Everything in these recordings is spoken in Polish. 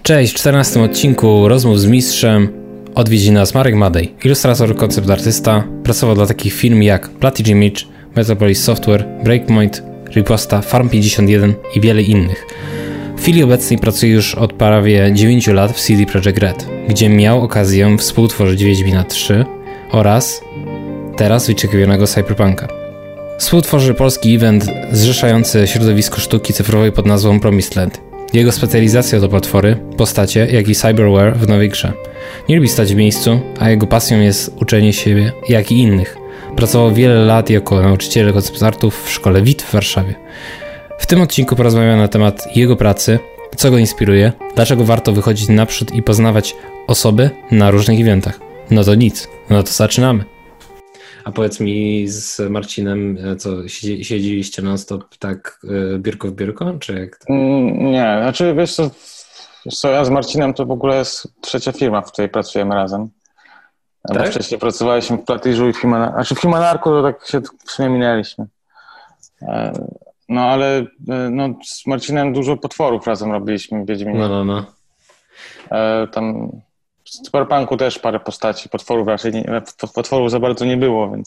Cześć, w 14 odcinku Rozmów z Mistrzem odwiedzi nas Marek Madej, ilustrator, koncept artysta, pracował dla takich firm jak Platige Image, Metropolis Software, Breakpoint, Riposta, Farm51 i wiele innych. W chwili obecnej pracuje już od prawie 9 lat w CD Projekt Red, gdzie miał okazję współtworzyć Wiedźmina 3 oraz teraz wyczekiwanego Cyberpunka. Współtworzy polski event zrzeszający środowisko sztuki cyfrowej pod nazwą Promised Land. Jego specjalizacja to potwory, postacie, jak i cyberware w nowej grze. Nie lubi stać w miejscu, a jego pasją jest uczenie siebie, jak i innych. Pracował wiele lat jako nauczyciel koncept artów w szkole WIT w Warszawie. W tym odcinku porozmawiamy na temat jego pracy, co go inspiruje, dlaczego warto wychodzić naprzód i poznawać osoby na różnych eventach. No to nic, no to zaczynamy. A powiedz mi z Marcinem, co siedzieliście non-stop tak biurko w biurko, czy jak to? Nie, znaczy wiesz co, ja z Marcinem to w ogóle jest trzecia firma, w której pracujemy razem. Tak? Bo wcześniej pracowaliśmy w Platyżu i w w Humanarku to tak się w sumie minęliśmy. No ale z Marcinem dużo potworów razem robiliśmy w Wiedźminie. No. Tam w Cyberpunku też parę postaci, potworów raczej potworów za bardzo nie było, więc...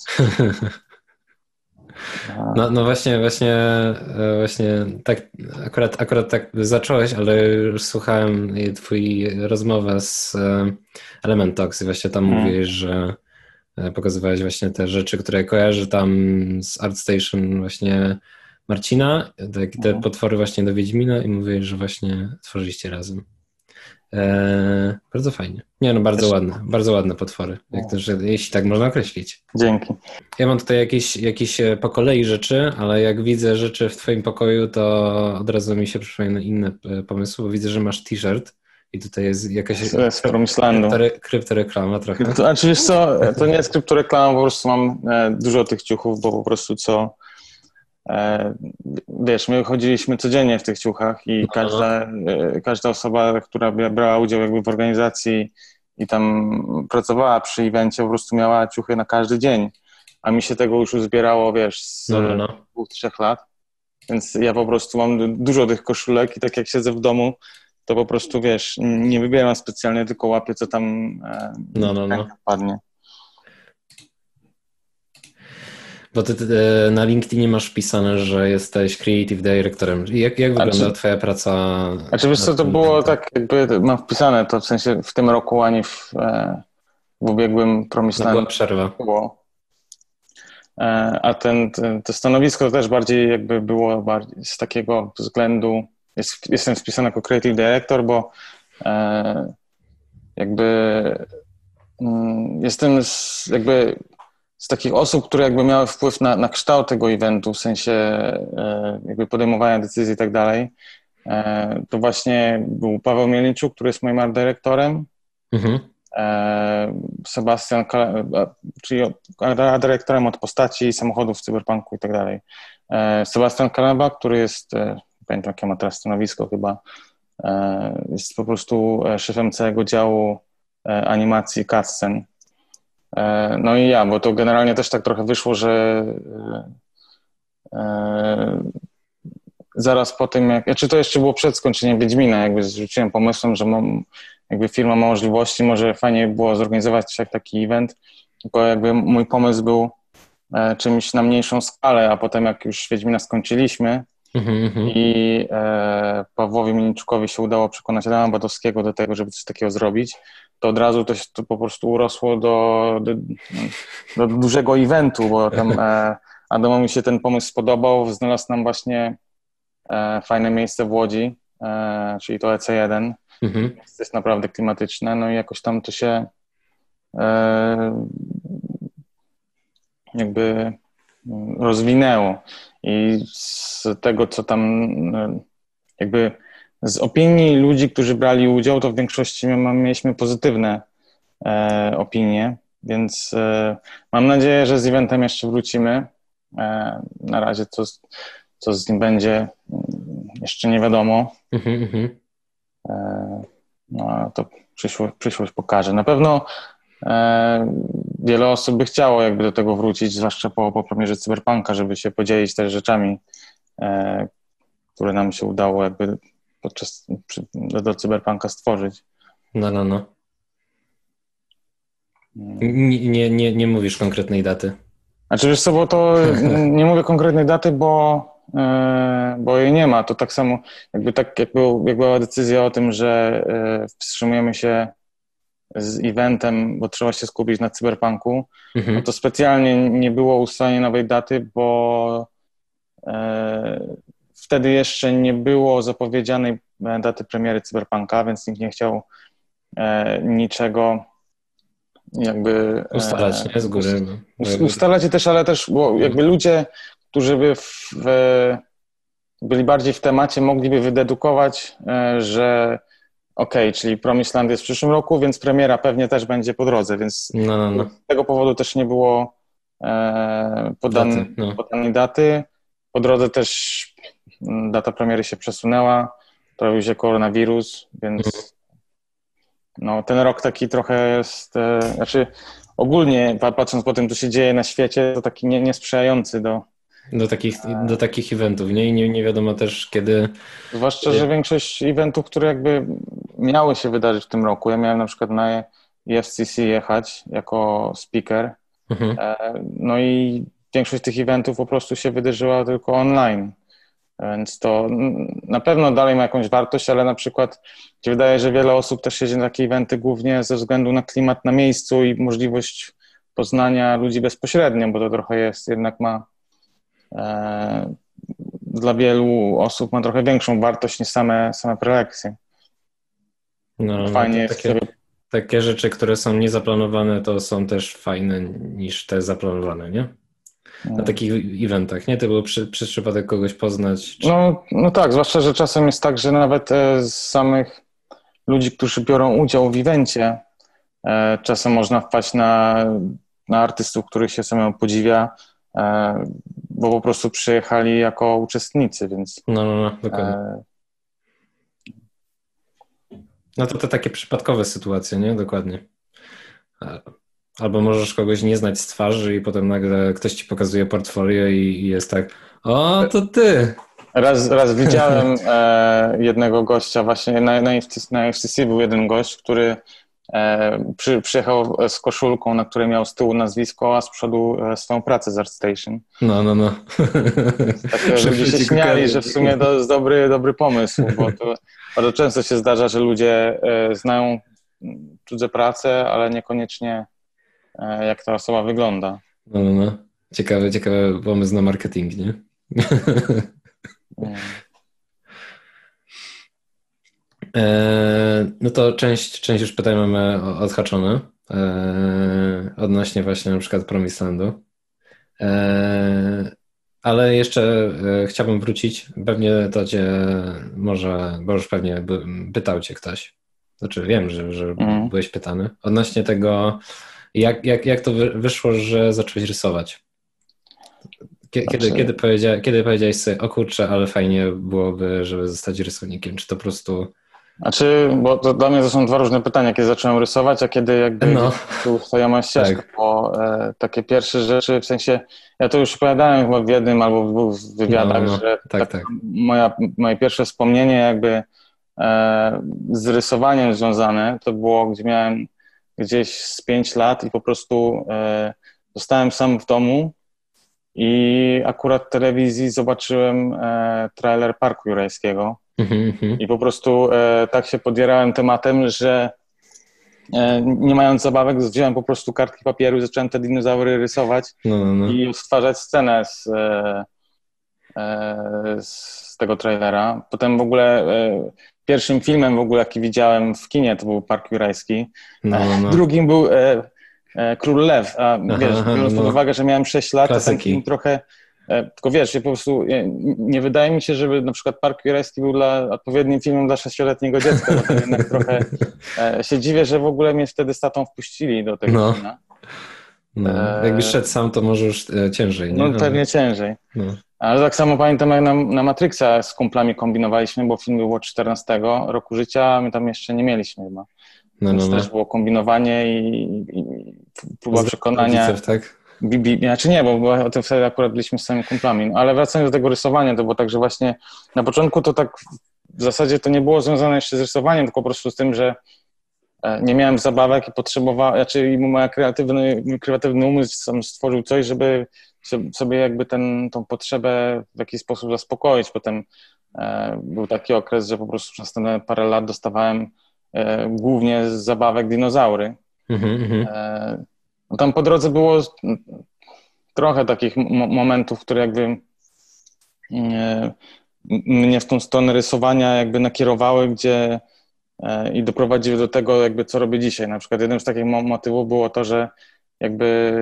No właśnie tak akurat tak zacząłeś, ale już słuchałem twój rozmowę z Element Talks i właśnie tam mówiłeś, że pokazywałeś właśnie te rzeczy, które kojarzy tam z ArtStation właśnie Marcina, te potwory właśnie do Wiedźmina i mówiłeś, że właśnie tworzyliście razem. Bardzo fajnie. Nie no, bardzo ładne potwory, jak też, jeśli tak można określić. Dzięki. Ja mam tutaj jakieś po kolei rzeczy, ale jak widzę rzeczy w twoim pokoju, to od razu mi się przypominają inne pomysły, bo widzę, że masz t-shirt i tutaj jest jakaś kryptoreklama trochę. Znaczy wiesz co, to nie jest kryptoreklama, po prostu mam dużo tych ciuchów, bo po prostu wiesz, my chodziliśmy codziennie w tych ciuchach i każda osoba, która brała udział jakby w organizacji i tam pracowała przy evencie, po prostu miała ciuchy na każdy dzień, a mi się tego już uzbierało, wiesz, z 2-3 lat, więc ja po prostu mam dużo tych koszulek i tak jak siedzę w domu, to po prostu, wiesz, nie wybieram specjalnie, tylko łapię, co tam padnie. Bo ty na LinkedInie masz wpisane, że jesteś creative directorem. Jak wygląda twoja praca? Znaczy wiesz co, to było tak jakby, mam wpisane to w sensie w tym roku, ani w ubiegłym Promised była przerwa. Było. A to stanowisko to też bardziej jakby było z takiego względu, jestem wpisany jako creative director, bo jestem z takich osób, które jakby miały wpływ na kształt tego eventu, w sensie jakby podejmowania decyzji i tak dalej, to właśnie był Paweł Mielniczuk, który jest moim art dyrektorem, Sebastian, czyli art dyrektorem od postaci, samochodów w Cyberpunku i tak dalej, Sebastian Kaleba, który jest, nie pamiętam jakie ma teraz stanowisko chyba, jest po prostu szefem całego działu animacji cutscene. No i ja, bo to generalnie też tak trochę wyszło, że zaraz po tym, czy to jeszcze było przed skończeniem Wiedźmina, jakby zrzuciłem pomysłem, że jakby firma ma możliwości, może fajnie było zorganizować taki event, tylko jakby mój pomysł był czymś na mniejszą skalę, a potem jak już Wiedźmina skończyliśmy i Pawłowi Mielniczukowi się udało przekonać Adama Badowskiego do tego, żeby coś takiego zrobić, to od razu to po prostu urosło do dużego eventu, bo tam Adamowi się ten pomysł spodobał, znalazł nam właśnie fajne miejsce w Łodzi, czyli to EC1. To jest naprawdę klimatyczne, no i jakoś tam to się jakby rozwinęło i z tego, co tam jakby z opinii ludzi, którzy brali udział, to w większości mieliśmy pozytywne opinie, więc mam nadzieję, że z eventem jeszcze wrócimy. Na razie co z nim będzie, jeszcze nie wiadomo. No to przyszłość pokaże. Na pewno wiele osób by chciało jakby do tego wrócić, zwłaszcza po premierze Cyberpunka, żeby się podzielić też rzeczami, które nam się udało jakby do Cyberpunka stworzyć. No. Nie mówisz konkretnej daty. Znaczy wiesz co, bo to nie mówię konkretnej daty, bo jej nie ma. To tak samo, jak była decyzja o tym, że wstrzymujemy się z eventem, bo trzeba się skupić na Cyberpunku, no to specjalnie nie było ustalenia nowej daty, bo wtedy jeszcze nie było zapowiedzianej daty premiery Cyberpunka, więc nikt nie chciał niczego jakby ustalać, nie? Z góry. Ustalać je też, ale też, bo jakby ludzie, którzy by byli bardziej w temacie, mogliby wydedukować, że czyli Promised Land jest w przyszłym roku, więc premiera pewnie też będzie po drodze, więc z tego powodu też nie było podanej daty. Po drodze też data premiery się przesunęła, pojawił się koronawirus, więc ten rok taki trochę jest, ogólnie patrząc po tym, co się dzieje na świecie, to taki niesprzyjający do takich eventów, nie? I nie wiadomo też kiedy... Zwłaszcza, że większość eventów, które jakby miały się wydarzyć w tym roku, ja miałem na przykład na EFCC jechać jako speaker, no i większość tych eventów po prostu się wydarzyła tylko online, więc to na pewno dalej ma jakąś wartość, ale na przykład mi się wydaje, że wiele osób też jedzie na takie eventy głównie ze względu na klimat na miejscu i możliwość poznania ludzi bezpośrednio, bo to trochę jest, jednak ma dla wielu osób ma trochę większą wartość niż same prelekcje. Fajnie jest takie rzeczy, które są niezaplanowane, to są też fajne niż te zaplanowane, nie? Na takich eventach, nie? To było przez przypadek kogoś poznać. Czy... No tak, zwłaszcza, że czasem jest tak, że nawet z samych ludzi, którzy biorą udział w evencie, czasem można wpaść na artystów, których się samemu podziwia, bo po prostu przyjechali jako uczestnicy, więc... Dokładnie. No to takie przypadkowe sytuacje, nie? Dokładnie. Albo możesz kogoś nie znać z twarzy i potem nagle ktoś ci pokazuje portfolio i jest tak, o, to ty! Raz widziałem jednego gościa właśnie, na FCC był jeden gość, który przyjechał z koszulką, na której miał z tyłu nazwisko, a z przodu swoją pracę z ArtStation. No. Tak, ludzie się śmiali, że w sumie to jest dobry pomysł, bo to bardzo często się zdarza, że ludzie znają cudze prace, ale niekoniecznie jak ta osoba wygląda. No. Ciekawy pomysł na marketing, nie? No to część już pytań mamy odhaczone odnośnie właśnie na przykład Promised Landu. Ale jeszcze chciałbym wrócić, pewnie to cię może, bo już pewnie pytał cię ktoś, znaczy wiem, że byłeś pytany, odnośnie tego, jak to wyszło, że zacząłeś rysować? Kiedy powiedziałeś sobie, o kurczę, ale fajnie byłoby, żeby zostać rysownikiem, czy to po prostu... bo to dla mnie to są dwa różne pytania, kiedy zacząłem rysować, a kiedy jakby twoja moja ścieżka, bo takie pierwsze rzeczy, w sensie, ja to już opowiadałem chyba w jednym albo w dwóch wywiadach, że moje pierwsze wspomnienie jakby z rysowaniem związane, to było, gdzie miałem gdzieś z 5 lat i po prostu zostałem sam w domu i akurat w telewizji zobaczyłem trailer Parku Jurajskiego. I po prostu tak się podjarałem tematem, że nie mając zabawek, wziąłem po prostu kartki papieru i zacząłem te dinozaury rysować i stwarzać scenę z tego trailera. Potem w ogóle pierwszym filmem w ogóle, jaki widziałem w kinie, to był Park Jurajski. Drugim był Król Lew. A wiesz, biorąc pod uwagę, że miałem 6 lat, to ten film trochę... Tylko wiesz, po prostu nie wydaje mi się, żeby na przykład Park Jurajski był odpowiednim filmem dla 6-letniego dziecka, bo to jednak trochę się dziwię, że w ogóle mnie wtedy z tatą wpuścili do tego kina. Jakbyś szedł sam, to może już ciężej, nie? No pewnie ciężej. Ale tak samo pamiętam, jak na Matrixa z kumplami kombinowaliśmy, bo film był od 14 roku życia, a my tam jeszcze nie mieliśmy chyba. Więc też było kombinowanie i próba przekonania... Rodziców, tak? Znaczy nie, bo o tym wtedy akurat byliśmy z samymi kumplami. No, ale wracając do tego rysowania, to było tak, że właśnie na początku to tak w zasadzie to nie było związane jeszcze z rysowaniem, tylko po prostu z tym, że nie miałem zabawek i potrzebowałem, znaczy mój kreatywny umysł sam stworzył coś, żeby sobie jakby tą potrzebę w jakiś sposób zaspokoić. Potem był taki okres, że po prostu przez te parę lat dostawałem głównie z zabawek dinozaury. No tam po drodze było trochę takich momentów, które jakby mnie w tą stronę rysowania jakby nakierowały, i doprowadziły do tego jakby co robię dzisiaj. Na przykład jednym z takich motywów było to, że jakby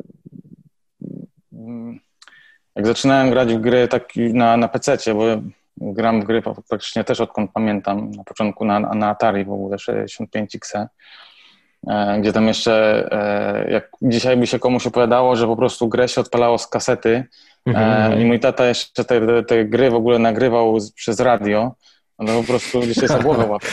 jak zaczynałem grać w gry tak na PC-cie, bo gram w gry praktycznie też odkąd pamiętam, na początku na Atari w ogóle 65XE, gdzie tam jeszcze, jak dzisiaj by się komuś opowiadało, że po prostu grę się odpalało z kasety i mój tata jeszcze te gry w ogóle nagrywał przez radio, no po prostu gdzieś jest głowę łapie.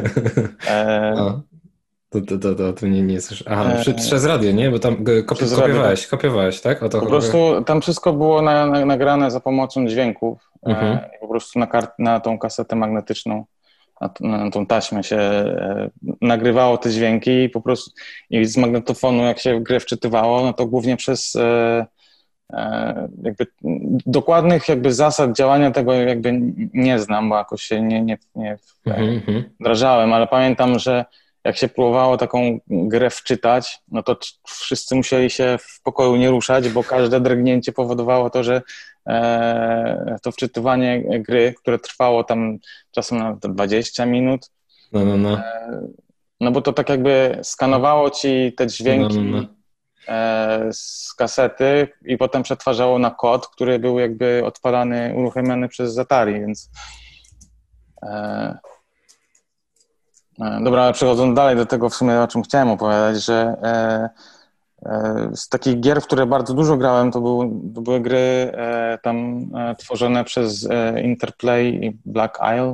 To nie jest już... Aha, przez radio, nie? Bo tam kopiowałeś, tak? O to po prostu tam wszystko było nagrane za pomocą dźwięków i po prostu na tą kasetę magnetyczną, na tą taśmę się nagrywało te dźwięki i po prostu i z magnetofonu jak się w grę wczytywało, no to głównie przez jakby dokładnych jakby zasad działania tego jakby nie znam, bo jakoś się nie wdrażałem, ale pamiętam, że jak się próbowało taką grę wczytać, no to wszyscy musieli się w pokoju nie ruszać, bo każde drgnięcie powodowało to, że to wczytywanie gry, które trwało tam czasem na 20 minut, no bo to tak jakby skanowało ci te dźwięki z kasety i potem przetwarzało na kod, który był jakby odpalany, uruchamiany przez Atari, więc dobra, ale przechodząc dalej do tego w sumie, o czym chciałem opowiadać, że z takich gier, w które bardzo dużo grałem, to były gry tam tworzone przez Interplay i Black Isle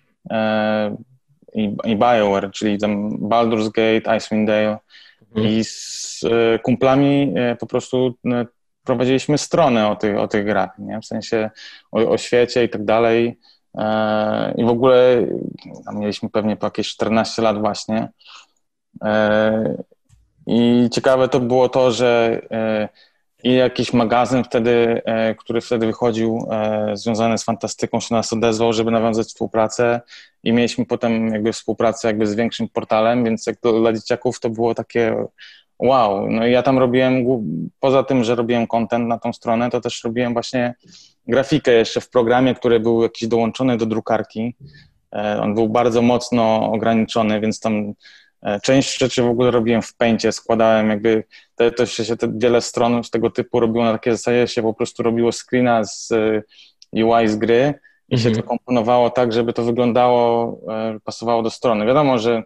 i BioWare, czyli tam Baldur's Gate, Icewind Dale i z kumplami po prostu prowadziliśmy stronę o tych grach, nie? W sensie o świecie i tak dalej. I w ogóle mieliśmy pewnie po jakieś 14 lat właśnie. I ciekawe to było to, że i jakiś magazyn wtedy, który wtedy wychodził, związany z fantastyką, się nas odezwał, żeby nawiązać współpracę i mieliśmy potem jakby współpracę jakby z większym portalem, więc jak dla dzieciaków to było takie wow. No i ja tam robiłem, poza tym, że robiłem content na tą stronę, to też robiłem właśnie grafikę jeszcze w programie, który był jakiś dołączony do drukarki. On był bardzo mocno ograniczony, więc tam część rzeczy w ogóle robiłem w Paincie, składałem jakby, wiele stron z tego typu robiło na takie zasadzie, się po prostu robiło screena z UI z gry i się to komponowało tak, żeby to wyglądało, pasowało do strony. Wiadomo, że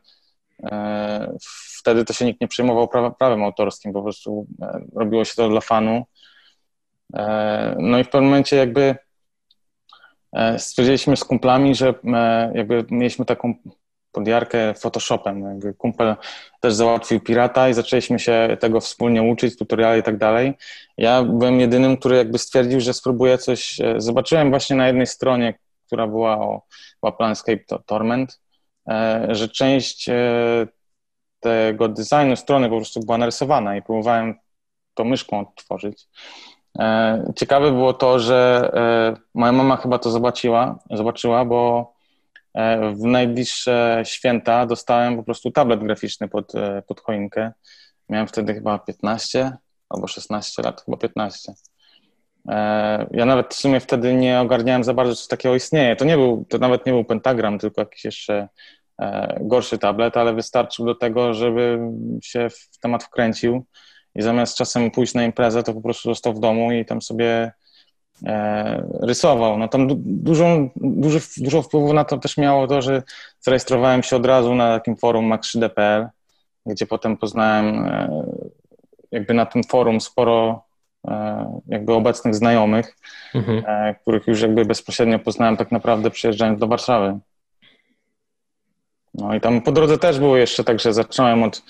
wtedy to się nikt nie przejmował prawem autorskim, po prostu robiło się to dla fanu. No i w pewnym momencie jakby stwierdziliśmy z kumplami, że jakby mieliśmy taką podjarkę Photoshopem. Jakby kumpel też załatwił pirata i zaczęliśmy się tego wspólnie uczyć, tutoriale i tak dalej. Ja byłem jedynym, który jakby stwierdził, że spróbuję coś. Zobaczyłem właśnie na jednej stronie, która była Planescape Torment, że część tego designu strony po prostu była narysowana i próbowałem to myszką odtworzyć. Ciekawe było to, że moja mama chyba to zobaczyła, bo w najbliższe święta dostałem po prostu tablet graficzny pod choinkę. Miałem wtedy chyba 15 albo 16 lat, chyba 15. Ja nawet w sumie wtedy nie ogarniałem za bardzo, co takiego istnieje. To nawet nie był pentagram, tylko jakiś jeszcze gorszy tablet, ale wystarczył do tego, żeby się w temat wkręcił i zamiast czasem pójść na imprezę, to po prostu został w domu i tam sobie rysował. No tam dużo wpływu na to też miało to, że zarejestrowałem się od razu na takim forum max3d.pl, gdzie potem poznałem jakby na tym forum sporo jakby obecnych znajomych, których już jakby bezpośrednio poznałem tak naprawdę przyjeżdżając do Warszawy. No i tam po drodze też było jeszcze tak, że zacząłem od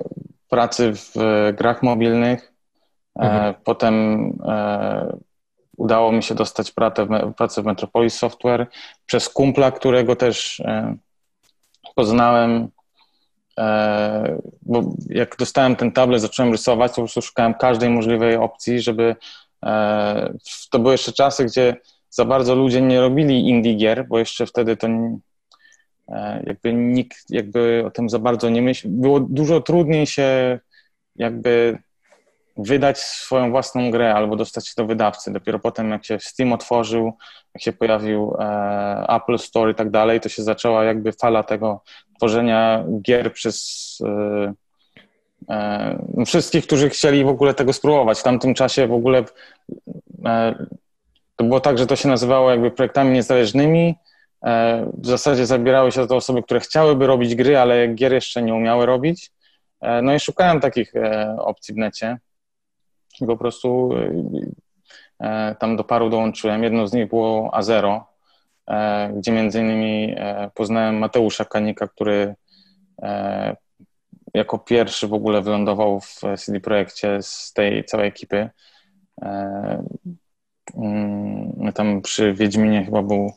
pracy w grach mobilnych, potem udało mi się dostać pracę w Metropolis Software przez kumpla, którego też poznałem, bo jak dostałem ten tablet, zacząłem rysować, to po prostu szukałem każdej możliwej opcji, żeby to były jeszcze czasy, gdzie za bardzo ludzie nie robili indie gier, bo jeszcze wtedy to jakby nikt jakby o tym za bardzo nie myślał. Było dużo trudniej się jakby wydać swoją własną grę albo dostać się do wydawcy. Dopiero potem, jak się Steam otworzył, jak się pojawił Apple Store i tak dalej, to się zaczęła jakby fala tego tworzenia gier przez wszystkich, którzy chcieli w ogóle tego spróbować. W tamtym czasie w ogóle to było tak, że to się nazywało jakby projektami niezależnymi. W zasadzie zabierały się to osoby, które chciałyby robić gry, ale gier jeszcze nie umiały robić. No i szukałem takich opcji w necie. I po prostu tam do paru dołączyłem. Jedno z nich było Azero, gdzie między innymi poznałem Mateusza Kanika, który jako pierwszy w ogóle wylądował w CD Projekcie z tej całej ekipy. Tam przy Wiedźminie chyba był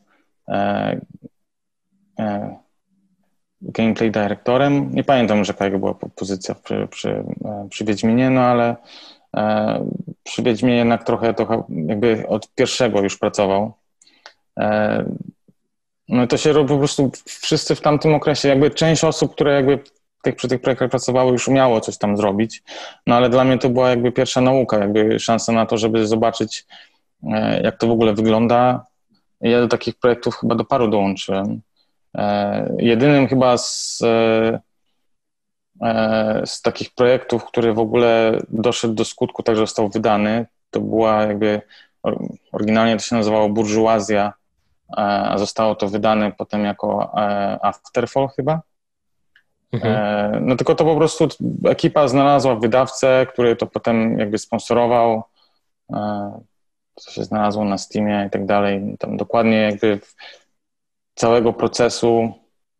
gameplay dyrektorem. Nie pamiętam już, jaka była pozycja przy Wiedźminie, no ale przy Wiedźminie jednak trochę jakby od pierwszego już pracował. No i to się robi po prostu wszyscy w tamtym okresie, jakby część osób, które jakby przy tych projektach pracowały, już umiało coś tam zrobić, no ale dla mnie to była jakby pierwsza nauka, jakby szansa na to, żeby zobaczyć, jak to w ogóle wygląda. Ja do takich projektów chyba do paru dołączyłem. Jedynym chyba z takich projektów, który w ogóle doszedł do skutku, także został wydany, to była jakby, oryginalnie to się nazywało Burżuazja, a zostało to wydane potem jako Afterfall chyba. No tylko to po prostu ekipa znalazła wydawcę, który to potem jakby sponsorował, co się znalazło na Steamie i tak dalej. Tam dokładnie jakby całego procesu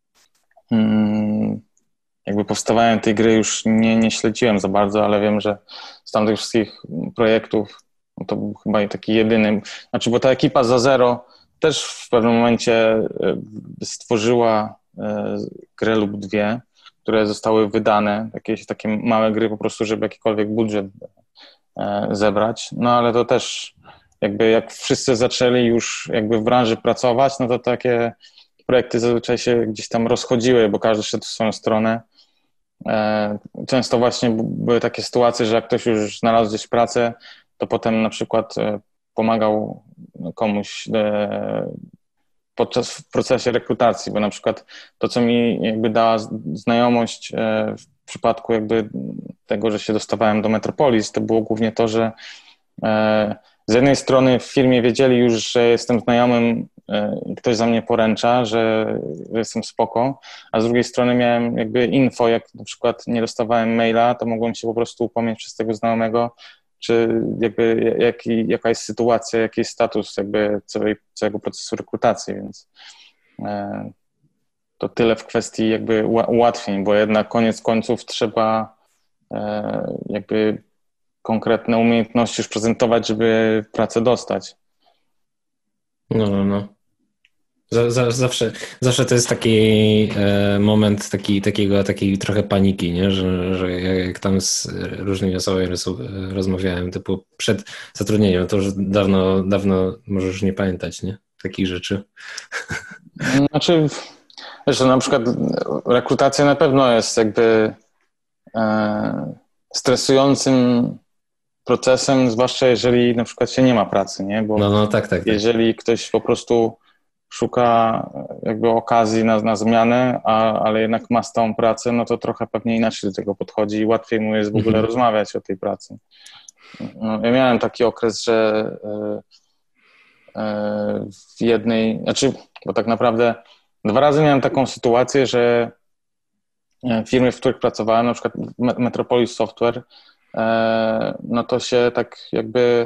jakby powstawania tej gry już nie śledziłem za bardzo, ale wiem, że z tamtych wszystkich projektów no to był chyba taki jedyny. Znaczy, bo ta ekipa za Zero też w pewnym momencie stworzyła grę lub dwie, które zostały wydane, jakieś takie małe gry po prostu, żeby jakikolwiek budżet zebrać. No ale to też jakby jak wszyscy zaczęli już jakby w branży pracować, no to takie projekty zazwyczaj się gdzieś tam rozchodziły, bo każdy szedł w swoją stronę. Często właśnie były takie sytuacje, że jak ktoś już znalazł gdzieś pracę, to potem na przykład pomagał komuś w procesie rekrutacji, bo na przykład to, co mi jakby dała znajomość w przypadku jakby tego, że się dostawałem do Metropolis, to było głównie to, że z jednej strony w firmie wiedzieli już, że jestem znajomym i ktoś za mnie poręcza, że jestem spoko, a z drugiej strony miałem jakby info, jak na przykład nie dostawałem maila, to mogłem się po prostu upomnieć przez tego znajomego, czy jakby jaka jest sytuacja, jaki jest status jakby całego procesu rekrutacji, więc to tyle w kwestii jakby ułatwień, bo jednak koniec końców trzeba jakby konkretne umiejętności już prezentować, żeby pracę dostać. No. Zawsze to jest taki moment takiej trochę paniki, nie? Że jak tam z różnymi osobami rozmawiałem, typu przed zatrudnieniem, to już dawno możesz nie pamiętać, nie? Takich rzeczy. Znaczy, wiesz, na przykład rekrutacja na pewno jest jakby stresującym procesem, zwłaszcza jeżeli na przykład się nie ma pracy, nie? Bo tak. jeżeli ktoś po prostu szuka jakby okazji na zmianę, ale jednak ma stałą pracę, no to trochę pewnie inaczej do tego podchodzi i łatwiej mu jest w ogóle rozmawiać o tej pracy. No, ja miałem taki okres, że w jednej, bo tak naprawdę 2 razy miałem taką sytuację, że firmy, w których pracowałem, na przykład Metropolis Software, no to się tak jakby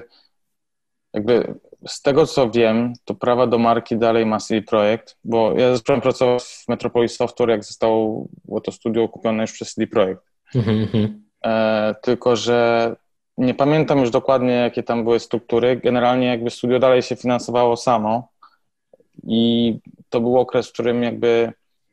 z tego, co wiem, to prawa do marki dalej ma CD Projekt, bo ja zacząłem pracować w Metropolis Software, jak zostało to studio kupione już przez CD Projekt. Tylko że nie pamiętam już dokładnie, jakie tam były struktury. Generalnie jakby studio dalej się finansowało samo i to był okres, w którym jakby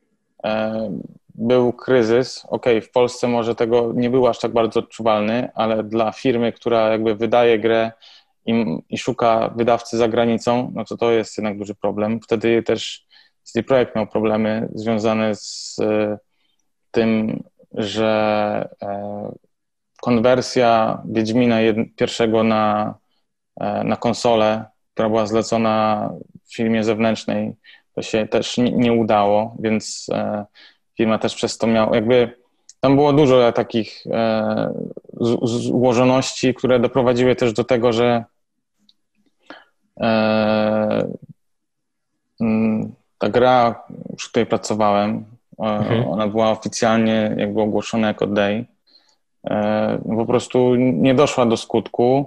był kryzys. Okej, w Polsce może tego nie był aż tak bardzo odczuwalny, ale dla firmy, która jakby wydaje grę i szuka wydawcy za granicą, no to jest jednak duży problem. Wtedy też CD Projekt miał problemy związane z tym, że konwersja Wiedźmina pierwszego na konsolę, która była zlecona w firmie zewnętrznej, to się też nie udało, więc firma też przez to miała, jakby tam było dużo takich złożoności, które doprowadziły też do tego, że ta gra, przy której pracowałem, ona była oficjalnie jakby ogłoszona jako Day. Po prostu nie doszła do skutku.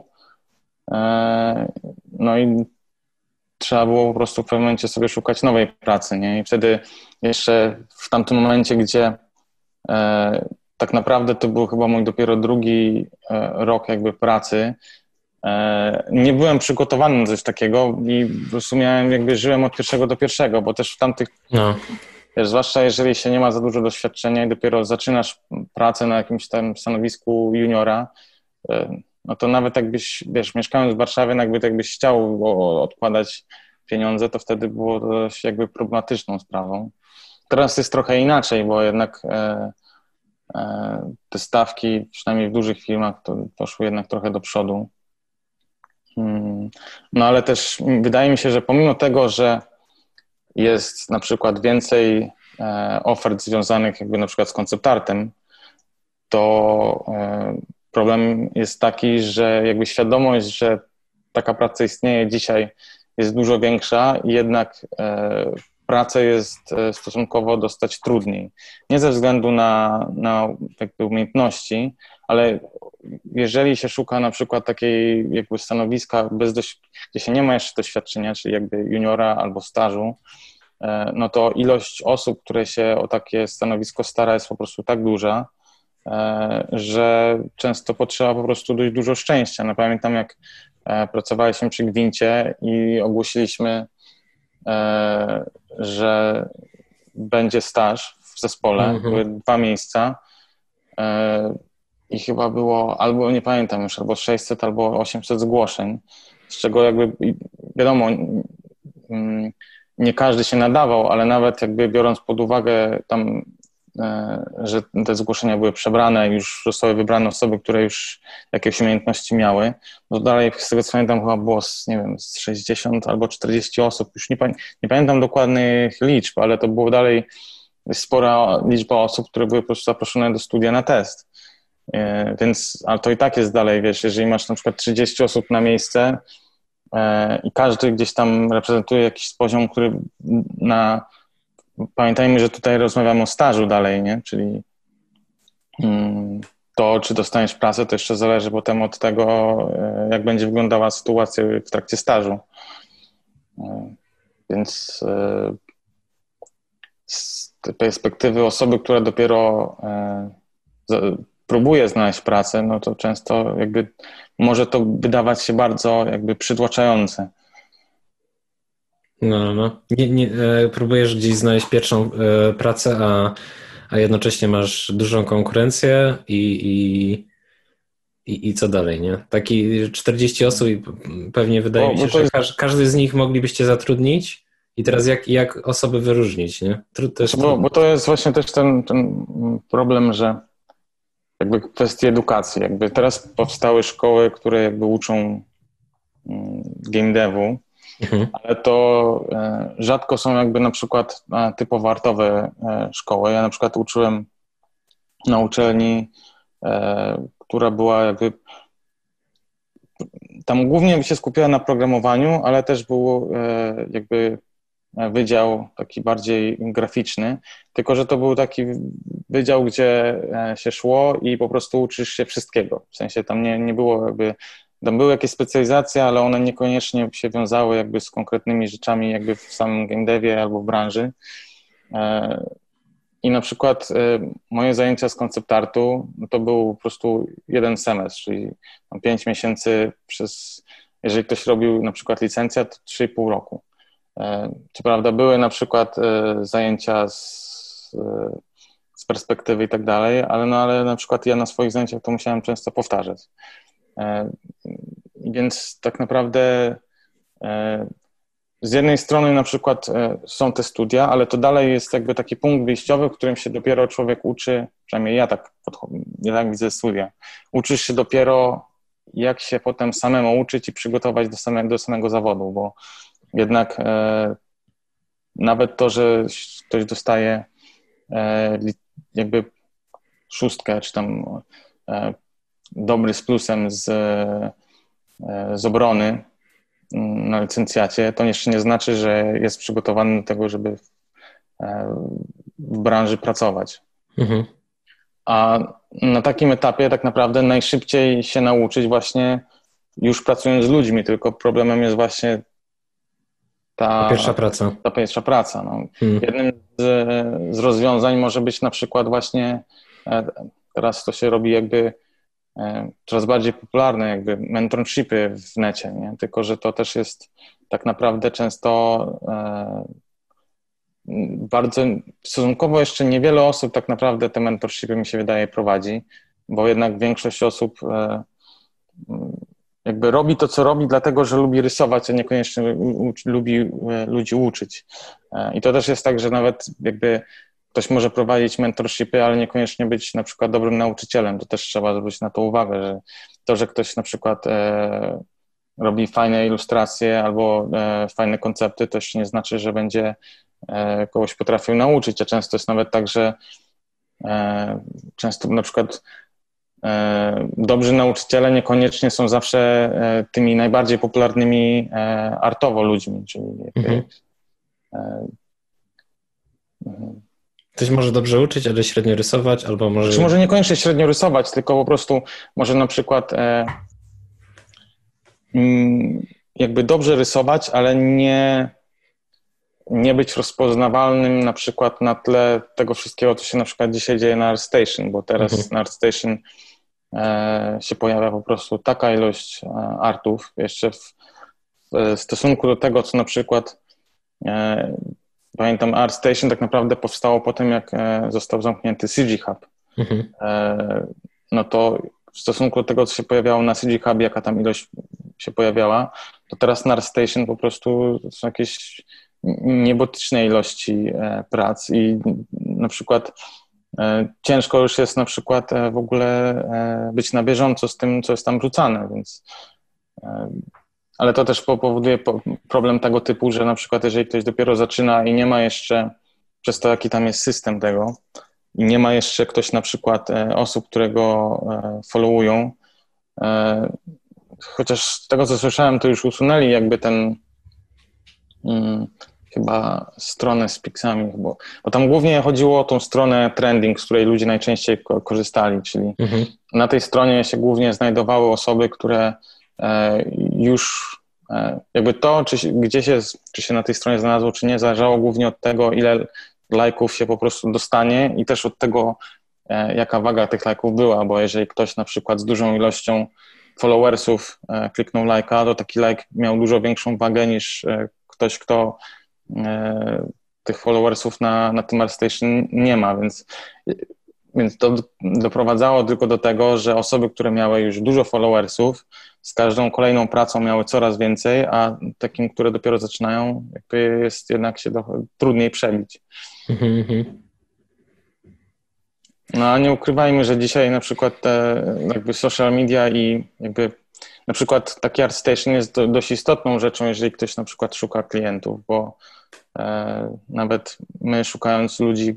No i trzeba było po prostu w pewnym momencie sobie szukać nowej pracy, nie? I wtedy jeszcze w tamtym momencie, gdzie tak naprawdę to był chyba mój dopiero drugi rok jakby pracy, nie byłem przygotowany na coś takiego i po prostu żyłem od pierwszego do pierwszego, bo też w tamtych, wiesz, zwłaszcza jeżeli się nie ma za dużo doświadczenia i dopiero zaczynasz pracę na jakimś tam stanowisku juniora, no to nawet jakbyś, wiesz, mieszkając w Warszawie, jakbyś chciał odkładać pieniądze, to wtedy było to dość jakby problematyczną sprawą. Teraz jest trochę inaczej, bo jednak te stawki, przynajmniej w dużych firmach, to poszły jednak trochę do przodu. No ale też wydaje mi się, że pomimo tego, że jest na przykład więcej ofert związanych jakby na przykład z concept artem, to problem jest taki, że jakby świadomość, że taka praca istnieje dzisiaj, jest dużo większa i jednak pracę jest stosunkowo dostać trudniej. Nie ze względu na jakby umiejętności, ale jeżeli się szuka na przykład takiej jakby stanowiska, gdzie się nie ma jeszcze doświadczenia, czyli jakby juniora albo stażu, no to ilość osób, które się o takie stanowisko stara, jest po prostu tak duża, że często potrzeba po prostu dość dużo szczęścia. No pamiętam, jak pracowaliśmy przy Gwincie i ogłosiliśmy, że będzie staż w zespole. Były 2 miejsca i chyba było albo, nie pamiętam już, albo 600, albo 800 zgłoszeń, z czego jakby wiadomo, nie każdy się nadawał, ale nawet jakby biorąc pod uwagę tam, że te zgłoszenia były przebrane, już zostały wybrane osoby, które już jakieś umiejętności miały, no dalej z tego co pamiętam chyba było nie wiem, z 60 albo 40 osób, już nie pamiętam dokładnych liczb, ale to było dalej spora liczba osób, które były po prostu zaproszone do studia na test. Więc, ale to i tak jest dalej, wiesz, jeżeli masz na przykład 30 osób na miejsce i każdy gdzieś tam reprezentuje jakiś poziom, który pamiętajmy, że tutaj rozmawiamy o stażu dalej, nie? Czyli to, czy dostaniesz pracę, to jeszcze zależy potem od tego, jak będzie wyglądała sytuacja w trakcie stażu. Więc z tej perspektywy osoby, która dopiero próbuje znaleźć pracę, no to często jakby może to wydawać się bardzo jakby przytłaczające. No. Próbujesz gdzieś znaleźć pierwszą pracę, a jednocześnie masz dużą konkurencję i co dalej, nie? Taki 40 osób i pewnie wydaje mi się, że każdy z nich moglibyście zatrudnić i teraz jak osoby wyróżnić, nie? Bo to jest właśnie też ten problem, że jakby kwestii edukacji. Jakby teraz powstały szkoły, które jakby uczą game devu, ale to rzadko są jakby na przykład typowo artowe szkoły. Ja na przykład uczyłem na uczelni, która była jakby tam głównie się skupiała na programowaniu, ale też był jakby wydział taki bardziej graficzny, tylko że to był taki wydział, gdzie się szło i po prostu uczysz się wszystkiego. W sensie tam nie było jakby, tam były jakieś specjalizacje, ale one niekoniecznie się wiązały jakby z konkretnymi rzeczami jakby w samym game devie albo w branży. I na przykład moje zajęcia z koncept artu to był po prostu jeden semestr, czyli 5 miesięcy jeżeli ktoś robił na przykład licencję, to 3,5 roku. Co prawda były na przykład zajęcia z perspektywy i tak dalej, ale na przykład ja na swoich zajęciach to musiałem często powtarzać. Więc tak naprawdę z jednej strony na przykład są te studia, ale to dalej jest jakby taki punkt wyjściowy, w którym się dopiero człowiek uczy, przynajmniej ja tak widzę studia, uczysz się dopiero jak się potem samemu uczyć i przygotować do samego zawodu, bo jednak nawet to, że ktoś dostaje jakby 6 czy tam dobry z plusem z obrony na licencjacie, to jeszcze nie znaczy, że jest przygotowany do tego, żeby w branży pracować. Mhm. A na takim etapie tak naprawdę najszybciej się nauczyć właśnie już pracując z ludźmi, tylko problemem jest właśnie ta pierwsza praca. No. Jednym z rozwiązań może być na przykład właśnie, teraz to się robi jakby coraz bardziej popularne, jakby mentorshipy w necie, nie? Tylko że to też jest tak naprawdę często bardzo stosunkowo jeszcze niewiele osób tak naprawdę te mentorshipy, mi się wydaje, prowadzi, bo jednak większość osób jakby robi to, co robi, dlatego, że lubi rysować, a niekoniecznie lubi ludzi uczyć. I to też jest tak, że nawet jakby ktoś może prowadzić mentorshipy, ale niekoniecznie być na przykład dobrym nauczycielem. To też trzeba zwrócić na to uwagę, że to, że ktoś na przykład robi fajne ilustracje albo fajne koncepty, to jeszcze nie znaczy, że będzie kogoś potrafił nauczyć, a często jest nawet tak, że często na przykład dobrzy nauczyciele niekoniecznie są zawsze tymi najbardziej popularnymi artowo ludźmi, czyli Ktoś może dobrze uczyć, ale średnio rysować, albo może... Czy może niekoniecznie średnio rysować, tylko po prostu może na przykład jakby dobrze rysować, ale nie być rozpoznawalnym na przykład na tle tego wszystkiego, co się na przykład dzisiaj dzieje na ArtStation, bo teraz na ArtStation się pojawia po prostu taka ilość artów, jeszcze w stosunku do tego, co na przykład pamiętam, ArtStation tak naprawdę powstało po tym, jak został zamknięty CG Hub. No to w stosunku do tego, co się pojawiało na CG Hubie, jaka tam ilość się pojawiała, to teraz na ArtStation po prostu są jakieś niebotyczne ilości prac i na przykład ciężko już jest na przykład w ogóle być na bieżąco z tym, co jest tam wrzucane, więc ale to też powoduje problem tego typu, że na przykład jeżeli ktoś dopiero zaczyna i nie ma jeszcze, przez to jaki tam jest system tego, i nie ma jeszcze ktoś na przykład osób, które go followują, chociaż z tego co słyszałem, to już usunęli jakby ten chyba stronę z Pixami, bo tam głównie chodziło o tą stronę trending, z której ludzie najczęściej korzystali, czyli na tej stronie się głównie znajdowały osoby, które już jakby to, czy się na tej stronie znalazło, czy nie, zależało głównie od tego, ile lajków się po prostu dostanie i też od tego, jaka waga tych lajków była, bo jeżeli ktoś na przykład z dużą ilością followersów kliknął lajka, to taki lajk miał dużo większą wagę niż ktoś, kto tych followersów na tym ArtStation nie ma, więc to doprowadzało tylko do tego, że osoby, które miały już dużo followersów, z każdą kolejną pracą miały coraz więcej, a takim, które dopiero zaczynają, jakby jest jednak się trudniej przebić. No a nie ukrywajmy, że dzisiaj na przykład te jakby social media i jakby na przykład taki ArtStation jest dość istotną rzeczą, jeżeli ktoś na przykład szuka klientów, bo nawet my szukając ludzi,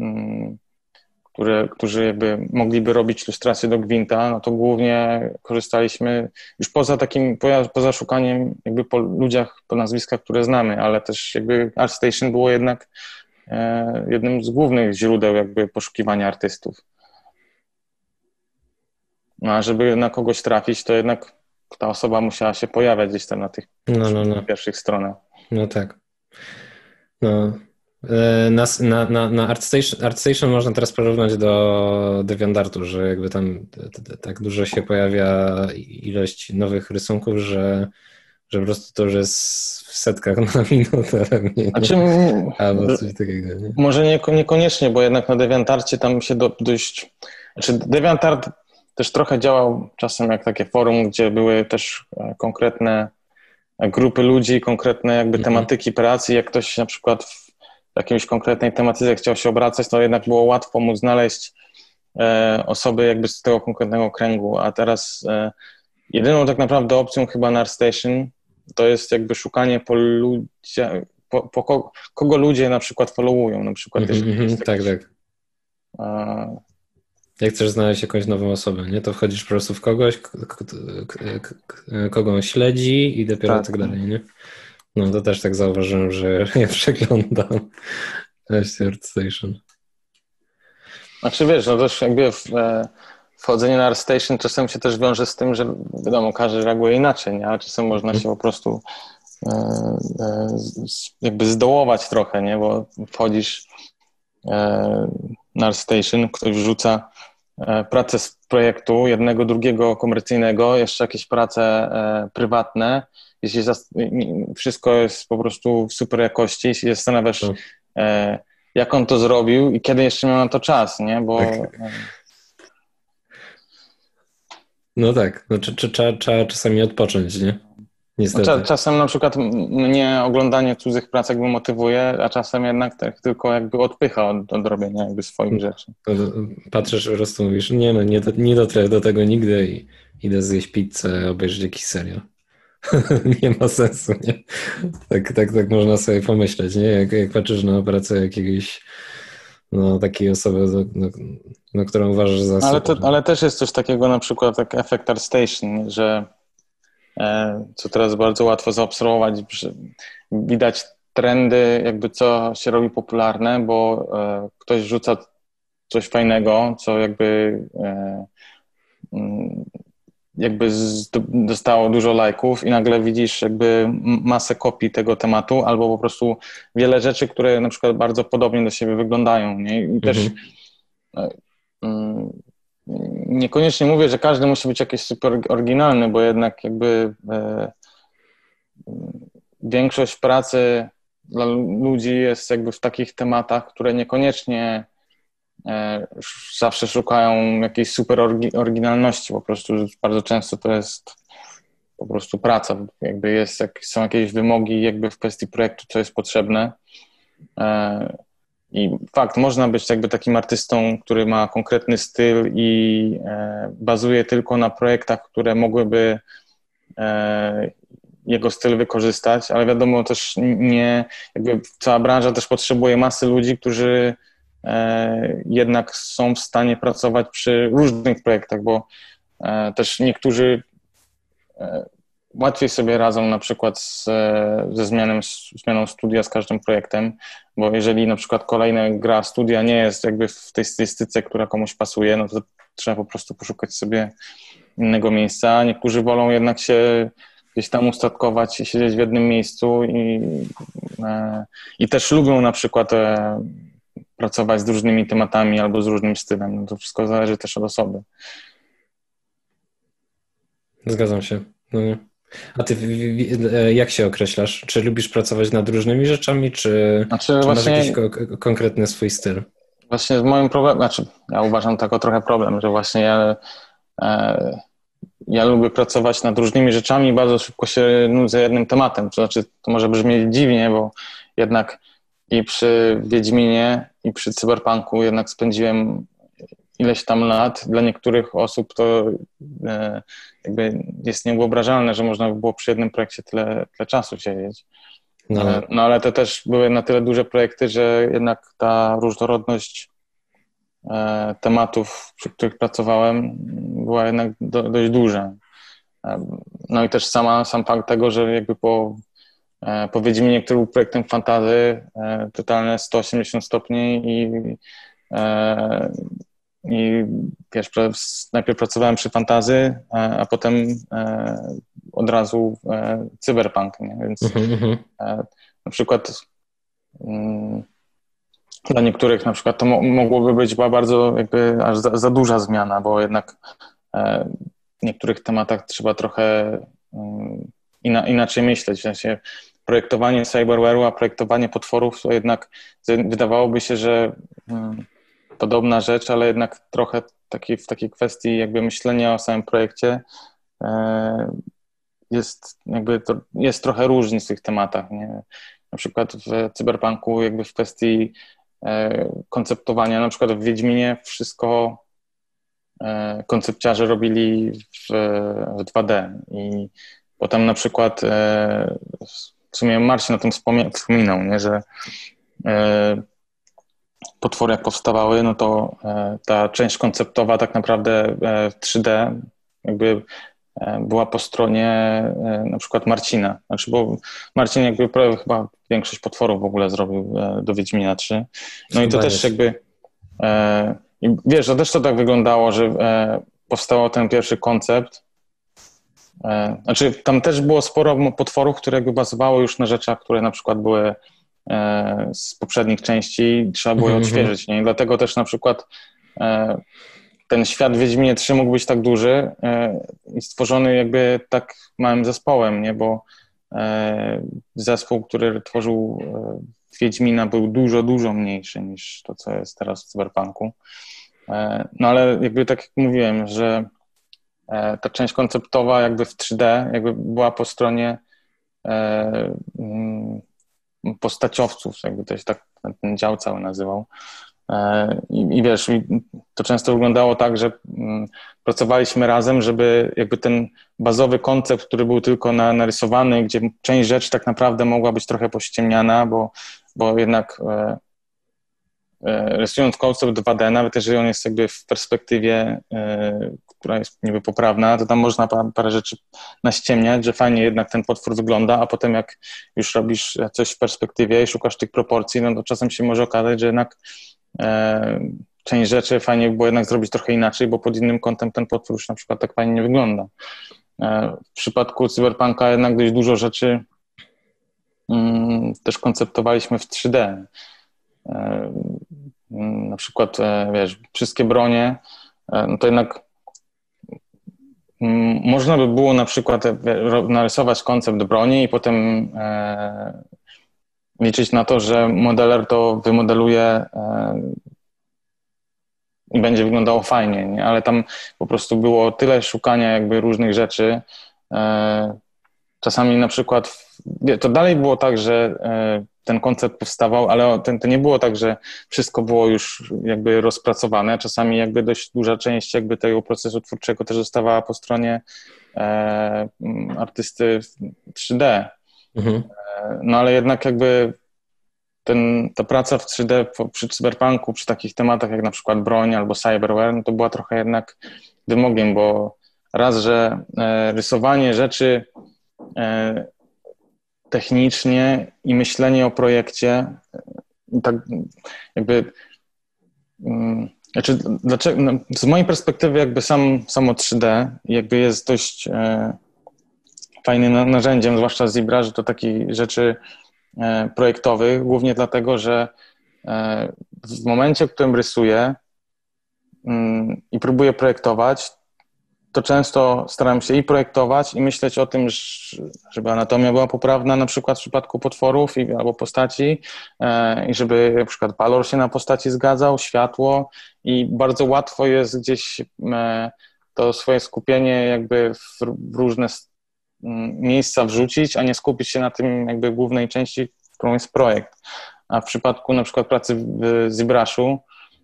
którzy jakby mogliby robić ilustracje do Gwinta, no to głównie korzystaliśmy już poza szukaniem jakby po ludziach, po nazwiskach, które znamy, ale też jakby ArtStation było jednak jednym z głównych źródeł jakby poszukiwania artystów. No a żeby na kogoś trafić, to jednak ta osoba musiała się pojawiać gdzieś tam na tych pierwszych stronach. No tak. No, Na ArtStation można teraz porównać do DeviantArtu, że jakby tam tak dużo się pojawia ilość nowych rysunków, że po prostu to już jest w setkach na minutę pewnie. Albo coś takiego, nie? Może niekoniecznie, bo jednak na DeviantArcie tam się dość... Znaczy DeviantArt też trochę działał czasem jak takie forum, gdzie były też konkretne grupy ludzi, konkretne jakby tematyki pracy. Jak ktoś na przykład w jakiejś konkretnej tematyce chciał się obracać, to jednak było łatwo mu znaleźć osoby jakby z tego konkretnego kręgu, a teraz jedyną tak naprawdę opcją chyba na ArtStation to jest jakby szukanie po ludziach, kogo ludzie na przykład followują, na przykład tak. Jak chcesz znaleźć jakąś nową osobę, nie? To wchodzisz po prostu w kogoś, kogo on śledzi i dopiero tak dalej, nie? No to też tak zauważyłem, że ja przeglądam ArtStation. Znaczy wiesz, no też jakby wchodzenie na ArtStation czasem się też wiąże z tym, że wiadomo, każdy reaguje inaczej, nie? A czasem można się po prostu jakby zdołować trochę, nie? Bo wchodzisz na ArtStation, ktoś wrzuca pracę z projektu jednego, drugiego komercyjnego, jeszcze jakieś prace prywatne. Jeśli wszystko jest po prostu w super jakości, jeśli się zastanawiasz, jak on to zrobił i kiedy jeszcze miał na to czas, nie? Bo... Tak. No tak, no, trzeba czasami odpocząć, nie? Niestety. No, czasem na przykład mnie oglądanie cudzych prac jakby motywuje, a czasem jednak tylko jakby odpycha od robienia jakby swoich rzeczy. Patrzysz po prostu, mówisz, nie dotrę do tego nigdy i idę zjeść pizzę, obejrzeć jakiś serial. Nie ma sensu, nie? Tak można sobie pomyśleć, nie? Jak patrzysz na pracę jakiegoś takiej osoby, którą uważasz za super. Ale też jest coś takiego na przykład jak efekt ArtStation, że co teraz bardzo łatwo zaobserwować, że widać trendy, jakby co się robi popularne, bo ktoś rzuca coś fajnego, co jakby dostało dużo lajków i nagle widzisz jakby masę kopii tego tematu albo po prostu wiele rzeczy, które na przykład bardzo podobnie do siebie wyglądają, nie? I też niekoniecznie mówię, że każdy musi być jakiś super oryginalny, bo jednak jakby większość pracy dla ludzi jest jakby w takich tematach, które niekoniecznie zawsze szukają jakiejś super oryginalności, po prostu bardzo często to jest po prostu praca, jakby są jakieś wymogi jakby w kwestii projektu, co jest potrzebne. I fakt, można być jakby takim artystą, który ma konkretny styl i bazuje tylko na projektach, które mogłyby jego styl wykorzystać, ale wiadomo też jakby cała branża też potrzebuje masy ludzi, którzy jednak są w stanie pracować przy różnych projektach, bo też niektórzy łatwiej sobie radzą na przykład ze zmianą studia z każdym projektem, bo jeżeli na przykład kolejna gra studia nie jest jakby w tej stylistyce, która komuś pasuje, no to trzeba po prostu poszukać sobie innego miejsca. Niektórzy wolą jednak się gdzieś tam ustatkować i siedzieć w jednym miejscu i też lubią na przykład pracować z różnymi tematami albo z różnym stylem. No to wszystko zależy też od osoby. Zgadzam się. No nie. A ty jak się określasz? Czy lubisz pracować nad różnymi rzeczami, czy masz jakiś konkretny swój styl? Właśnie z moim problemem, ja uważam to jako trochę problem, że właśnie ja lubię pracować nad różnymi rzeczami i bardzo szybko się nudzę jednym tematem. To znaczy, to może brzmieć dziwnie, bo jednak i przy Wiedźminie, i przy Cyberpunku jednak spędziłem ileś tam lat. Dla niektórych osób to jakby jest niewyobrażalne, że można by było przy jednym projekcie tyle czasu siedzieć. No ale to też były na tyle duże projekty, że jednak ta różnorodność tematów, przy których pracowałem, była jednak dość duża. No i też sam fakt tego, że jakby po Wiedźminie, który był projektem fantasy, totalne 180 stopni i wiesz, najpierw pracowałem przy fantasy, a potem od razu cyberpunk, nie? Więc na przykład Dla niektórych na przykład to mogłoby być bardzo jakby aż za duża zmiana, bo jednak w niektórych tematach trzeba trochę inaczej myśleć. W sensie projektowanie cyberware'u, a projektowanie potworów to jednak wydawałoby się, że podobna rzecz, ale jednak trochę w takiej kwestii jakby myślenia o samym projekcie jest trochę różnic w tych tematach. Nie? Na przykład w cyberpunku jakby w kwestii konceptowania, na przykład w Wiedźminie wszystko koncepciarze robili w 2D i potem na przykład w sumie Marcin o tym wspominał, nie, że potwory jak powstawały, no to ta część konceptowa tak naprawdę w 3D jakby była po stronie na przykład Marcina. Znaczy, bo Marcin jakby chyba większość potworów w ogóle zrobił do Wiedźmina 3. No i to też jakby i wiesz, to też to tak wyglądało, że powstał ten pierwszy koncept. Znaczy, tam też było sporo potworów, które jakby bazowały już na rzeczach, które na przykład były z poprzednich części, trzeba było je odświeżyć, nie? I dlatego też na przykład ten świat w Wiedźminie 3 mógł być tak duży i stworzony jakby tak małym zespołem, nie? Bo zespół, który tworzył Wiedźmina był dużo, dużo mniejszy niż to, co jest teraz w Cyberpunku. No ale jakby tak jak mówiłem, że ta część konceptowa jakby w 3D jakby była po stronie postaciowców, jakby to się tak ten dział cały nazywał. I wiesz, to często wyglądało tak, że pracowaliśmy razem, żeby jakby ten bazowy koncept, który był tylko narysowany, gdzie część rzeczy tak naprawdę mogła być trochę pościemniana, bo jednak rysując koncept 2D, nawet jeżeli on jest jakby w perspektywie, która jest niby poprawna, to tam można parę rzeczy naściemniać, że fajnie jednak ten potwór wygląda, a potem jak już robisz coś w perspektywie i szukasz tych proporcji, no to czasem się może okazać, że jednak część rzeczy fajnie było jednak zrobić trochę inaczej, bo pod innym kątem ten potwór już na przykład tak fajnie nie wygląda. W przypadku Cyberpunka jednak dość dużo rzeczy też konceptowaliśmy w 3D. Na przykład, wiesz, wszystkie bronie, no to jednak można by było na przykład narysować koncept broni i potem liczyć na to, że modeler to wymodeluje i będzie wyglądało fajnie, nie? Ale tam po prostu było tyle szukania jakby różnych rzeczy. Czasami na przykład, to dalej było tak, że ten koncept powstawał, ale to nie było tak, że wszystko było już jakby rozpracowane. Czasami jakby dość duża część jakby tego procesu twórczego też zostawała po stronie artysty 3D. No ale jednak jakby ta praca w 3D przy cyberpunku, przy takich tematach jak na przykład broń albo cyberware, no to była trochę jednak wymogiem, bo raz, że rysowanie rzeczy technicznie i myślenie o projekcie tak jakby znaczy, dlaczego, no, z mojej perspektywy jakby samo 3D jakby jest dość fajnym narzędziem, zwłaszcza Zebra, że to takich rzeczy projektowych, głównie dlatego, że w momencie, w którym rysuję i próbuję projektować, to często staram się i projektować, i myśleć o tym, żeby anatomia była poprawna, na przykład w przypadku potworów albo postaci, i żeby na przykład walor się na postaci zgadzał, światło, i bardzo łatwo jest gdzieś to swoje skupienie jakby w różne miejsca wrzucić, a nie skupić się na tym jakby głównej części, którą jest projekt. A w przypadku na przykład pracy w ZBrush'u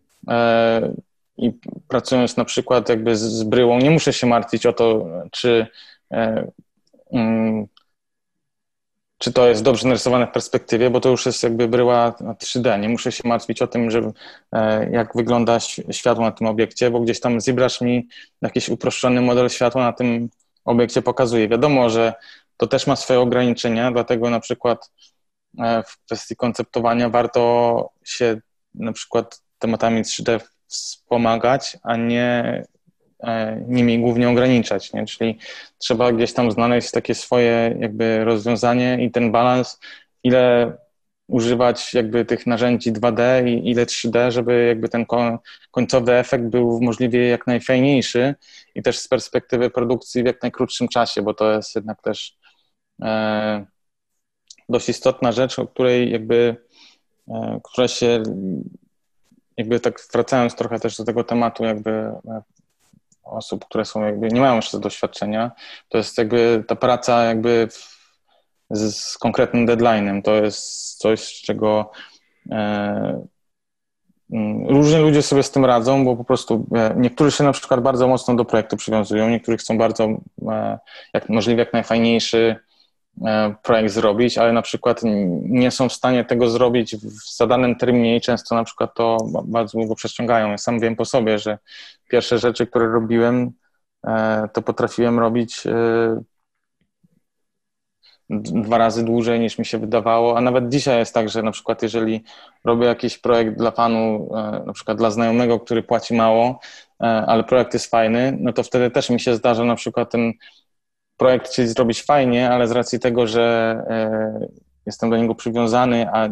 i pracując na przykład jakby z bryłą, nie muszę się martwić o to, czy to jest dobrze narysowane w perspektywie, bo to już jest jakby bryła 3D. Nie muszę się martwić o tym, że jak wygląda światło na tym obiekcie, bo gdzieś tam ZBrush mi jakiś uproszczony model światła na tym obiekcie pokazuje. Wiadomo, że to też ma swoje ograniczenia, dlatego na przykład w kwestii konceptowania warto się na przykład tematami 3D wspomagać, a nie nimi głównie ograniczać, nie? Czyli trzeba gdzieś tam znaleźć takie swoje jakby rozwiązanie i ten balans, ile używać jakby tych narzędzi 2D i ile 3D, żeby jakby ten końcowy efekt był możliwie jak najfajniejszy i też z perspektywy produkcji w jak najkrótszym czasie, bo to jest jednak też dość istotna rzecz, o której jakby, która się jakby tak wracając trochę też do tego tematu jakby osób, które są jakby nie mają jeszcze doświadczenia, to jest jakby ta praca jakby z konkretnym deadline'em. To jest coś, z czego różni ludzie sobie z tym radzą, bo po prostu niektórzy się na przykład bardzo mocno do projektu przywiązują, niektórzy chcą bardzo jak możliwie jak najfajniejszy projekt zrobić, ale na przykład nie są w stanie tego zrobić w zadanym terminie i często na przykład to bardzo długo przeciągają. Ja sam wiem po sobie, że pierwsze rzeczy, które robiłem, to potrafiłem robić 2 razy dłużej niż mi się wydawało, a nawet dzisiaj jest tak, że na przykład jeżeli robię jakiś projekt dla fanu, na przykład dla znajomego, który płaci mało, ale projekt jest fajny, no to wtedy też mi się zdarza na przykład ten projekt chcieć zrobić fajnie, ale z racji tego, że jestem do niego przywiązany, a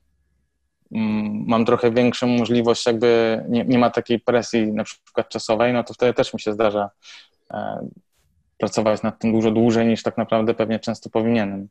mam trochę większą możliwość, jakby nie ma takiej presji na przykład czasowej, no to wtedy też mi się zdarza pracować nad tym dużo dłużej niż tak naprawdę pewnie często powinienem.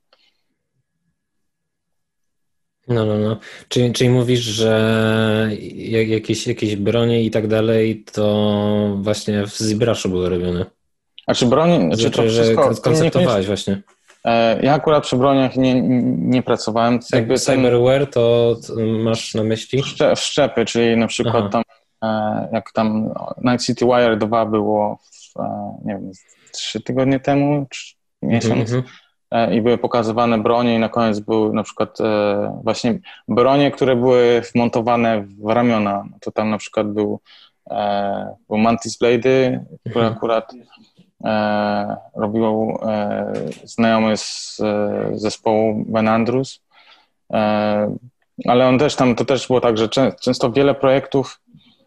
No. Czyli mówisz, że jakieś bronie i tak dalej, to właśnie w ZBrush'u były robione. A czy broń, czy to wszystko... Że konceptowałeś właśnie. Ja akurat przy broniach nie pracowałem. Jakby cyberware to masz na myśli? Wszczepy, czyli na przykład tam, jak tam Night City Wire 2 było nie wiem, 3 tygodnie temu, czy miesiąc, i były pokazywane bronie i na koniec były na przykład właśnie bronie, które były wmontowane w ramiona. To tam na przykład był Mantis Blade'y, które akurat robił znajomy z zespołu Ben Andrews, ale on też tam, to też było tak, że często wiele projektów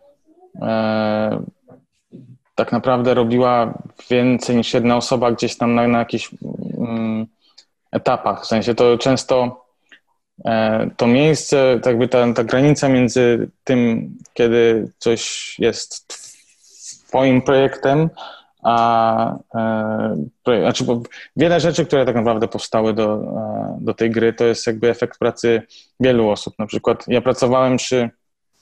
tak naprawdę robiła więcej niż jedna osoba gdzieś tam na jakichś etapach. W sensie to często to miejsce, tak jakby ta granica między tym, kiedy coś jest twoim projektem, znaczy, bo wiele rzeczy, które tak naprawdę powstały do tej gry, to jest jakby efekt pracy wielu osób. Na przykład ja pracowałem przy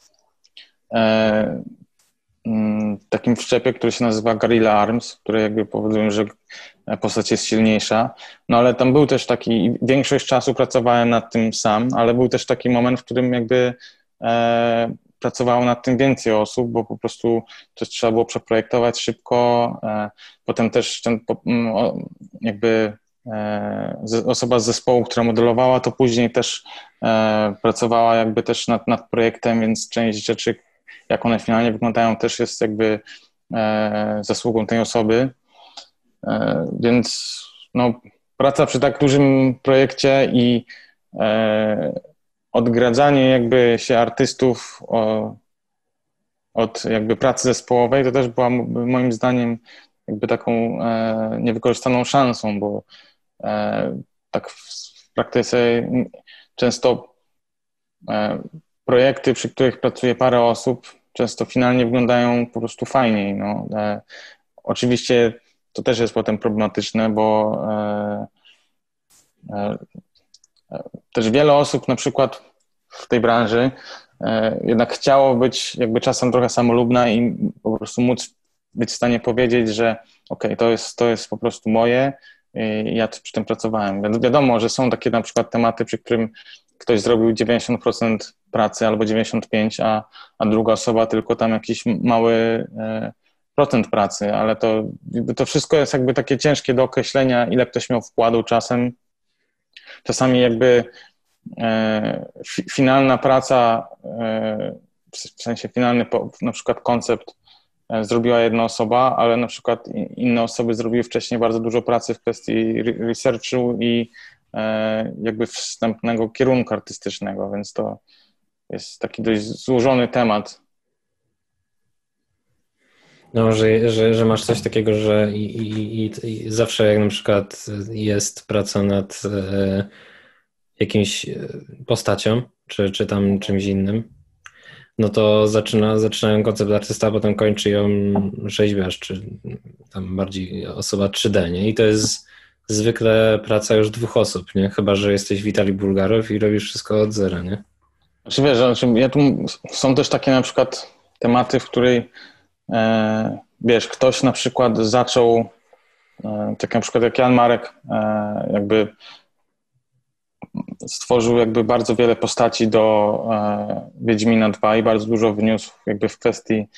takim wszczepie, który się nazywa Guerrilla Arms, który jakby powodują, że postać jest silniejsza. No ale tam był też taki, większość czasu pracowałem nad tym sam, ale był też taki moment, w którym jakby pracowało nad tym więcej osób, bo po prostu coś trzeba było przeprojektować szybko. Potem też jakby osoba z zespołu, która modelowała, to później też pracowała jakby też nad projektem, więc część rzeczy, jak one finalnie wyglądają, też jest jakby zasługą tej osoby. Więc no, praca przy tak dużym projekcie i odgradzanie jakby się artystów od jakby pracy zespołowej, to też była moim zdaniem jakby taką niewykorzystaną szansą, bo tak w praktyce często projekty, przy których pracuje parę osób, często finalnie wyglądają po prostu fajniej. No. Oczywiście to też jest potem problematyczne, bo też wiele osób na przykład w tej branży jednak chciało być jakby czasem trochę samolubna i po prostu móc być w stanie powiedzieć, że okej, to jest po prostu moje i ja przy tym pracowałem. Więc wiadomo, że są takie na przykład tematy, przy którym ktoś zrobił 90% pracy albo 95%, a druga osoba tylko tam jakiś mały procent pracy, ale to wszystko jest jakby takie ciężkie do określenia, ile ktoś miał wkładu czasem. Czasami jakby finalna praca, w sensie finalny na przykład koncept zrobiła jedna osoba, ale na przykład inne osoby zrobiły wcześniej bardzo dużo pracy w kwestii researchu i jakby wstępnego kierunku artystycznego, więc to jest taki dość złożony temat. No, że masz coś takiego, że i zawsze jak na przykład jest praca nad jakimś postacią, czy tam czymś innym, no to zaczynają koncept artysta, a potem kończy ją rzeźbiarz, czy tam bardziej osoba 3D, nie? I to jest zwykle praca już 2 osób, nie? Chyba że jesteś Witali Bulgarow i robisz wszystko od zera, nie? Znaczy wiesz, są też takie na przykład tematy, w której wiesz, ktoś na przykład zaczął, tak na przykład jak Jan Marek, jakby stworzył jakby bardzo wiele postaci do Wiedźmina 2 i bardzo dużo wniósł jakby w kwestii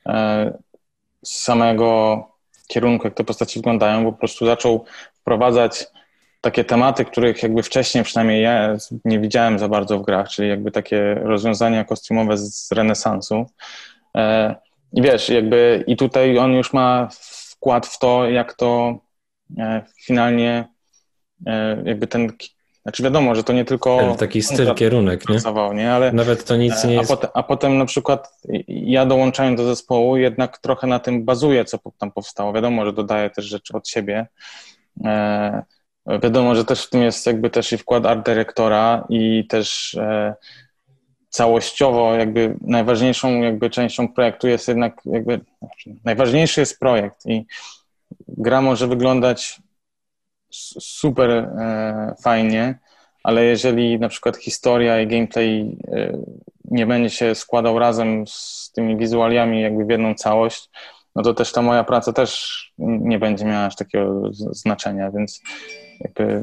samego kierunku, jak te postaci wyglądają, bo po prostu zaczął wprowadzać takie tematy, których jakby wcześniej przynajmniej ja nie widziałem za bardzo w grach, czyli jakby takie rozwiązania kostiumowe z renesansu. I wiesz, jakby i tutaj on już ma wkład w to, jak to finalnie jakby znaczy wiadomo, że to nie tylko taki styl, kierunek, nie? Pracował, nie? Ale, nawet to nic nie jest... A potem na przykład ja dołączając do zespołu jednak trochę na tym bazuję, co tam powstało. Wiadomo, że dodaję też rzeczy od siebie. Wiadomo, że też w tym jest jakby też i wkład art dyrektora i też całościowo jakby najważniejszą jakby częścią projektu jest jednak jakby najważniejszy jest projekt i gra może wyglądać super fajnie, ale jeżeli na przykład historia i gameplay nie będzie się składał razem z tymi wizualiami jakby w jedną całość, no to też ta moja praca też nie będzie miała aż takiego znaczenia, więc jakby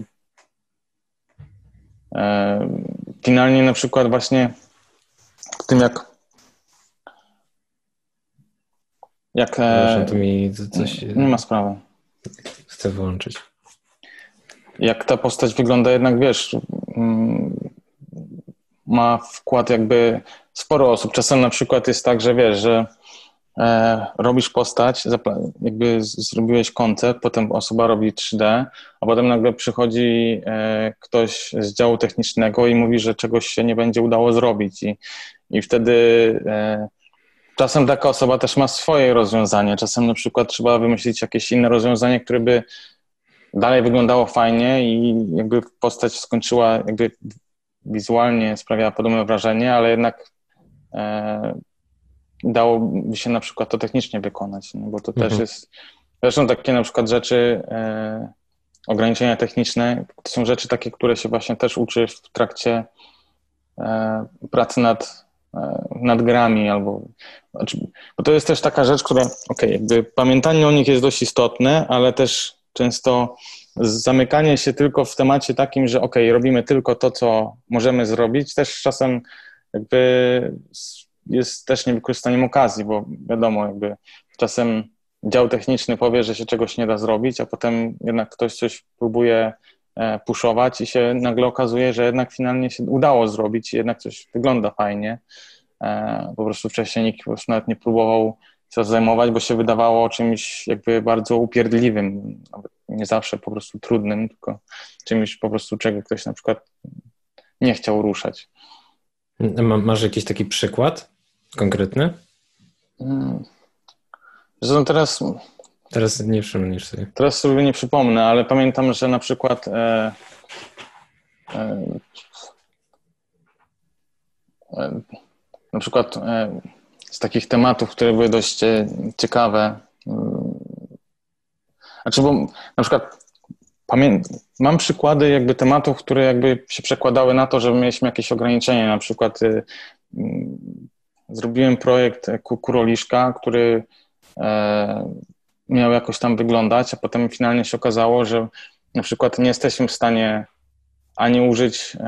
finalnie na przykład właśnie w tym to mi coś... Nie ma sprawy. Chcę wyłączyć. Jak ta postać wygląda jednak, wiesz, ma wkład jakby sporo osób. Czasem na przykład jest tak, że wiesz, że robisz postać, jakby zrobiłeś koncept, potem osoba robi 3D, a potem nagle przychodzi ktoś z działu technicznego i mówi, że czegoś się nie będzie udało zrobić i wtedy czasem taka osoba też ma swoje rozwiązanie. Czasem na przykład trzeba wymyślić jakieś inne rozwiązanie, które by dalej wyglądało fajnie i jakby postać skończyła, jakby wizualnie sprawiała podobne wrażenie, ale jednak dałoby się na przykład to technicznie wykonać, no bo to też jest, zresztą takie na przykład rzeczy, ograniczenia techniczne, to są rzeczy takie, które się właśnie też uczy w trakcie pracy nad grami albo, bo to jest też taka rzecz, która, jakby pamiętanie o nich jest dość istotne, ale też często zamykanie się tylko w temacie takim, że robimy tylko to, co możemy zrobić, też czasem jakby jest też niewykorzystaniem okazji, bo wiadomo, jakby czasem dział techniczny powie, że się czegoś nie da zrobić, a potem jednak ktoś coś próbuje puszować i się nagle okazuje, że jednak finalnie się udało zrobić i jednak coś wygląda fajnie. Po prostu wcześniej nikt po prostu nawet nie próbował się zajmować, bo się wydawało czymś jakby bardzo upierdliwym, nawet nie zawsze po prostu trudnym, tylko czymś po prostu, czego ktoś na przykład nie chciał ruszać. Masz jakiś taki przykład konkretny? Zresztą Teraz nie przypomnisz sobie. Teraz sobie nie przypomnę, ale pamiętam, że na przykład z takich tematów, które były dość ciekawe, znaczy, bo na przykład mam przykłady jakby tematów, które jakby się przekładały na to, że mieliśmy jakieś ograniczenia. Na przykład zrobiłem projekt Kuroliszka, który miał jakoś tam wyglądać, a potem finalnie się okazało, że na przykład nie jesteśmy w stanie ani użyć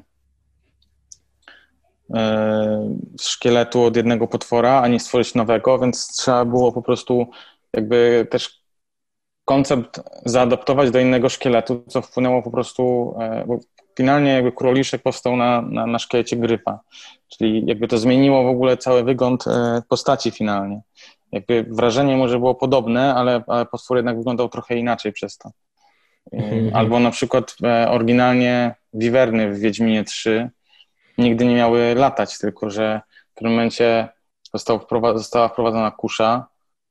szkieletu od jednego potwora, ani stworzyć nowego, więc trzeba było po prostu jakby też koncept zaadaptować do innego szkieletu, co wpłynęło po prostu, bo finalnie jakby Kuroliszek powstał na szkielecie gryfa, czyli jakby to zmieniło w ogóle cały wygląd postaci finalnie. Jakby wrażenie może było podobne, ale potwór jednak wyglądał trochę inaczej przez to. Albo na przykład oryginalnie wiwerny w Wiedźminie 3 nigdy nie miały latać, tylko że w pewnym momencie została wprowadzona kusza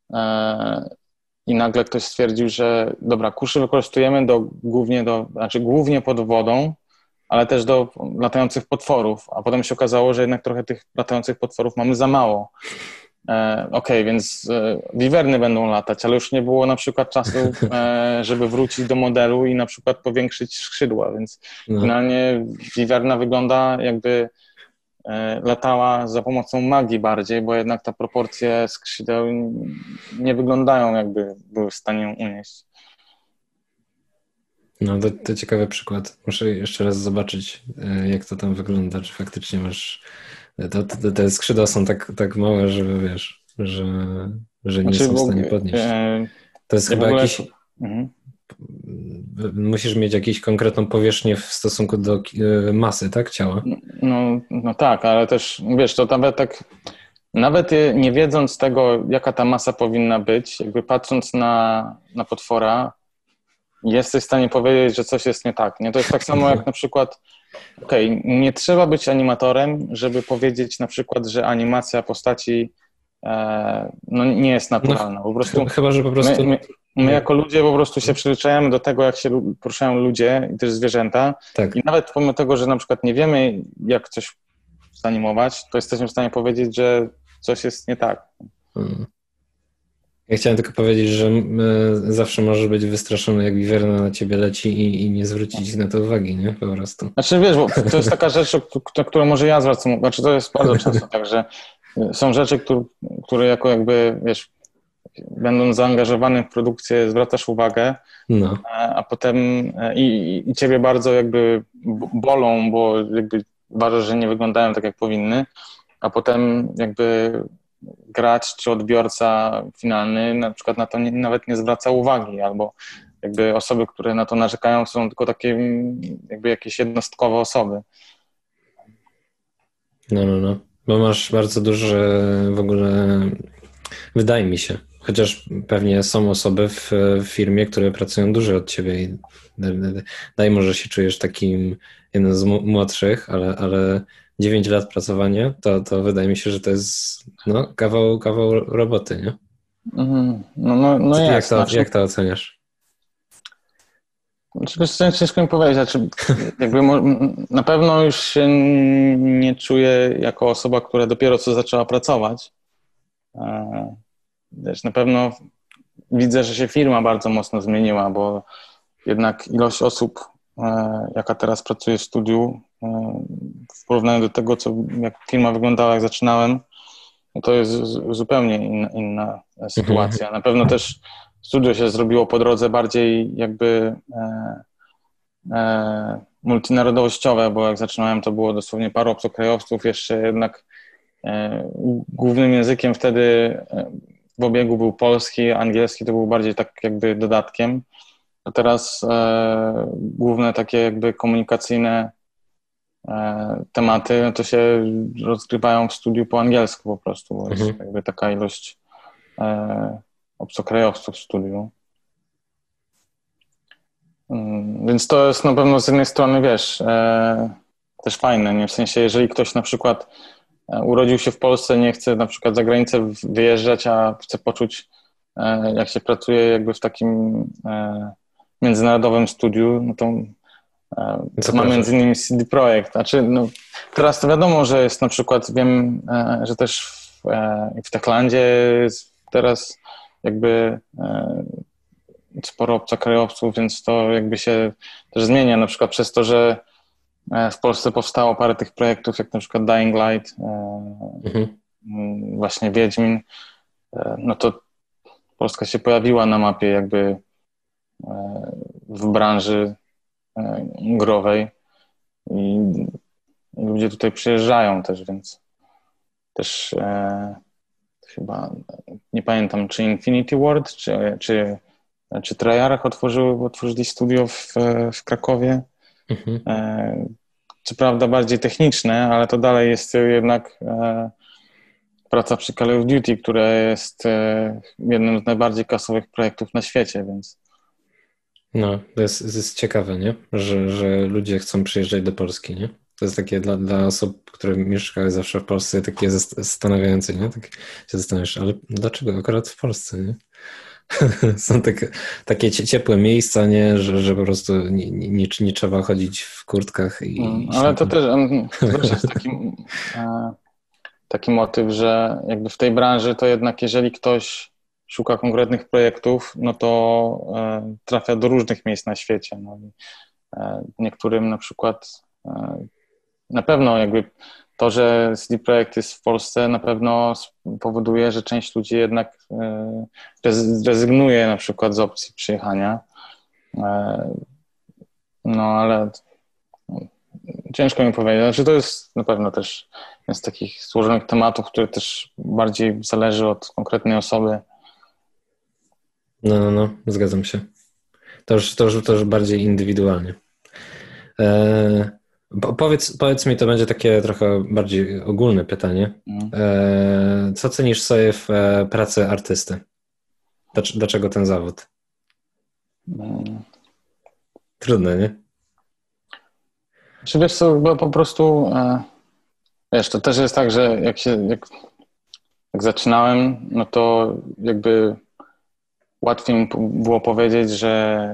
i nagle ktoś stwierdził, że dobra, kuszy wykorzystujemy głównie pod wodą, ale też do latających potworów, a potem się okazało, że jednak trochę tych latających potworów mamy za mało. Okej, więc wiwerny będą latać, ale już nie było na przykład czasu, żeby wrócić do modelu i na przykład powiększyć skrzydła, więc finalnie wiwerna wygląda jakby latała za pomocą magii bardziej, bo jednak te proporcje skrzydeł nie wyglądają jakby były w stanie ją unieść. No to ciekawy przykład. Muszę jeszcze raz zobaczyć, jak to tam wygląda, czy faktycznie masz... Te skrzydła są tak małe, że wiesz, że nie są w stanie podnieść. To jest chyba jakiś... Musisz mieć jakąś konkretną powierzchnię w stosunku do masy, tak? Ciała. No tak, ale też, wiesz, to nawet nie wiedząc tego, jaka ta masa powinna być, jakby patrząc na potwora, jesteś w stanie powiedzieć, że coś jest nie tak. Nie? To jest tak samo jak na przykład, nie trzeba być animatorem, żeby powiedzieć na przykład, że animacja postaci nie jest naturalna. Po prostu, chyba, że po prostu... My jako ludzie po prostu się przyzwyczajamy do tego, jak się poruszają ludzie i też zwierzęta. Tak. I nawet pomimo tego, że na przykład nie wiemy, jak coś zanimować, to jesteśmy w stanie powiedzieć, że coś jest nie tak. Ja chciałem tylko powiedzieć, że zawsze możesz być wystraszony, jak wiwerna na ciebie leci i nie zwrócić na to uwagi, nie? Po prostu. Znaczy wiesz, bo to jest taka rzecz, na którą może ja zwracam, znaczy to jest bardzo często tak, że są rzeczy, które jako jakby, wiesz, będąc zaangażowanym w produkcję, zwracasz uwagę, a potem i ciebie bardzo jakby bolą, bo jakby uważasz, że nie wyglądają tak, jak powinny, a potem jakby gracz czy odbiorca finalny na przykład na to nawet nie zwraca uwagi, albo jakby osoby, które na to narzekają, są tylko takie jakby jakieś jednostkowe osoby. No. Bo masz bardzo duże w ogóle, wydaje mi się, chociaż pewnie są osoby w firmie, które pracują dłużej od ciebie i daj może się czujesz takim jednym z młodszych, ale 9 lat pracowania, to wydaje mi się, że to jest kawał roboty, nie? No jak to oceniasz? Ciężko mi powiedzieć, jakby na pewno już się nie czuję jako osoba, która dopiero co zaczęła pracować. Wiesz, na pewno widzę, że się firma bardzo mocno zmieniła, bo jednak ilość osób, jaka teraz pracuje w studiu, w porównaniu do tego, jak firma wyglądała, jak zaczynałem, to jest zupełnie inna sytuacja. Na pewno też studio się zrobiło po drodze bardziej jakby multinarodowościowe, bo jak zaczynałem, to było dosłownie paru obcokrajowców, jeszcze jednak głównym językiem wtedy w obiegu był polski, angielski to był bardziej tak jakby dodatkiem. A teraz główne takie jakby komunikacyjne tematy to się rozgrywają w studiu po angielsku po prostu, bo jest jakby taka ilość obcokrajowców w studiu. Więc to jest na pewno z jednej strony, wiesz, też fajne, nie? W sensie, jeżeli ktoś na przykład urodził się w Polsce, nie chce na przykład za granicę wyjeżdżać, a chce poczuć, jak się pracuje jakby w takim międzynarodowym studiu, no to ma między innymi CD Projekt. Znaczy, teraz to wiadomo, że jest na przykład, wiem, że też w Techlandzie jest teraz jakby sporo obcokrajowców, więc to jakby się też zmienia, na przykład przez to, że w Polsce powstało parę tych projektów, jak na przykład Dying Light, właśnie Wiedźmin, no to Polska się pojawiła na mapie jakby w branży growej i ludzie tutaj przyjeżdżają też, więc też chyba nie pamiętam, czy Infinity Ward, czy Treyarch otworzyli studio w Krakowie. Co prawda bardziej techniczne, ale to dalej jest jednak praca przy Call of Duty, która jest jednym z najbardziej kasowych projektów na świecie, więc... No, to jest ciekawe, nie? Że ludzie chcą przyjeżdżać do Polski, nie? To jest takie dla osób, które mieszkały zawsze w Polsce, takie zastanawiające, nie? Tak się zastanawiasz, ale dlaczego akurat w Polsce, nie? Są takie ciepłe miejsca, nie? Że po prostu nie trzeba chodzić w kurtkach i Ale to też jest taki motyw, że jakby w tej branży to jednak jeżeli ktoś szuka konkretnych projektów, no to trafia do różnych miejsc na świecie. No i niektórym na przykład na pewno jakby to, że CD Projekt jest w Polsce, na pewno powoduje, że część ludzi jednak rezygnuje na przykład z opcji przyjechania. No ale ciężko mi powiedzieć. Znaczy to jest na pewno też z takich złożonych tematów, które też bardziej zależy od konkretnej osoby. No, zgadzam się. To już bardziej indywidualnie. Powiedz mi, to będzie takie trochę bardziej ogólne pytanie. Co cenisz sobie w pracy artysty? Dlaczego ten zawód? Trudne, nie? Czy wiesz co, bo po prostu wiesz, to też jest tak, że jak zaczynałem, no to jakby łatwiej mi było powiedzieć, że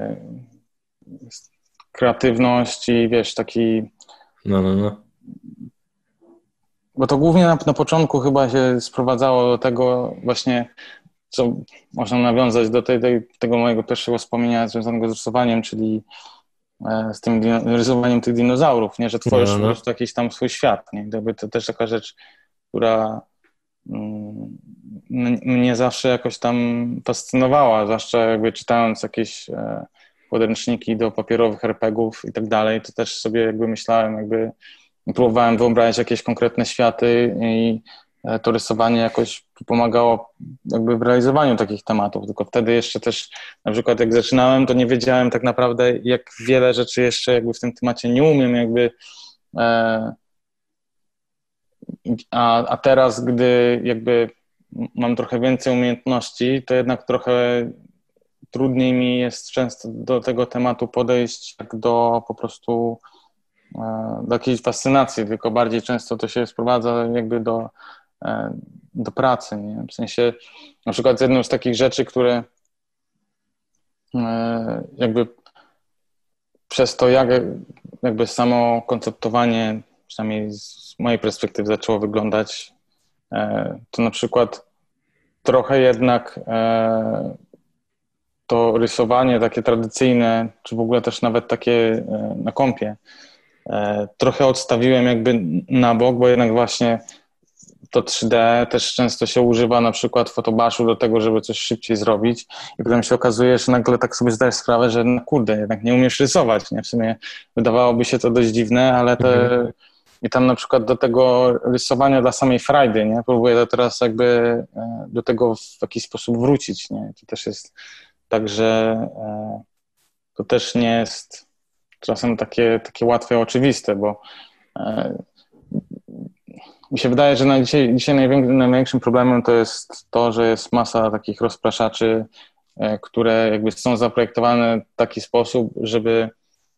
kreatywność i wiesz, taki... No. Bo to głównie na początku chyba się sprowadzało do tego właśnie, co można nawiązać do tego mojego pierwszego wspomnienia związanego z rysowaniem, czyli z tym rysowaniem tych dinozaurów, nie? Że tworzysz po prostu jakiś tam swój świat. Nie? To też taka rzecz, która mnie zawsze jakoś tam fascynowała, zwłaszcza jakby czytając jakieś podręczniki do papierowych RPGów i tak dalej, to też sobie jakby myślałem, jakby próbowałem wyobrazić jakieś konkretne światy i to rysowanie jakoś pomagało jakby w realizowaniu takich tematów, tylko wtedy jeszcze też na przykład jak zaczynałem, to nie wiedziałem tak naprawdę, jak wiele rzeczy jeszcze jakby w tym temacie nie umiem jakby a teraz, gdy jakby mam trochę więcej umiejętności, to jednak trochę trudniej mi jest często do tego tematu podejść jak do po prostu do jakiejś fascynacji, tylko bardziej często to się sprowadza jakby do pracy, nie? W sensie na przykład jedną z takich rzeczy, które jakby przez to jak jakby samo konceptowanie, przynajmniej z mojej perspektywy zaczęło wyglądać, to na przykład trochę jednak to rysowanie takie tradycyjne, czy w ogóle też nawet takie na kompie, trochę odstawiłem jakby na bok, bo jednak właśnie to 3D też często się używa na przykład w Photobashu do tego, żeby coś szybciej zrobić i potem się okazuje, że nagle tak sobie zdajesz sprawę, że no kurde, jednak nie umiesz rysować, nie? W sumie wydawałoby się to dość dziwne, ale i tam na przykład do tego rysowania dla samej frajdy, nie? Próbuję to teraz jakby do tego w jakiś sposób wrócić, nie? To też jest tak, że to też nie jest czasem takie łatwe, oczywiste, bo mi się wydaje, że dzisiaj największym problemem to jest to, że jest masa takich rozpraszaczy, które jakby są zaprojektowane w taki sposób, żeby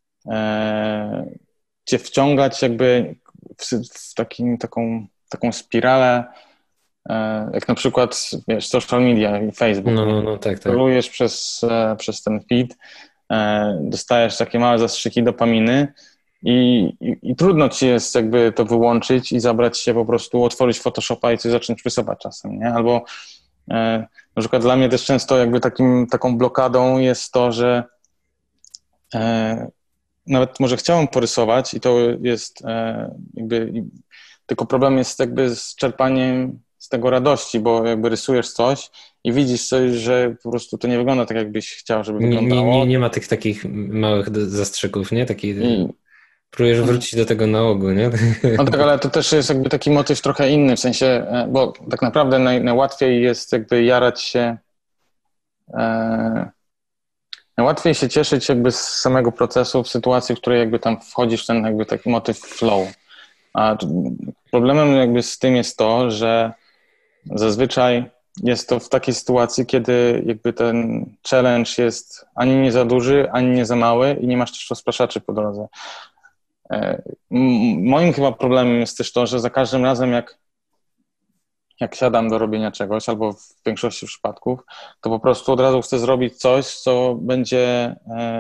cię wciągać jakby w taką spiralę, jak na przykład wiesz, social media i Facebook. No, tak. Scrollujesz przez ten feed, dostajesz takie małe zastrzyki dopaminy i trudno ci jest jakby to wyłączyć i zabrać się po prostu, otworzyć Photoshopa i coś zacząć rysować czasem, nie? Albo na przykład dla mnie też często jakby taką blokadą jest to, że nawet może chciałem porysować i to jest jakby, tylko problem jest jakby z czerpaniem z tego radości, bo jakby rysujesz coś i widzisz coś, że po prostu to nie wygląda tak, jakbyś chciał, żeby wyglądało. Nie ma tych takich małych zastrzyków, nie? Próbujesz wrócić do tego nałogu, nie? No tak, ale to też jest jakby taki motyw trochę inny, w sensie, bo tak naprawdę najłatwiej jest jakby jarać się, najłatwiej się cieszyć jakby z samego procesu w sytuacji, w której jakby tam wchodzisz w ten jakby taki motyw flow. A problemem jakby z tym jest to, że zazwyczaj jest to w takiej sytuacji, kiedy jakby ten challenge jest ani nie za duży, ani nie za mały i nie masz też rozpraszaczy po drodze. Moim chyba problemem jest też to, że za każdym razem jak jak siadam do robienia czegoś, albo w większości przypadków, to po prostu od razu chcę zrobić coś, co będzie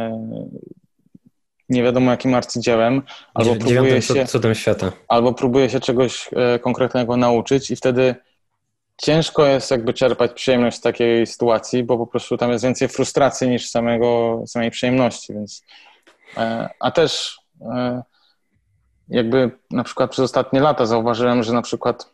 nie wiadomo jakim arcydziełem, Cudem świata. Albo próbuję się czegoś konkretnego nauczyć i wtedy ciężko jest jakby czerpać przyjemność z takiej sytuacji, bo po prostu tam jest więcej frustracji niż samej przyjemności, więc a też jakby na przykład przez ostatnie lata zauważyłem, że na przykład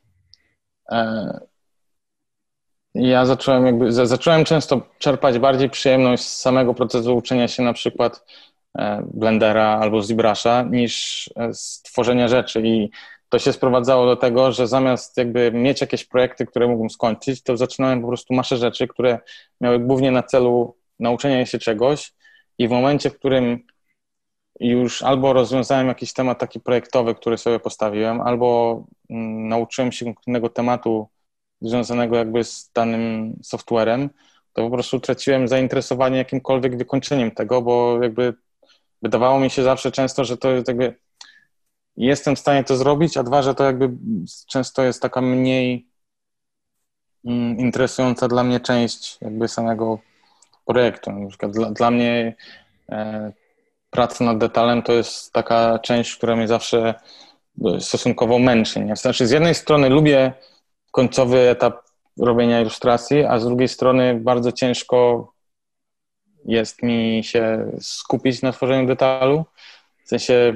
ja zacząłem często czerpać bardziej przyjemność z samego procesu uczenia się na przykład Blendera albo ZBrush'a niż z tworzenia rzeczy i to się sprowadzało do tego, że zamiast jakby mieć jakieś projekty, które mógłbym skończyć, to zaczynałem po prostu masę rzeczy, które miały głównie na celu nauczenia się czegoś i w momencie, w którym już albo rozwiązałem jakiś temat taki projektowy, który sobie postawiłem, albo nauczyłem się konkretnego tematu związanego jakby z danym softwarem, to po prostu traciłem zainteresowanie jakimkolwiek wykończeniem tego, bo jakby wydawało mi się zawsze często, że to jest jakby jestem w stanie to zrobić, a dwa, że to jakby często jest taka mniej interesująca dla mnie część jakby samego projektu. Na przykład dla mnie praca nad detalem to jest taka część, która mnie zawsze stosunkowo męczy. Nie? Znaczy z jednej strony lubię końcowy etap robienia ilustracji, a z drugiej strony bardzo ciężko jest mi się skupić na tworzeniu detalu. W sensie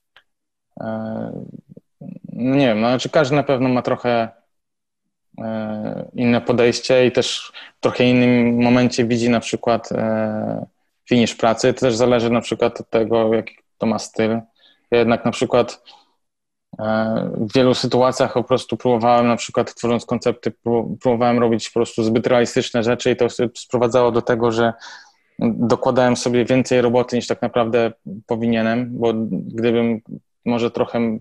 nie wiem, no, znaczy każdy na pewno ma trochę inne podejście i też w trochę innym momencie widzi na przykład finisz pracy. To też zależy na przykład od tego, jaki to ma styl. Ja jednak na przykład w wielu sytuacjach po prostu próbowałem na przykład tworząc koncepty, próbowałem robić po prostu zbyt realistyczne rzeczy i to się sprowadzało do tego, że dokładałem sobie więcej roboty niż tak naprawdę powinienem, bo gdybym może trochę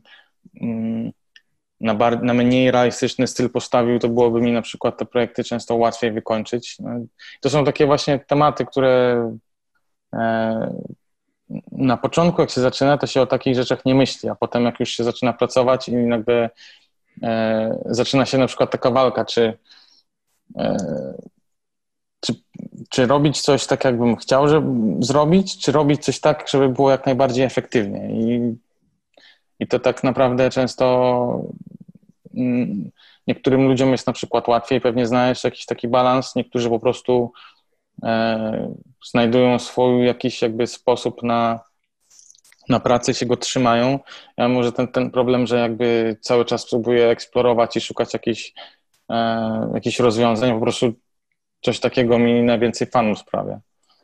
na mniej realistyczny styl postawił, to byłoby mi na przykład te projekty często łatwiej wykończyć. No, to są takie właśnie tematy, które na początku jak się zaczyna, to się o takich rzeczach nie myśli, a potem jak już się zaczyna pracować i jakby zaczyna się na przykład taka walka, czy robić coś tak, jakbym chciał zrobić, czy robić coś tak, żeby było jak najbardziej efektywnie. I to tak naprawdę często niektórym ludziom jest na przykład łatwiej pewnie znaleźć jakiś taki balans, niektórzy po prostu znajdują swój jakiś jakby sposób na pracę, się go trzymają. Ja mam może ten problem, że jakby cały czas próbuję eksplorować i szukać jakichś rozwiązań, po prostu coś takiego mi najwięcej fanów sprawia.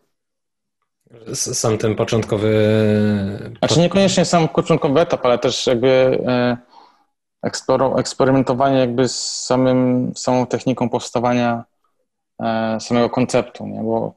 Sam ten początkowy... Znaczy niekoniecznie sam początkowy etap, ale też jakby eksperymentowanie jakby z samą techniką powstawania samego konceptu, nie? Bo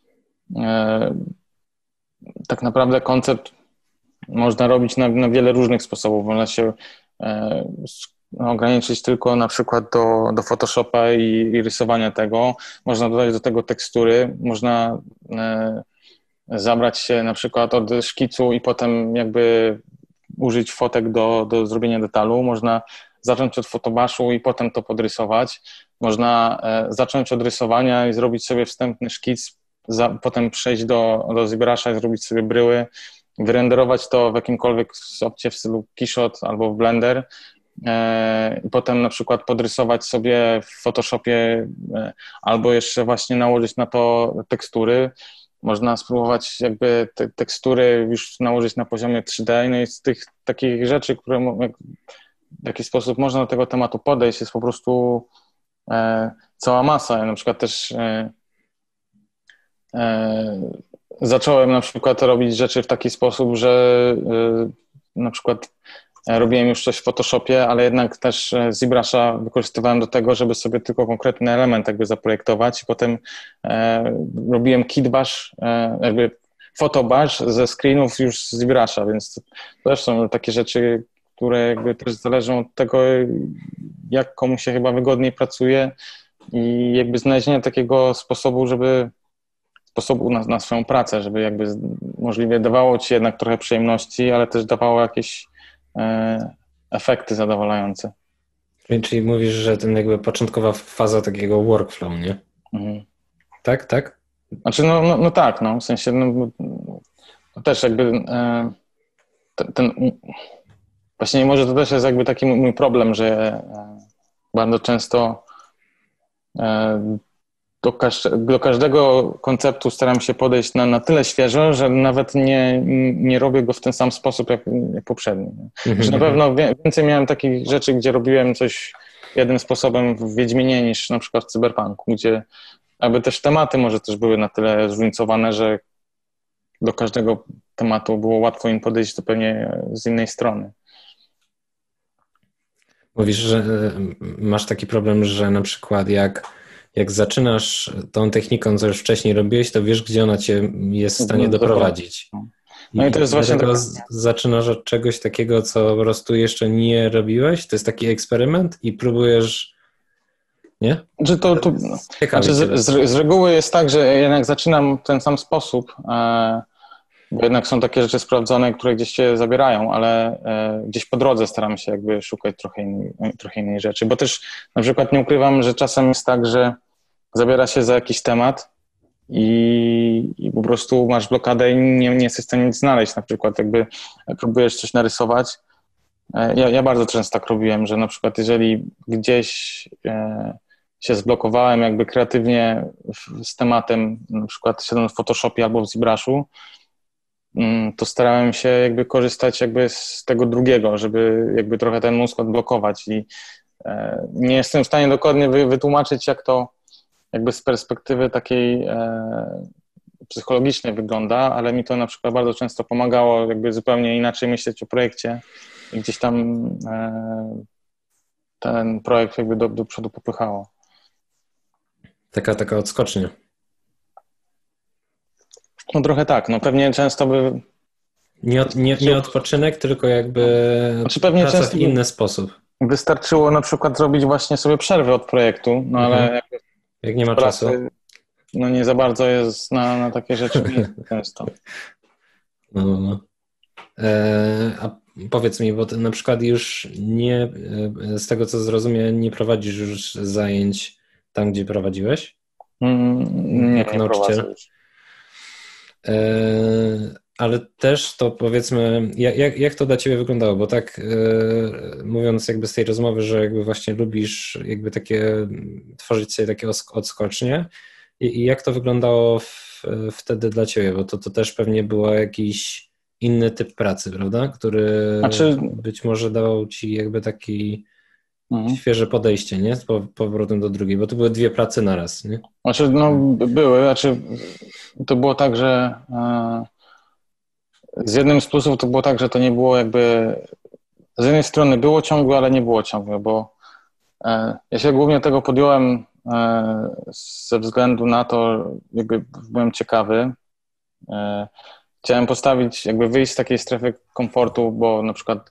tak naprawdę koncept można robić na wiele różnych sposobów. Można się ograniczyć tylko na przykład do Photoshopa i rysowania tego. Można dodać do tego tekstury, można zabrać się na przykład od szkicu i potem jakby użyć fotek do zrobienia detalu. Można zacząć od fotobaszu i potem to podrysować. Można zacząć od rysowania i zrobić sobie wstępny szkic, potem przejść do ZBrush'a i zrobić sobie bryły, wyrenderować to w jakimkolwiek softie w stylu Keyshot albo w Blender i potem na przykład podrysować sobie w Photoshopie albo jeszcze właśnie nałożyć na to tekstury. Można spróbować jakby te tekstury już nałożyć na poziomie 3D. No i z tych takich rzeczy, które w jaki sposób można do tego tematu podejść, jest po prostu cała masa. Ja na przykład też zacząłem na przykład robić rzeczy w taki sposób, że na przykład robiłem już coś w Photoshopie, ale jednak też ZBrush'a wykorzystywałem do tego, żeby sobie tylko konkretny element jakby zaprojektować i potem robiłem kitbash, jakby photobash ze screenów już z ZBrush'a, więc to też są takie rzeczy, które jakby też zależą od tego, jak komu się chyba wygodniej pracuje i jakby znalezienie takiego sposobu, na swoją pracę, żeby jakby możliwie dawało ci jednak trochę przyjemności, ale też dawało jakieś efekty zadowalające. Czyli mówisz, że ten jakby początkowa faza takiego workflow, nie? Tak, tak? Znaczy, no tak, no, w sensie, to też jakby ten, właśnie może to też jest jakby taki mój problem, że bardzo często do każdego konceptu staram się podejść na tyle świeżo, że nawet nie robię go w ten sam sposób jak poprzedni. Znaczy, na pewno więcej miałem takich rzeczy, gdzie robiłem coś jednym sposobem w Wiedźminie niż na przykład w Cyberpunku, gdzie aby też tematy może też były na tyle zróżnicowane, że do każdego tematu było łatwo im podejść zupełnie z innej strony. Mówisz, że masz taki problem, że na przykład jak zaczynasz tą techniką, co już wcześniej robiłeś, to wiesz, gdzie ona cię jest w stanie doprowadzić. No i to jest właśnie tak. Zaczynasz od czegoś takiego, co po prostu jeszcze nie robiłeś, to jest taki eksperyment i próbujesz, nie? Znaczy z reguły jest tak, że jednak zaczynam w ten sam sposób, bo jednak są takie rzeczy sprawdzone, które gdzieś się zabierają, ale gdzieś po drodze staram się jakby szukać trochę innej rzeczy, bo też na przykład nie ukrywam, że czasem jest tak, że zabiera się za jakiś temat i po prostu masz blokadę i nie jesteś w stanie nic znaleźć. Na przykład jakby próbujesz coś narysować. Ja bardzo często tak robiłem, że na przykład jeżeli gdzieś się zblokowałem jakby kreatywnie z tematem, na przykład siedząc w Photoshopie albo w ZBrush'u, to starałem się jakby korzystać jakby z tego drugiego, żeby jakby trochę ten mózg odblokować i nie jestem w stanie dokładnie wytłumaczyć, jak to jakby z perspektywy takiej psychologicznej wygląda, ale mi to na przykład bardzo często pomagało jakby zupełnie inaczej myśleć o projekcie i gdzieś tam ten projekt jakby do przodu popychało. Taka odskocznia. No trochę tak, no pewnie często by... Nie odpoczynek, tylko jakby pewnie praca w inny sposób. Wystarczyło na przykład zrobić właśnie sobie przerwę od projektu, no ale jak nie ma czasu. No nie za bardzo jest na takie rzeczy często. No. A powiedz mi, bo ty na przykład już nie, z tego co zrozumiem, nie prowadzisz już zajęć tam, gdzie prowadziłeś? Nie prowadzę już. Ale też to powiedzmy, jak to dla ciebie wyglądało? Bo tak mówiąc jakby z tej rozmowy, że jakby właśnie lubisz jakby takie, tworzyć sobie takie odskocznie i jak to wyglądało wtedy dla ciebie? Bo to też pewnie był jakiś inny typ pracy, prawda? Który być może dawał ci jakby taki świeże podejście, nie? Z powrotem do drugiej, bo to były dwie prace naraz, nie? To było tak, że z jednym z plusów to było tak, że to nie było jakby, z jednej strony było ciągłe, ale nie było ciągłe, bo ja się głównie tego podjąłem ze względu na to, jakby byłem ciekawy. Chciałem postawić, jakby wyjść z takiej strefy komfortu, bo na przykład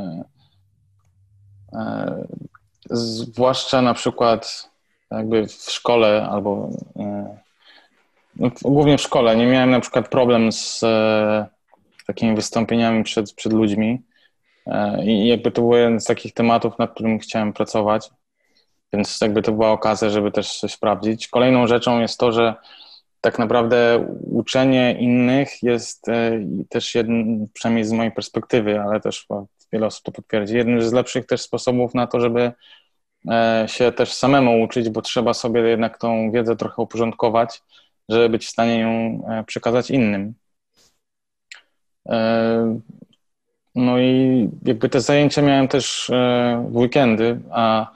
zwłaszcza na przykład jakby w szkole albo głównie w szkole nie miałem na przykład problem z takimi wystąpieniami przed ludźmi i jakby to był jeden z takich tematów, nad którym chciałem pracować, więc jakby to była okazja, żeby też coś sprawdzić. Kolejną rzeczą jest to, że tak naprawdę uczenie innych jest też przynajmniej z mojej perspektywy, ale też wiele osób to potwierdzi, jednym z lepszych też sposobów na to, żeby się też samemu uczyć, bo trzeba sobie jednak tą wiedzę trochę uporządkować, żeby być w stanie ją przekazać innym. No i jakby te zajęcia miałem też w weekendy, a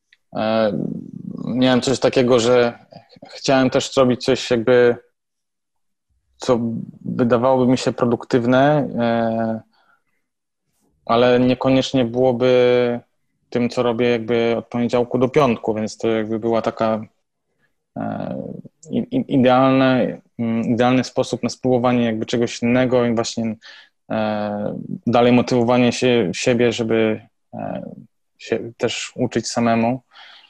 miałem coś takiego, że chciałem też zrobić coś jakby, co wydawałoby mi się produktywne, ale niekoniecznie byłoby tym, co robię jakby od poniedziałku do piątku, więc to jakby była taka idealny sposób na spróbowanie jakby czegoś innego i właśnie dalej motywowanie siebie, żeby się też uczyć samemu.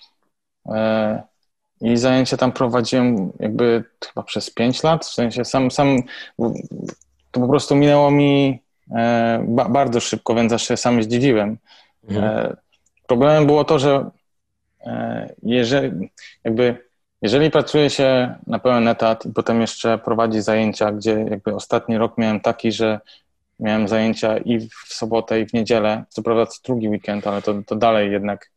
I zajęcia tam prowadziłem jakby chyba przez 5 lat, w sensie sam to po prostu minęło mi bardzo szybko, więc aż się sam zdziwiłem. Problemem było to, że jeżeli pracuje się na pełen etat i potem jeszcze prowadzi zajęcia, gdzie jakby ostatni rok miałem taki, że miałem zajęcia i w sobotę, i w niedzielę, co prawda co drugi weekend, ale to dalej jednak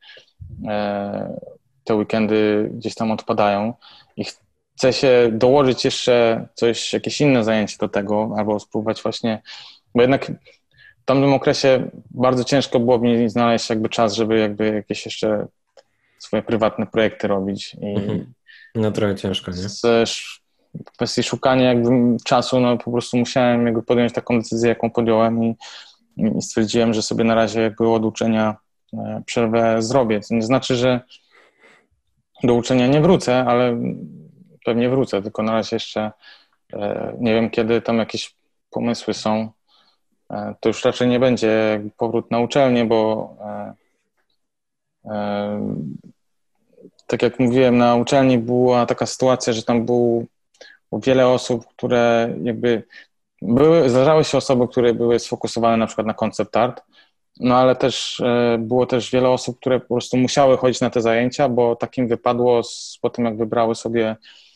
te weekendy gdzieś tam odpadają i chce się dołożyć jeszcze jakieś inne zajęcie do tego, albo spróbować właśnie, bo jednak w tamtym okresie bardzo ciężko było mi znaleźć jakby czas, żeby jakby jakieś jeszcze swoje prywatne projekty robić. No trochę ciężko, nie? W kwestii szukania jakby czasu, no po prostu musiałem jakby podjąć taką decyzję, jaką podjąłem i stwierdziłem, że sobie na razie jakby od uczenia przerwę zrobię. To nie znaczy, że do uczenia nie wrócę, ale pewnie wrócę, tylko na razie jeszcze nie wiem, kiedy tam jakieś pomysły są. To już raczej nie będzie powrót na uczelnię, bo tak jak mówiłem, na uczelni była taka sytuacja, że tam było wiele osób, które jakby zdarzały się osoby, które były sfokusowane na przykład na concept art, no ale też było też wiele osób, które po prostu musiały chodzić na te zajęcia, bo takim wypadło po tym, jak wybrały sobie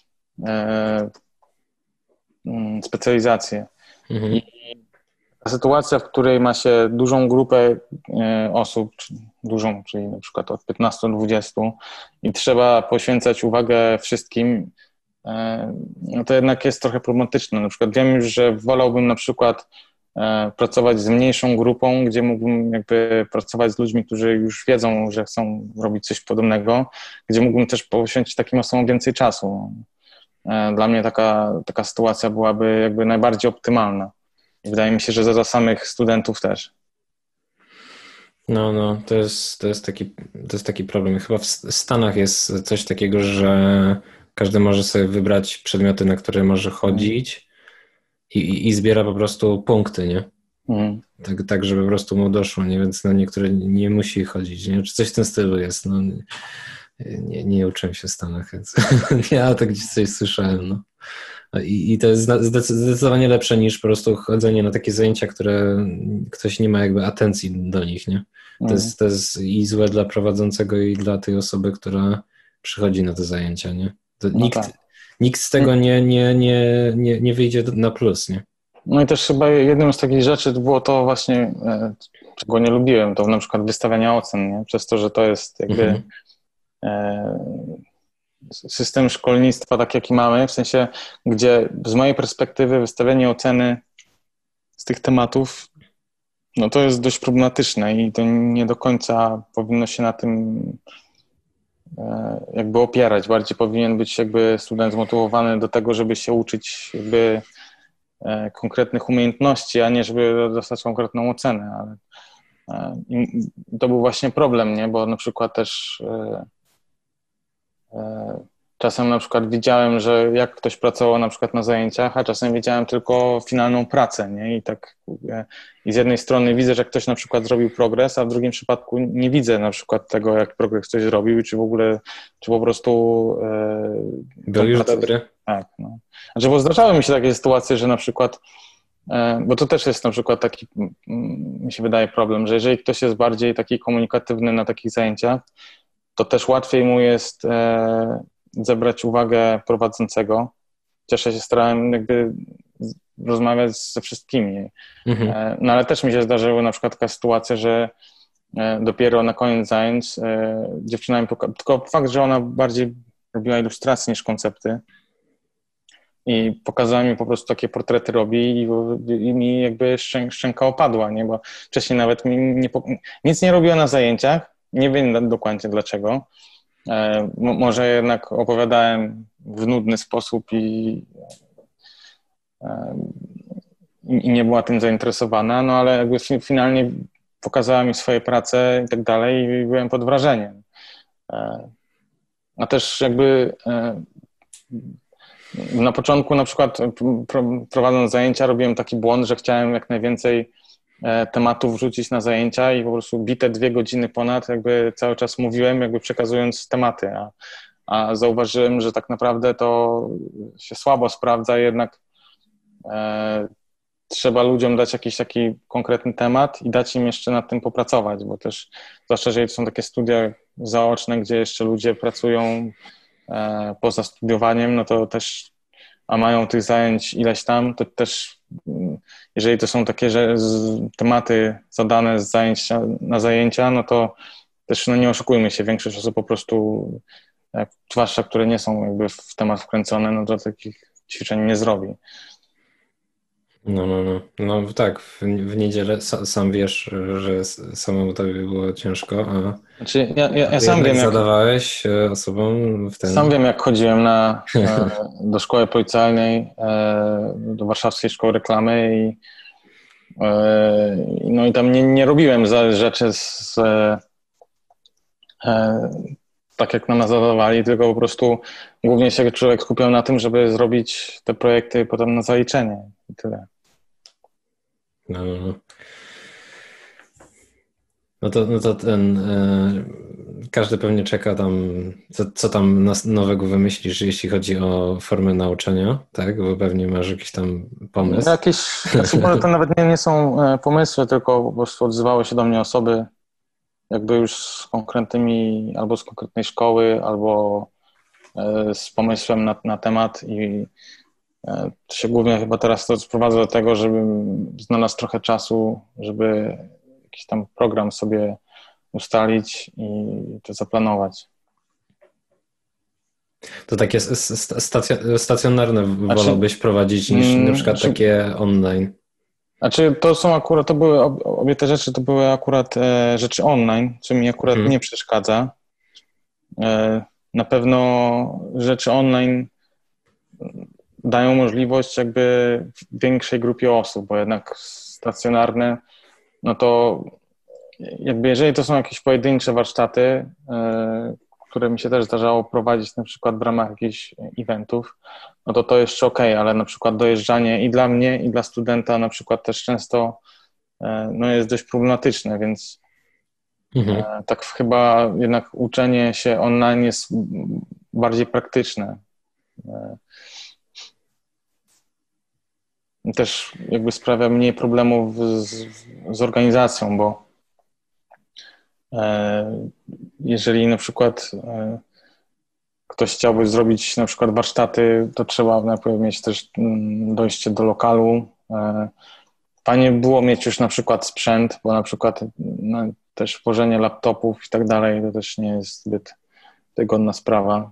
specjalizację. I sytuacja, w której ma się dużą grupę osób, czyli na przykład od 15 do 20 i trzeba poświęcać uwagę wszystkim, no to jednak jest trochę problematyczne. Na przykład wiem już, że wolałbym na przykład pracować z mniejszą grupą, gdzie mógłbym jakby pracować z ludźmi, którzy już wiedzą, że chcą robić coś podobnego, gdzie mógłbym też poświęcić takim osobom więcej czasu. Dla mnie taka sytuacja byłaby jakby najbardziej optymalna. I wydaje mi się, że za samych studentów też. No, to jest taki problem. Chyba w Stanach jest coś takiego, że każdy może sobie wybrać przedmioty, na które może chodzić i zbiera po prostu punkty, nie? Tak, żeby po prostu mu doszło, nie? Więc na niektóre nie musi chodzić, nie? Czy coś w tym stylu jest, no. Nie uczyłem się w Stanach, więc ja to gdzieś coś słyszałem, no. I to jest zdecydowanie lepsze niż po prostu chodzenie na takie zajęcia, które ktoś nie ma jakby atencji do nich, nie? To jest i złe dla prowadzącego i dla tej osoby, która przychodzi na te zajęcia, nie? Nikt z tego nie wyjdzie na plus, nie? No i też chyba jedną z takich rzeczy było to właśnie, czego nie lubiłem, to na przykład wystawiania ocen, nie? Przez to, że to jest jakby system szkolnictwa, tak jaki mamy, w sensie, gdzie z mojej perspektywy wystawianie oceny z tych tematów, no to jest dość problematyczne i to nie do końca powinno się na tym jakby opierać. Bardziej powinien być jakby student zmotywowany do tego, żeby się uczyć jakby konkretnych umiejętności, a nie żeby dostać konkretną ocenę. Ale to był właśnie problem, nie? Bo na przykład też czasem na przykład widziałem, że jak ktoś pracował na przykład na zajęciach, a czasem widziałem tylko finalną pracę, nie? I z jednej strony widzę, że ktoś na przykład zrobił progres, a w drugim przypadku nie widzę na przykład tego, jak progres ktoś zrobił, czy po prostu był już dobry. Tak, no. Znaczy, bo zdarzały mi się takie sytuacje, że na przykład, bo to też jest na przykład taki, mi się wydaje, problem, że jeżeli ktoś jest bardziej taki komunikatywny na takich zajęciach, to też łatwiej mu jest zebrać uwagę prowadzącego. Chociaż ja się starałem jakby rozmawiać ze wszystkimi. No ale też mi się zdarzyła na przykład taka sytuacja, że dopiero na koniec zajęć dziewczyna mi tylko fakt, że ona bardziej robiła ilustracje niż koncepty i pokazała mi po prostu takie portrety robi i mi jakby szczęka opadła, nie? Bo wcześniej nawet nic nie robiła na zajęciach, nie wiem dokładnie dlaczego. Może jednak opowiadałem w nudny sposób i nie była tym zainteresowana, no ale jakby finalnie pokazała mi swoje prace i tak dalej i byłem pod wrażeniem. A też jakby na początku na przykład prowadząc zajęcia robiłem taki błąd, że chciałem jak najwięcej tematów wrzucić na zajęcia i po prostu bite 2 godziny ponad jakby cały czas mówiłem, jakby przekazując tematy, a zauważyłem, że tak naprawdę to się słabo sprawdza, jednak trzeba ludziom dać jakiś taki konkretny temat i dać im jeszcze nad tym popracować, bo też, zwłaszcza jeżeli to są takie studia zaoczne, gdzie jeszcze ludzie pracują poza studiowaniem, no to też, a mają tych zajęć ileś tam, to też, jeżeli to są takie tematy zadane z zajęcia na zajęcia, no to też, no nie oszukujmy się, większość osób po prostu, zwłaszcza które nie są jakby w temat wkręcone, no to takich ćwiczeń nie zrobi. No tak, w niedzielę sam wiesz, że samemu tobie było ciężko, a Znaczy, ja sam jednak wiem, zadawałeś osobom w ten... Sam wiem, jak chodziłem do szkoły policjalnej, do Warszawskiej Szkoły Reklamy no i tam nie robiłem rzeczy tak, jak nam zadawali, tylko po prostu głównie się człowiek skupiał na tym, żeby zrobić te projekty potem na zaliczenie i tyle. No to każdy pewnie czeka tam, co tam nowego wymyślisz, jeśli chodzi o formę nauczania, tak? Bo pewnie masz jakiś tam pomysł. Znaczy może to nawet nie są pomysły, tylko po prostu odzywały się do mnie osoby jakby już z konkretnymi, albo z konkretnej szkoły, albo z pomysłem na temat i to się głównie chyba teraz to sprowadza do tego, żebym znalazł trochę czasu, żeby jakiś tam program sobie ustalić i to zaplanować. To takie stacjonarne wolałbyś prowadzić niż na przykład takie online? Znaczy to były obie te rzeczy, to były akurat rzeczy online, co mi akurat nie przeszkadza. Na pewno rzeczy online dają możliwość jakby większej grupie osób, bo jednak stacjonarne, no to jakby jeżeli to są jakieś pojedyncze warsztaty, które mi się też zdarzało prowadzić na przykład w ramach jakichś eventów, no to jeszcze okej, ale na przykład dojeżdżanie i dla mnie, i dla studenta na przykład też często no jest dość problematyczne, więc tak chyba jednak uczenie się online jest bardziej praktyczne. Też jakby sprawia mniej problemów z organizacją, bo jeżeli na przykład ktoś chciałby zrobić na przykład warsztaty, to trzeba najpierw mieć też dojście do lokalu. Fajnie było mieć już na przykład sprzęt, bo na przykład no, też włożenie laptopów i tak dalej to też nie jest zbyt wygodna sprawa.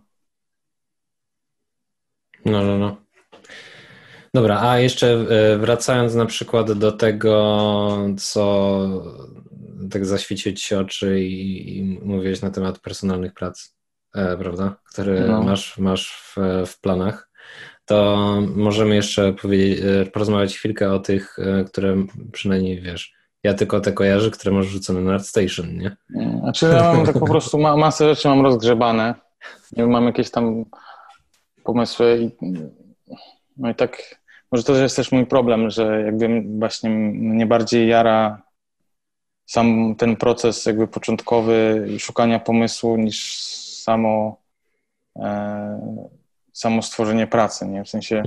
No. Dobra, a jeszcze wracając na przykład do tego, co tak zaświeciły ci się oczy i mówiłeś na temat personalnych prac, prawda, które masz w planach, to możemy jeszcze porozmawiać chwilkę o tych, które przynajmniej wiesz. Ja tylko te kojarzę, które masz rzucone na ArtStation, nie? Znaczy ja mam tak po prostu masę rzeczy mam rozgrzebane. Mam jakieś tam pomysły no i tak może to jest też mój problem, że jakby właśnie mnie bardziej jara sam ten proces jakby początkowy i szukania pomysłu niż samo stworzenie pracy, nie? W sensie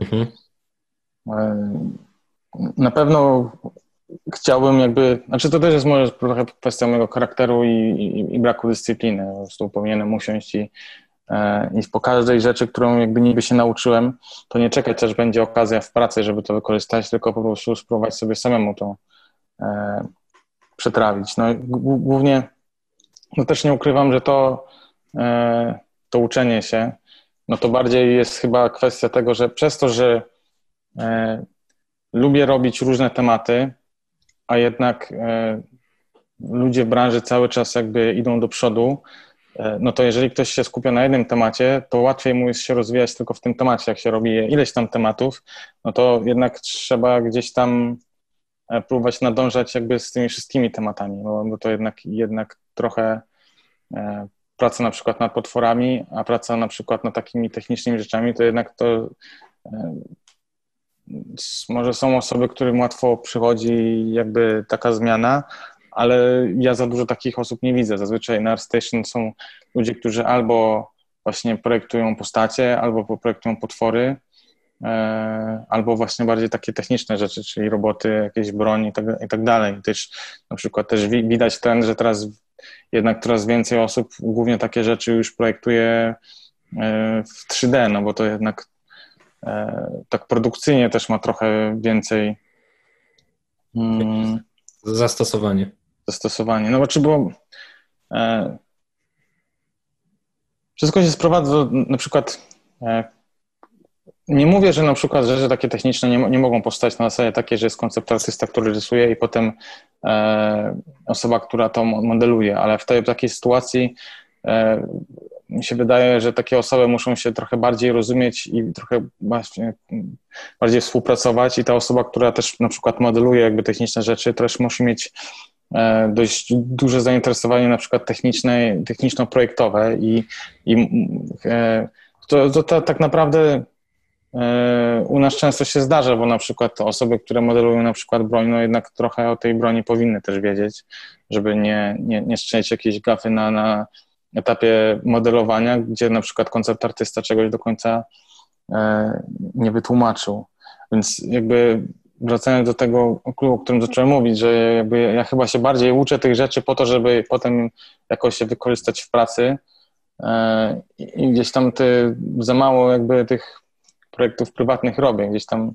na pewno chciałbym jakby, znaczy to też jest może trochę kwestia mojego charakteru i braku dyscypliny. Po prostu powinienem usiąść i po każdej rzeczy, którą jakby niby się nauczyłem, to nie czekać, aż będzie okazja w pracy, żeby to wykorzystać, tylko po prostu spróbować sobie samemu to przetrawić. No głównie, no też nie ukrywam, że to uczenie się, no to bardziej jest chyba kwestia tego, że przez to, że lubię robić różne tematy, a jednak ludzie w branży cały czas jakby idą do przodu, no to jeżeli ktoś się skupia na jednym temacie, to łatwiej mu jest się rozwijać tylko w tym temacie. Jak się robi ileś tam tematów, no to jednak trzeba gdzieś tam próbować nadążać jakby z tymi wszystkimi tematami, bo to jednak trochę praca na przykład nad potworami, a praca na przykład nad takimi technicznymi rzeczami, to jednak to może są osoby, którym łatwo przychodzi jakby taka zmiana, ale ja za dużo takich osób nie widzę. Zazwyczaj na ArtStation są ludzie, którzy albo właśnie projektują postacie, albo projektują potwory albo właśnie bardziej takie techniczne rzeczy, czyli roboty, jakieś broni i tak dalej. Też na przykład też widać trend, że teraz jednak coraz więcej osób głównie takie rzeczy już projektuje w 3D, no bo to jednak tak produkcyjnie też ma trochę więcej zastosowanie. No bo wszystko się sprowadza do na przykład nie mówię, że na przykład rzeczy takie techniczne nie mogą powstać na zasadzie takiej, że jest koncept artysta, który rysuje i potem osoba, która to modeluje, ale w tej takiej sytuacji mi się wydaje, że takie osoby muszą się trochę bardziej rozumieć i trochę właśnie bardziej współpracować i ta osoba, która też na przykład modeluje jakby techniczne rzeczy, też musi mieć dość duże zainteresowanie na przykład techniczno-projektowe i to tak naprawdę u nas często się zdarza, bo na przykład osoby, które modelują na przykład broń, no jednak trochę o tej broni powinny też wiedzieć, żeby nie strzelić jakiejś gafy na etapie modelowania, gdzie na przykład koncept artysta czegoś do końca nie wytłumaczył. Więc jakby wracając do tego, o którym zacząłem mówić, że jakby ja chyba się bardziej uczę tych rzeczy po to, żeby potem jakoś się wykorzystać w pracy i gdzieś tam za mało jakby tych projektów prywatnych robię gdzieś tam,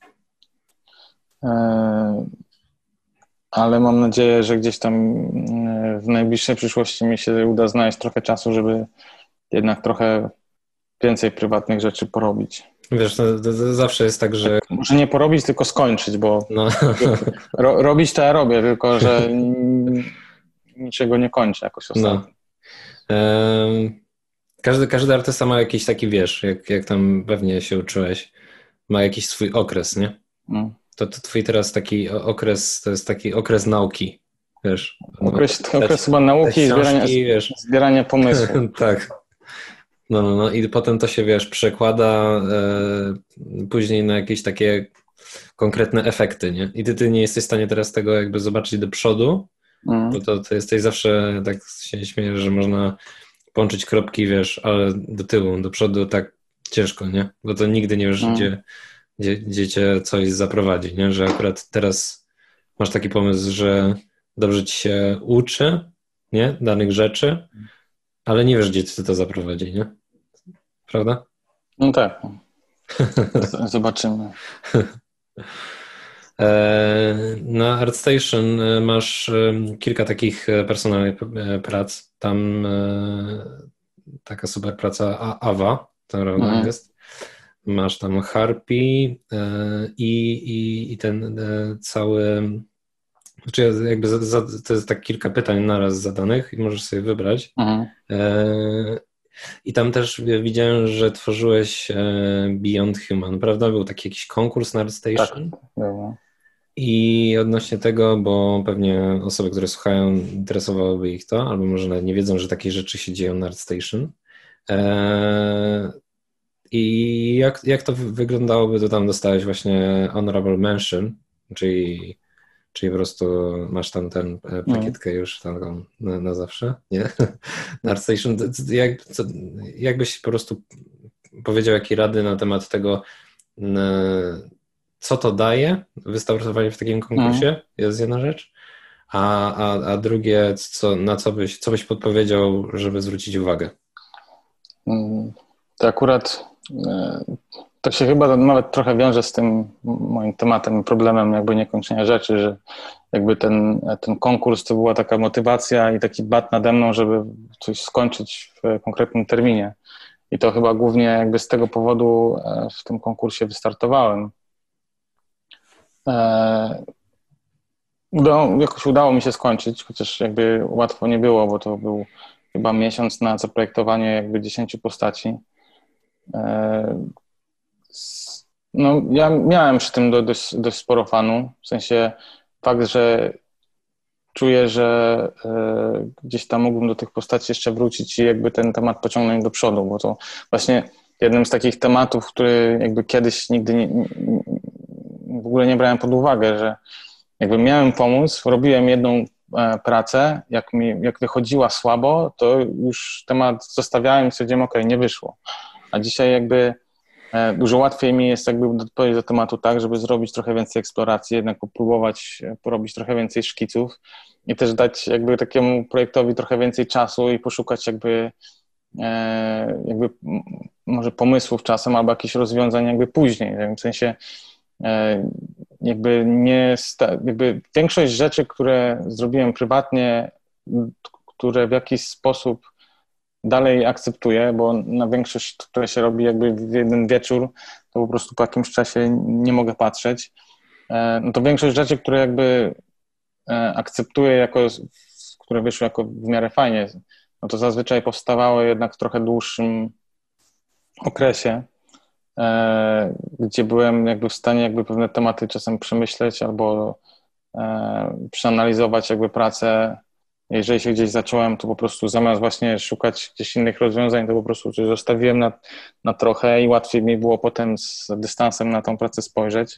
ale mam nadzieję, że gdzieś tam w najbliższej przyszłości mi się uda znaleźć trochę czasu, żeby jednak trochę więcej prywatnych rzeczy porobić. Wiesz, to zawsze jest tak, że... Może nie porobić, tylko skończyć, bo no. Robić to ja robię, tylko że niczego nie kończę jakoś ostatnio. No. Każdy artysta ma jakiś taki, wiesz, jak tam pewnie się uczyłeś, ma jakiś swój okres, nie? To twój teraz taki okres, to jest taki okres nauki, wiesz. Okres chyba nauki i zbierania pomysłów. Tak. No. I potem to się, wiesz, przekłada później na jakieś takie konkretne efekty, nie? I ty nie jesteś w stanie teraz tego jakby zobaczyć do przodu, bo to jesteś zawsze, tak się śmieję, że można połączyć kropki, wiesz, ale do tyłu, do przodu tak ciężko, nie? Bo to nigdy nie wiesz, gdzie cię coś zaprowadzi, nie? Że akurat teraz masz taki pomysł, że dobrze ci się uczy, nie? Danych rzeczy, ale nie wiesz, gdzie cię to zaprowadzi, nie? Prawda? No tak. Zobaczymy. Na ArtStation masz kilka takich personalnych prac. Tam taka super praca Awa, to jest. Masz tam Harpy i ten cały... Znaczy jakby to jest tak kilka pytań naraz zadanych i możesz sobie wybrać. I tam też widziałem, że tworzyłeś Beyond Human, prawda? Był taki jakiś konkurs na ArtStation. Tak, było. I odnośnie tego, bo pewnie osoby, które słuchają, interesowałoby ich to, albo może nawet nie wiedzą, że takie rzeczy się dzieją na ArtStation. I jak to wyglądałoby, to tam dostałeś właśnie Honorable Mention, czyli po prostu masz tam tę plakietkę już tam na zawsze, nie? Na ArtStation. Jakbyś po prostu powiedział, jakie rady na temat tego, co to daje, wystartowanie w takim konkursie, jest jedna rzecz, a drugie, co byś podpowiedział, żeby zwrócić uwagę? To akurat to się chyba nawet trochę wiąże z tym moim tematem, problemem jakby niekończenia rzeczy, że jakby ten konkurs to była taka motywacja i taki bat nade mną, żeby coś skończyć w konkretnym terminie. I to chyba głównie jakby z tego powodu w tym konkursie wystartowałem. Jakoś udało mi się skończyć, chociaż jakby łatwo nie było, bo to był chyba miesiąc na zaprojektowanie jakby 10 postaci. No, ja miałem przy tym dość sporo fanu, w sensie fakt, że czuję, że gdzieś tam mógłbym do tych postaci jeszcze wrócić i jakby ten temat pociągnąć do przodu, bo to właśnie jednym z takich tematów, który jakby kiedyś nigdy w ogóle nie brałem pod uwagę, że jakby miałem pomysł, robiłem jedną pracę, jak wychodziła słabo, to już temat zostawiałem i stwierdziłem, okej, nie wyszło. A dzisiaj jakby Dużo łatwiej mi jest jakby podejść do tematu tak, żeby zrobić trochę więcej eksploracji, jednak popróbować porobić trochę więcej szkiców i też dać jakby takiemu projektowi trochę więcej czasu i poszukać jakby może pomysłów czasem albo jakichś rozwiązań jakby później. W sensie jakby większość rzeczy, które zrobiłem prywatnie, które w jakiś sposób dalej akceptuję, bo na większość, które się robi jakby w jeden wieczór, to po prostu po jakimś czasie nie mogę patrzeć. No to większość rzeczy, które jakby akceptuję które wyszły jako w miarę fajnie, no to zazwyczaj powstawały jednak w trochę dłuższym okresie, gdzie byłem jakby w stanie jakby pewne tematy czasem przemyśleć albo przeanalizować jakby pracę. Jeżeli się gdzieś zacząłem, to po prostu zamiast właśnie szukać gdzieś innych rozwiązań, to po prostu coś zostawiłem na trochę i łatwiej mi było potem z dystansem na tą pracę spojrzeć.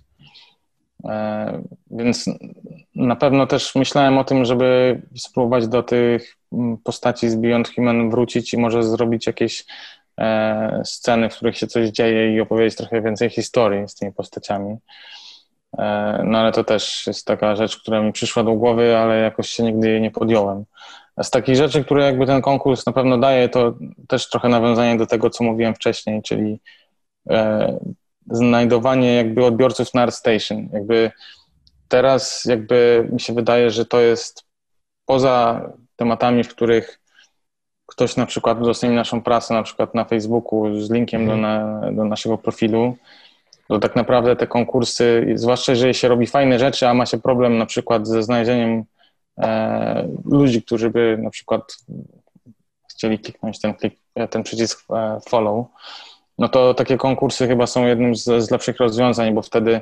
Więc na pewno też myślałem o tym, żeby spróbować do tych postaci z Beyond Human wrócić i może zrobić jakieś sceny, w których się coś dzieje i opowiedzieć trochę więcej historii z tymi postaciami. No ale to też jest taka rzecz, która mi przyszła do głowy, ale jakoś się nigdy jej nie podjąłem. A z takich rzeczy, które jakby ten konkurs na pewno daje, to też trochę nawiązanie do tego, co mówiłem wcześniej, czyli znajdowanie jakby odbiorców na ArtStation. Jakby teraz jakby mi się wydaje, że to jest poza tematami, w których ktoś na przykład udostępni naszą pracę na przykład na Facebooku z linkiem do naszego profilu, to tak naprawdę te konkursy, zwłaszcza jeżeli się robi fajne rzeczy, a ma się problem na przykład ze znalezieniem ludzi, którzy by na przykład chcieli kliknąć ten przycisk follow, no to takie konkursy chyba są jednym z lepszych rozwiązań, bo wtedy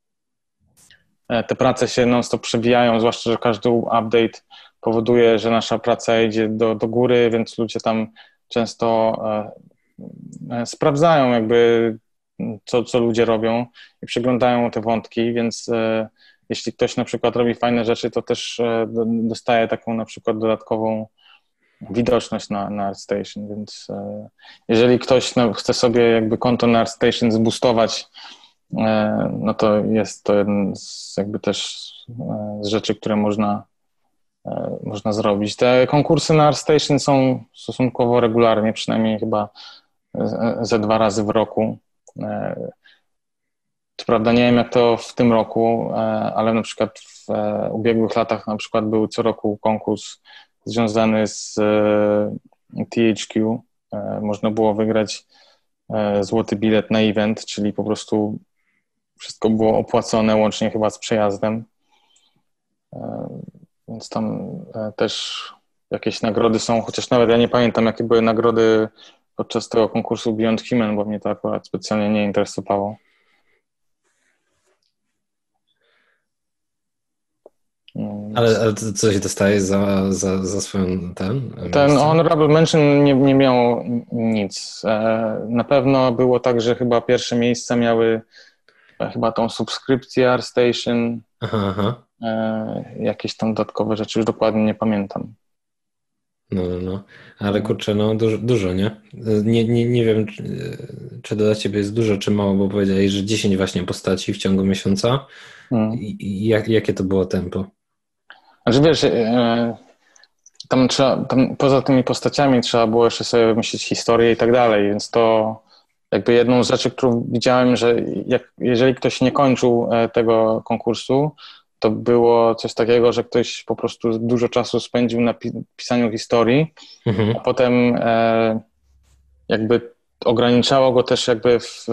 te prace się non-stop przewijają, zwłaszcza, że każdy update powoduje, że nasza praca idzie do góry, więc ludzie tam często sprawdzają jakby co ludzie robią i przeglądają te wątki, więc jeśli ktoś na przykład robi fajne rzeczy, to też dostaje taką na przykład dodatkową widoczność na ArtStation, więc jeżeli ktoś chce sobie jakby konto na ArtStation zboostować, no to jest to jeden z jakby też z rzeczy, które można zrobić. Te konkursy na ArtStation są stosunkowo regularnie, przynajmniej chyba ze 2 razy w roku. Co prawda nie wiem, jak to w tym roku, ale na przykład w ubiegłych latach na przykład był co roku konkurs związany z THQ. Można było wygrać złoty bilet na event, czyli po prostu wszystko było opłacone, łącznie chyba z przejazdem. Więc tam też jakieś nagrody są, chociaż nawet ja nie pamiętam, jakie były nagrody podczas tego konkursu Beyond Human, bo mnie to akurat specjalnie nie interesowało. Ale co się dostaje za swoją Ten Honorable Mention nie miało nic. Na pewno było tak, że chyba pierwsze miejsca miały chyba tą subskrypcję ArtStation, jakieś tam dodatkowe rzeczy, już dokładnie nie pamiętam. No. Ale kurczę, no dużo, nie? Nie wiem, czy dla ciebie jest dużo, czy mało, bo powiedziałeś, że 10 właśnie postaci w ciągu miesiąca. Jakie to było tempo? Znaczy wiesz, tam poza tymi postaciami trzeba było jeszcze sobie wymyślić historię i tak dalej, więc to jakby jedną z rzeczy, którą widziałem, że jeżeli ktoś nie kończył tego konkursu, to było coś takiego, że ktoś po prostu dużo czasu spędził na pisaniu historii, a potem jakby ograniczało go też jakby w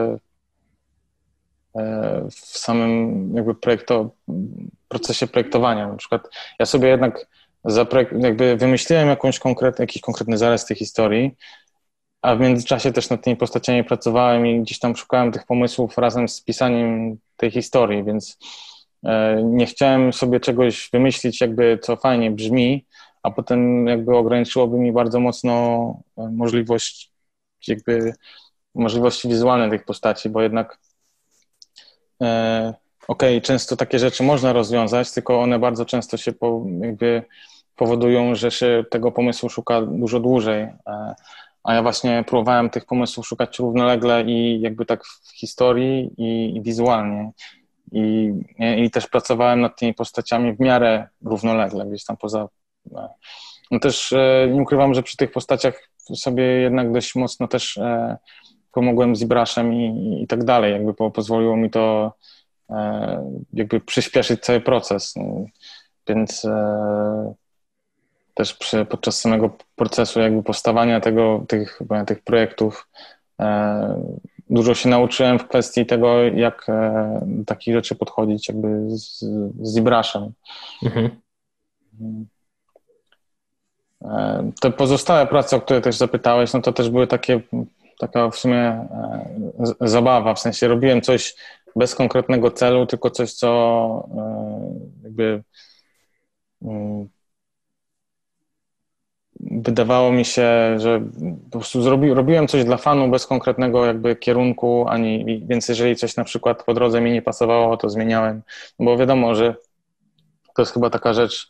samym jakby procesie projektowania. Na przykład ja sobie jednak jakby wymyśliłem jakiś konkretny zarys tej historii, a w międzyczasie też nad tymi postaciami pracowałem i gdzieś tam szukałem tych pomysłów razem z pisaniem tej historii, więc nie chciałem sobie czegoś wymyślić jakby co fajnie brzmi, a potem jakby ograniczyłoby mi bardzo mocno możliwości wizualne tych postaci, bo jednak często takie rzeczy można rozwiązać, tylko one bardzo często się jakby powodują, że się tego pomysłu szuka dużo dłużej, a ja właśnie próbowałem tych pomysłów szukać równolegle i jakby tak w historii i wizualnie. I też pracowałem nad tymi postaciami w miarę równolegle, gdzieś tam poza... No też nie ukrywam, że przy tych postaciach sobie jednak dość mocno też pomogłem z ZBrush'em i tak dalej, jakby pozwoliło mi to jakby przyspieszyć cały proces. Więc też podczas samego procesu jakby powstawania tych projektów dużo się nauczyłem w kwestii tego, jak do takich rzeczy podchodzić jakby z ZBrush'em. Mhm. Te pozostałe prace, o które też zapytałeś, no to też były taka w sumie zabawa, w sensie robiłem coś bez konkretnego celu, tylko coś, co jakby wydawało mi się, że po prostu robiłem coś dla fanu bez konkretnego jakby kierunku, więc jeżeli coś na przykład po drodze mi nie pasowało, to zmieniałem, bo wiadomo, że to jest chyba taka rzecz,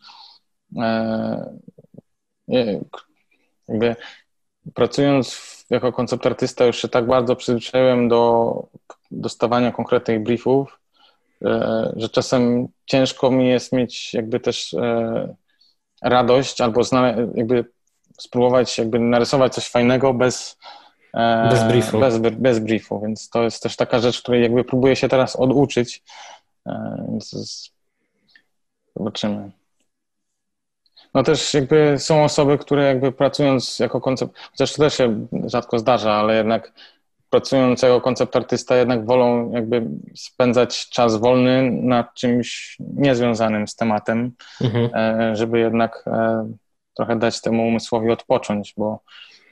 jakby pracując jako koncept artysta już się tak bardzo przyzwyczaiłem do dostawania konkretnych briefów, że czasem ciężko mi jest mieć jakby też radość albo jakby spróbować jakby narysować coś fajnego bez briefu. Bez briefu, więc to jest też taka rzecz, której jakby próbuję się teraz oduczyć, więc zobaczymy. No też jakby są osoby, które jakby pracując jako koncept, chociaż to też się rzadko zdarza, ale jednak pracując jako koncept artysta jednak wolą jakby spędzać czas wolny nad czymś niezwiązanym z tematem, żeby jednak trochę dać temu umysłowi odpocząć, bo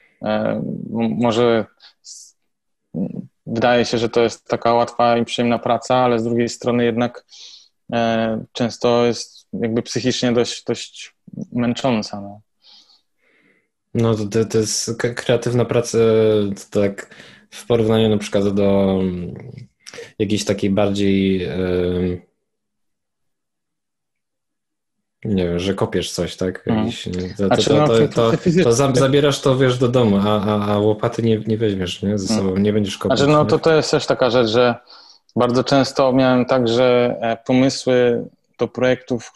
może wydaje się, że to jest taka łatwa i przyjemna praca, ale z drugiej strony jednak często jest jakby psychicznie dość męcząca. No to jest kreatywna praca, to tak w porównaniu na przykład do jakiejś takiej bardziej nie wiem, że kopiesz coś, tak? Zabierasz to, wiesz, do domu, a łopaty nie weźmiesz, nie? Ze sobą, nie będziesz kopać. Znaczy, no to jest też taka rzecz, że bardzo często miałem tak, że pomysły do projektów,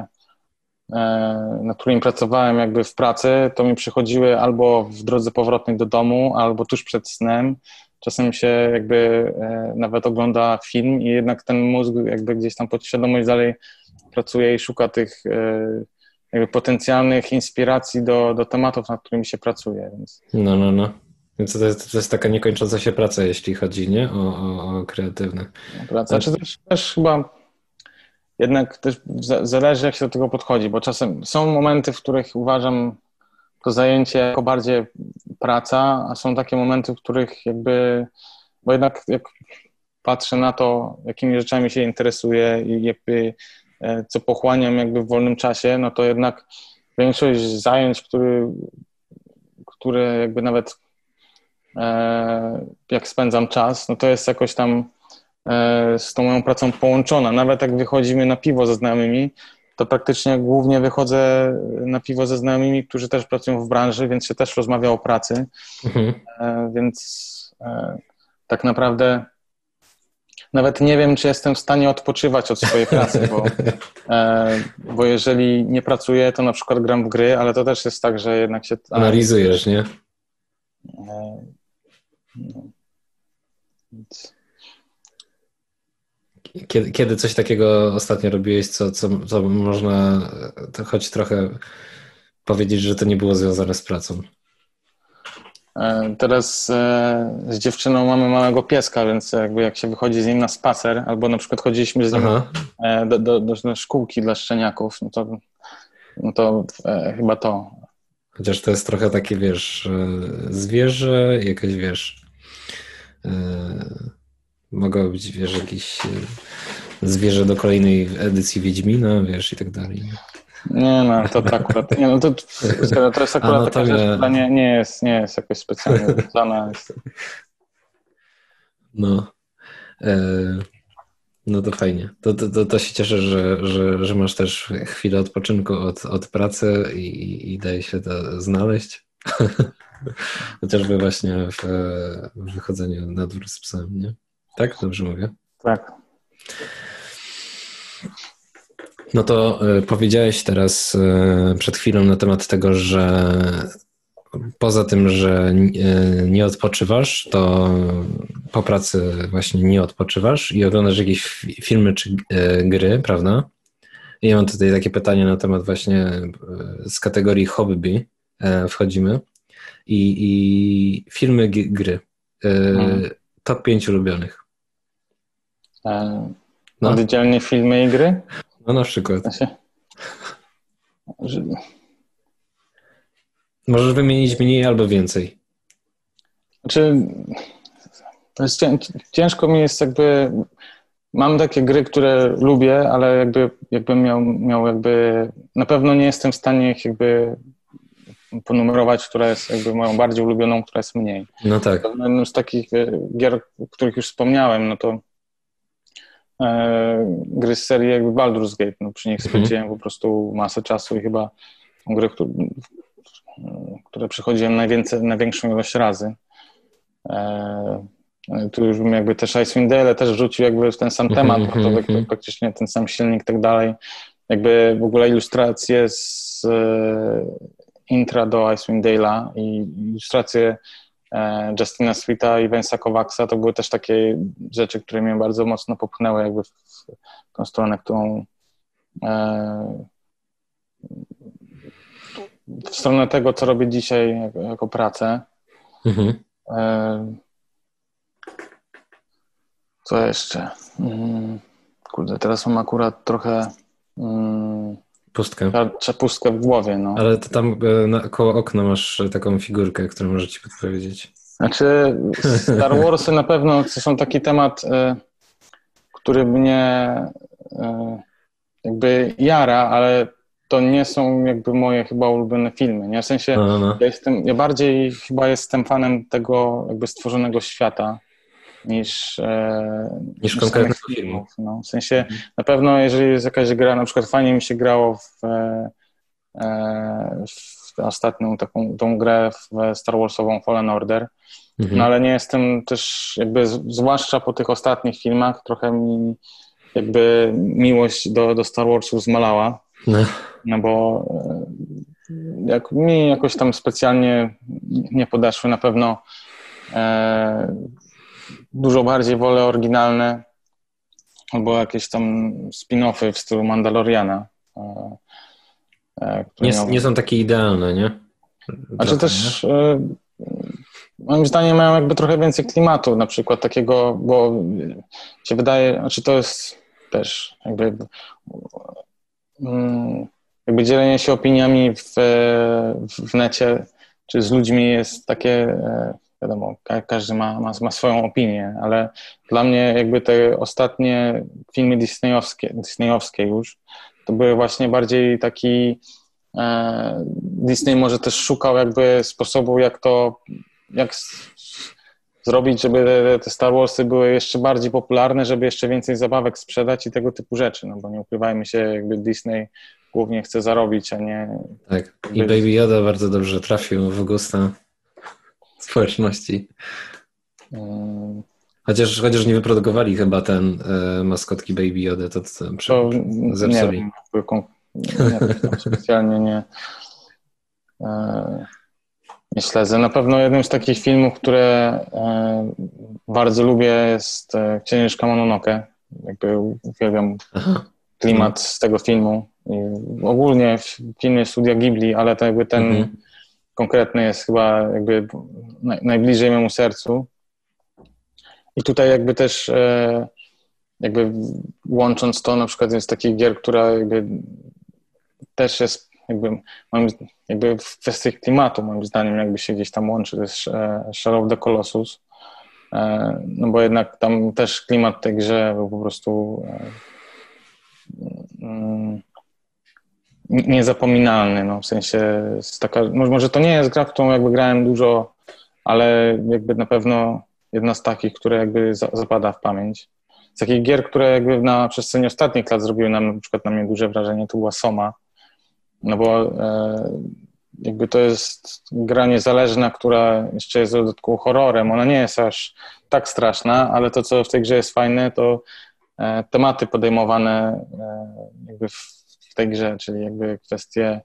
nad którymi pracowałem jakby w pracy, to mi przychodziły albo w drodze powrotnej do domu, albo tuż przed snem. Czasem się jakby nawet ogląda film i jednak ten mózg jakby gdzieś tam podświadomość dalej pracuje i szuka tych jakby potencjalnych inspiracji do tematów, nad którymi się pracuje. Więc... No. Więc to jest taka niekończąca się praca, jeśli chodzi, nie? O kreatywne. Praca, czy też chyba jednak też zależy, jak się do tego podchodzi, bo czasem są momenty, w których uważam to zajęcie jako bardziej praca, a są takie momenty, w których jakby, bo jednak jak patrzę na to, jakimi rzeczami się interesuję i jakby co pochłaniam jakby w wolnym czasie, no to jednak większość zajęć, które jakby nawet jak spędzam czas, no to jest jakoś tam z tą moją pracą połączona. Nawet jak wychodzimy na piwo ze znajomymi, to praktycznie głównie wychodzę na piwo ze znajomymi, którzy też pracują w branży, więc się też rozmawia o pracy. Więc tak naprawdę nawet nie wiem, czy jestem w stanie odpoczywać od swojej pracy, bo jeżeli nie pracuję, to na przykład gram w gry, ale to też jest tak, że jednak się... Analizujesz, nie? No. Więc... Kiedy coś takiego ostatnio robiłeś, co można choć trochę powiedzieć, że to nie było związane z pracą? Teraz z dziewczyną mamy małego pieska, więc jakby jak się wychodzi z nim na spacer, albo na przykład chodziliśmy z nim do szkółki dla szczeniaków, no to chyba to. Chociaż to jest trochę takie, wiesz, zwierzę, jakieś, wiesz, mogło być, wiesz, jakieś zwierzę do kolejnej edycji Wiedźmina, wiesz, i tak dalej. Nie, no to akurat, nie, no to jest akurat taka rzecz, która nie jest jakoś specjalnie związana. No to fajnie. To się cieszę, że masz też chwilę odpoczynku od pracy i daje się to znaleźć. Chociażby właśnie w wychodzeniu na dwór z psem, nie? Tak? Dobrze mówię? Tak. No to powiedziałeś teraz przed chwilą na temat tego, że poza tym, że nie odpoczywasz, to po pracy właśnie nie odpoczywasz i oglądasz jakieś filmy czy gry, prawda? I ja mam tutaj takie pytanie na temat właśnie z kategorii hobby wchodzimy i filmy, gry. Top 5 ulubionych. No. Oddzielnie filmy i gry? No na przykład. Możesz wymienić mniej albo więcej. Znaczy, to jest ciężko mi jest jakby... Mam takie gry, które lubię, ale jakbym miał na pewno nie jestem w stanie ich jakby ponumerować, która jest jakby moją bardziej ulubioną, która jest mniej. No tak. Jednym z takich gier, o których już wspomniałem, no to gry z serii jakby Baldur's Gate. No, przy nich spędziłem po prostu masę czasu i chyba są gry, które przechodziłem największą ilość razy. Tu już bym jakby też Icewind Dale też wrzucił jakby w ten sam temat, bo to praktycznie ten sam silnik i tak dalej. Jakby w ogóle ilustracje z intra do Icewind Dale'a i ilustracje Justina Sweeta i Vance'a Kovacs'a to były też takie rzeczy, które mnie bardzo mocno popchnęły jakby w tą stronę, którą w stronę tego, co robię dzisiaj jako pracę. Co jeszcze? Kurde, teraz mam akurat trochę pustkę w głowie. No. Ale to tam koło okna masz taką figurkę, którą może ci podpowiedzieć. Znaczy Star Warsy na pewno to są taki temat, który mnie jakby jara, ale to nie są jakby moje chyba ulubione filmy. Nie? W sensie ja bardziej chyba jestem fanem tego jakby stworzonego świata niż konkretnych filmów. No, w sensie na pewno jeżeli jest jakaś gra, na przykład fajnie mi się grało w ostatnią tą grę w Star Warsową Fallen Order, no ale nie jestem też jakby, zwłaszcza po tych ostatnich filmach, trochę mi jakby miłość do Star Warsów zmalała, no bo jak mi jakoś tam specjalnie nie podeszły, na pewno dużo bardziej wolę oryginalne albo jakieś tam spin-offy w stylu Mandaloriana. Nie są takie idealne, nie? Znaczy też moim zdaniem mają jakby trochę więcej klimatu, na przykład takiego, bo się wydaje, znaczy to jest też jakby dzielenie się opiniami w necie czy z ludźmi jest takie, wiadomo, każdy ma swoją opinię, ale dla mnie jakby te ostatnie filmy disneyowskie już, to były właśnie bardziej taki Disney może też szukał jakby sposobu, jak zrobić, żeby te Star Warsy były jeszcze bardziej popularne, żeby jeszcze więcej zabawek sprzedać i tego typu rzeczy, no bo nie ukrywajmy się, jakby Disney głównie chce zarobić, a nie... Tak, i Baby Yoda bardzo dobrze trafił w gusta społeczności. Chociaż nie wyprodukowali chyba ten maskotki Baby Yoda, to zepsuli. Specjalnie nie śledzę. Na pewno jednym z takich filmów, które bardzo lubię, jest Księżniczka Mononoke. Jakby uwielbiam klimat z tego filmu. I ogólnie filmy Studia Ghibli, ale to jakby ten konkretny jest chyba jakby najbliżej memu sercu. I tutaj jakby też jakby łącząc to, na przykład jest takich gier, która jakby też jest jakby w kwestii klimatu, moim zdaniem, jakby się gdzieś tam łączy, to jest Shadow of the Colossus, no bo jednak tam też klimat tej grze był po prostu niezapominalny, no w sensie jest taka, może to nie jest gra, którą jakby grałem dużo, ale jakby na pewno jedna z takich, które jakby zapada w pamięć. Z takich gier, które jakby na przestrzeni ostatnich lat zrobiły na przykład na mnie duże wrażenie, to była Soma. No bo jakby to jest gra niezależna, która jeszcze jest dodatkowo horrorem. Ona nie jest aż tak straszna, ale to, co w tej grze jest fajne, to tematy podejmowane jakby w tej grze, czyli jakby kwestie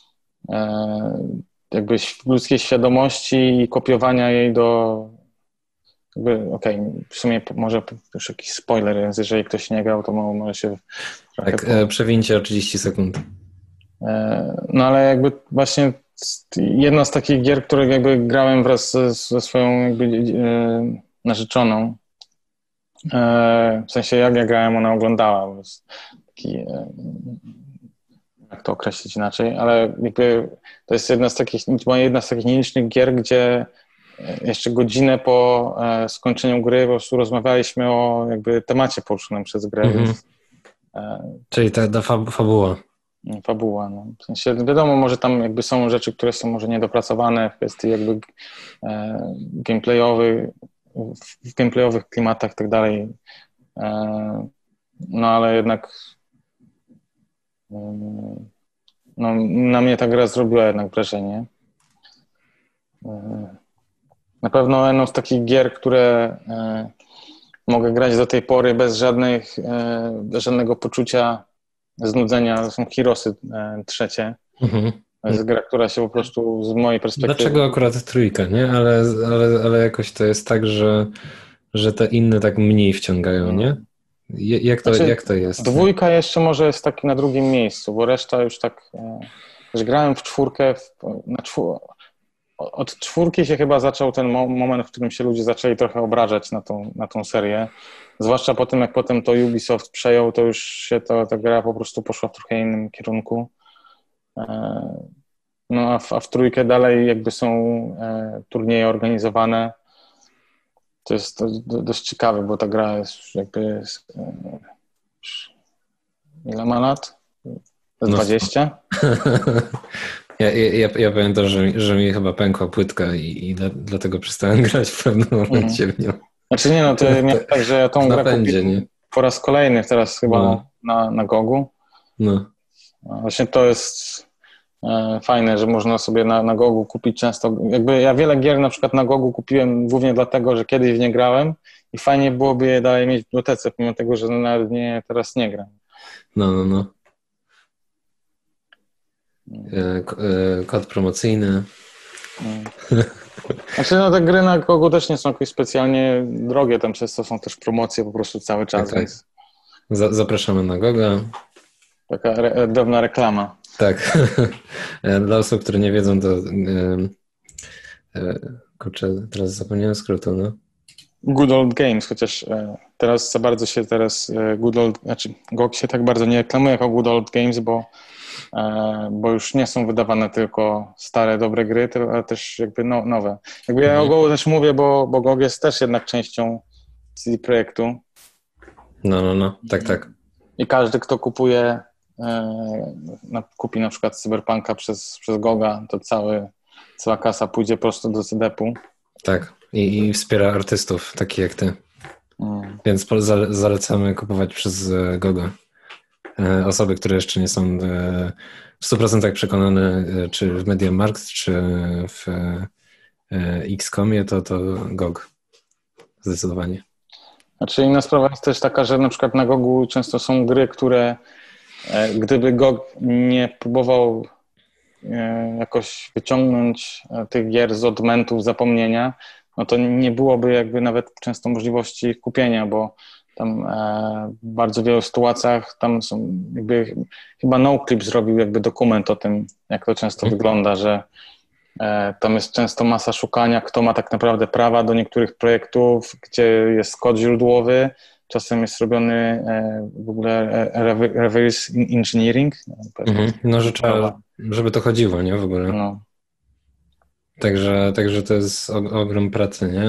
jakby ludzkiej świadomości i kopiowania jej do okej, w sumie może już jakiś spoiler, więc jeżeli ktoś nie grał, to może się... Tak, przewincie o 30 sekund. No ale jakby właśnie jedna z takich gier, które jakby grałem wraz ze swoją jakby narzeczoną. W sensie jak ja grałem, ona oglądała. Bo jest taki, jak to określić inaczej, ale jakby to jest jedna z takich nielicznych gier, gdzie jeszcze godzinę po skończeniu gry po prostu rozmawialiśmy o jakby temacie poruszonym przez grę. Więc, czyli ta fabuła. Fabuła, no. W sensie wiadomo, może tam jakby są rzeczy, które są może niedopracowane w kwestii jakby w gameplayowych klimatach i tak dalej. No ale jednak no, na mnie ta gra zrobiła jednak wrażenie. Na pewno jedną z takich gier, które mogę grać do tej pory bez żadnego poczucia znudzenia, to są Heroesy trzecie. To jest gra, która się po prostu z mojej perspektywy... Dlaczego akurat trójka, nie? Ale jakoś to jest tak, że te inne tak mniej wciągają, nie? Jak to jest? Dwójka jeszcze może jest taki na drugim miejscu, bo reszta już tak... Że grałem w czwórkę, od czwórki się chyba zaczął ten moment, w którym się ludzie zaczęli trochę obrażać na tą serię. Zwłaszcza po tym, jak potem to Ubisoft przejął, to już się ta gra po prostu poszła w trochę innym kierunku. No a w trójkę dalej jakby są turnieje organizowane. To jest dość ciekawe, bo ta gra jest jakby... Ile ma lat? 20? Ja pamiętam, że mi chyba pękła płytka i dlatego przestałem grać w pewnym momencie w nią. Znaczy nie, no to miałem tak, że ja tą grę kupiłem po raz kolejny teraz chyba na Gogu. No. Właśnie to jest fajne, że można sobie na Gogu kupić często. Jakby ja wiele gier na przykład na Gogu kupiłem głównie dlatego, że kiedyś w nie grałem i fajnie byłoby je dalej mieć w bibliotece, pomimo tego, że nawet teraz nie gram. No. Kod promocyjny. Znaczy no te gry na Gogu też nie są jakoś specjalnie drogie, tam często są też promocje po prostu cały czas. Tak. Więc... Zapraszamy na Goga. Taka drobna reklama. Tak. Dla osób, które nie wiedzą, to kurczę, teraz zapomniałem skrótu, no. Good Old Games, chociaż teraz za bardzo się GOG się tak bardzo nie reklamuje jako Good Old Games, bo już nie są wydawane tylko stare, dobre gry, ale też jakby nowe. Jakby ja o GOG też mówię, bo GOG jest też jednak częścią CD Projektu. No, tak. I każdy, kto kupuje, kupi na przykład Cyberpunka przez GOGa, to cała kasa pójdzie prosto do CD-pu. Tak, i wspiera artystów takich jak ty. Więc zalecamy kupować przez GOGa. Osoby, które jeszcze nie są w 100% przekonane, czy w MediaMarkt, czy w X-Comie, to GOG. Zdecydowanie. Znaczy inna sprawa jest też taka, że na przykład na GOG-u często są gry, które gdyby GOG nie próbował jakoś wyciągnąć tych gier z odmętów zapomnienia, no to nie byłoby jakby nawet często możliwości kupienia, bo tam w bardzo wielu sytuacjach tam są jakby chyba NoClip zrobił jakby dokument o tym, jak to często wygląda, że tam jest często masa szukania, kto ma tak naprawdę prawa do niektórych projektów, gdzie jest kod źródłowy, czasem jest robiony w ogóle reverse engineering. No, że trzeba, żeby to chodziło, nie? W ogóle. No. Także to jest ogrom pracy, nie?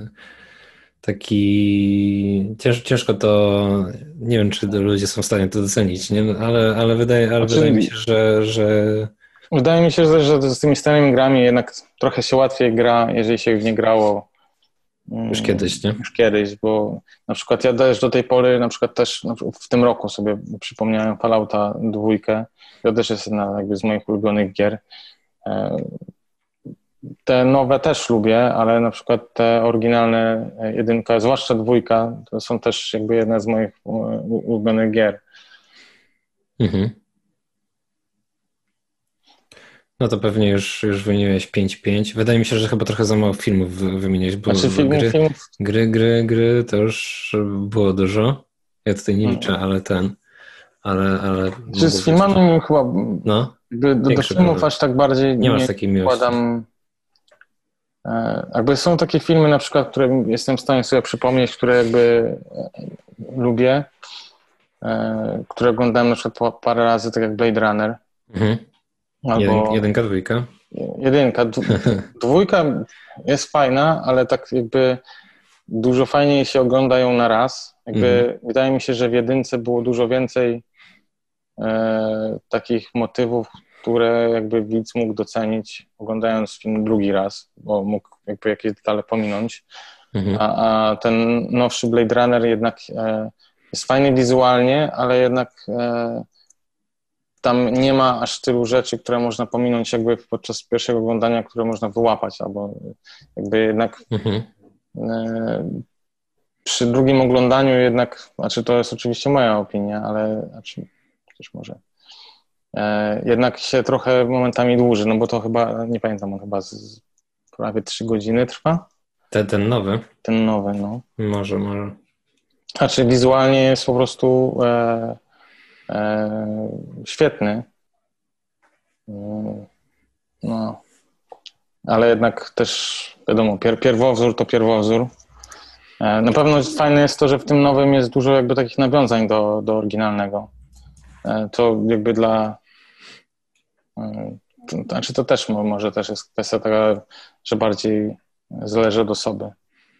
Taki ciężko to, nie wiem, czy ludzie są w stanie to docenić, nie? Ale wydaje mi się, że... Wydaje mi się, że z tymi starymi grami jednak trochę się łatwiej gra, jeżeli się w nie grało już kiedyś, nie? Już kiedyś, bo na przykład ja też do tej pory, na przykład też w tym roku sobie przypomniałem Fallouta 2, to też jest jedna jakby z moich ulubionych gier. Te nowe też lubię, ale na przykład te oryginalne jedynka, zwłaszcza dwójka, to są też jakby jedna z moich ulubionych gier. Mhm. No to pewnie już wymieniłeś 5-5. Wydaje mi się, że chyba trochę za mało filmów wymieniłeś, bo Znaczy gry to już było dużo. Ja tutaj nie liczę, ale Czy z filmami chyba no, do filmów aż tak bardziej nie masz takiej miłości. wkładam. Jakby są takie filmy na przykład, które jestem w stanie sobie przypomnieć, które jakby lubię, które oglądałem na przykład parę razy, tak jak Blade Runner. Mhm. Albo jedynka, dwójka? Jedynka. Dwójka jest fajna, ale tak jakby dużo fajniej się ogląda ją na raz. Jakby wydaje mi się, że w jedynce było dużo więcej takich motywów, które jakby widz mógł docenić, oglądając film drugi raz, bo mógł jakby jakieś detale pominąć. A ten nowszy Blade Runner jednak jest fajny wizualnie, ale jednak tam nie ma aż tylu rzeczy, które można pominąć jakby podczas pierwszego oglądania, które można wyłapać, albo jakby jednak przy drugim oglądaniu jednak, znaczy to jest oczywiście moja opinia, ale też może jednak się trochę momentami dłuży, no bo to chyba, nie pamiętam, on chyba prawie 3 godziny trwa. Ten nowy? Ten nowy, no. Może. Znaczy wizualnie jest po prostu świetny. No. Ale jednak też, wiadomo, pierwowzór to pierwowzór. Na pewno fajne jest to, że w tym nowym jest dużo jakby takich nawiązań do oryginalnego. To jakby znaczy to też może też jest kwestia taka, że bardziej zależy od osoby.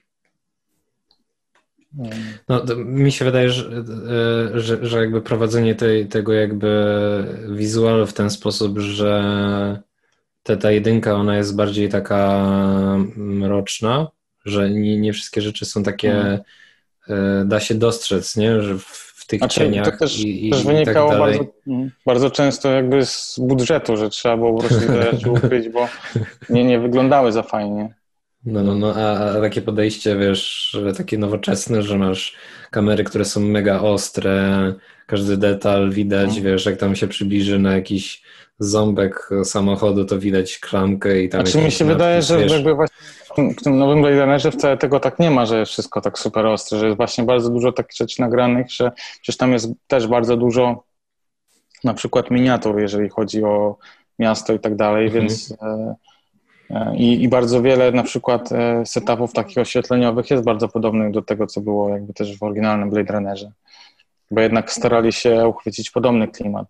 No, mi się wydaje, że jakby prowadzenie tego jakby wizualu w ten sposób, że ta jedynka, ona jest bardziej taka mroczna, że nie wszystkie rzeczy są takie, da się dostrzec, nie? Że w tych cieniach to też wynikało tak dalej. bardzo często jakby z budżetu, że trzeba było po prostu te rzeczy ukryć, bo nie wyglądały za fajnie. No, a takie podejście, wiesz, takie nowoczesne, że masz kamery, które są mega ostre, każdy detal widać, wiesz, jak tam się przybliży na jakiś ząbek samochodu, to widać klamkę i tam Znaczy mi się wydaje, że wiesz, jakby właśnie w tym nowym Blade Runnerze wcale tego tak nie ma, że jest wszystko tak super ostre, że jest właśnie bardzo dużo takich rzeczy nagranych, że przecież tam jest też bardzo dużo na przykład miniatur, jeżeli chodzi o miasto i tak dalej, więc i bardzo wiele na przykład setupów takich oświetleniowych jest bardzo podobnych do tego, co było jakby też w oryginalnym Blade Runnerze, bo jednak starali się uchwycić podobny klimat.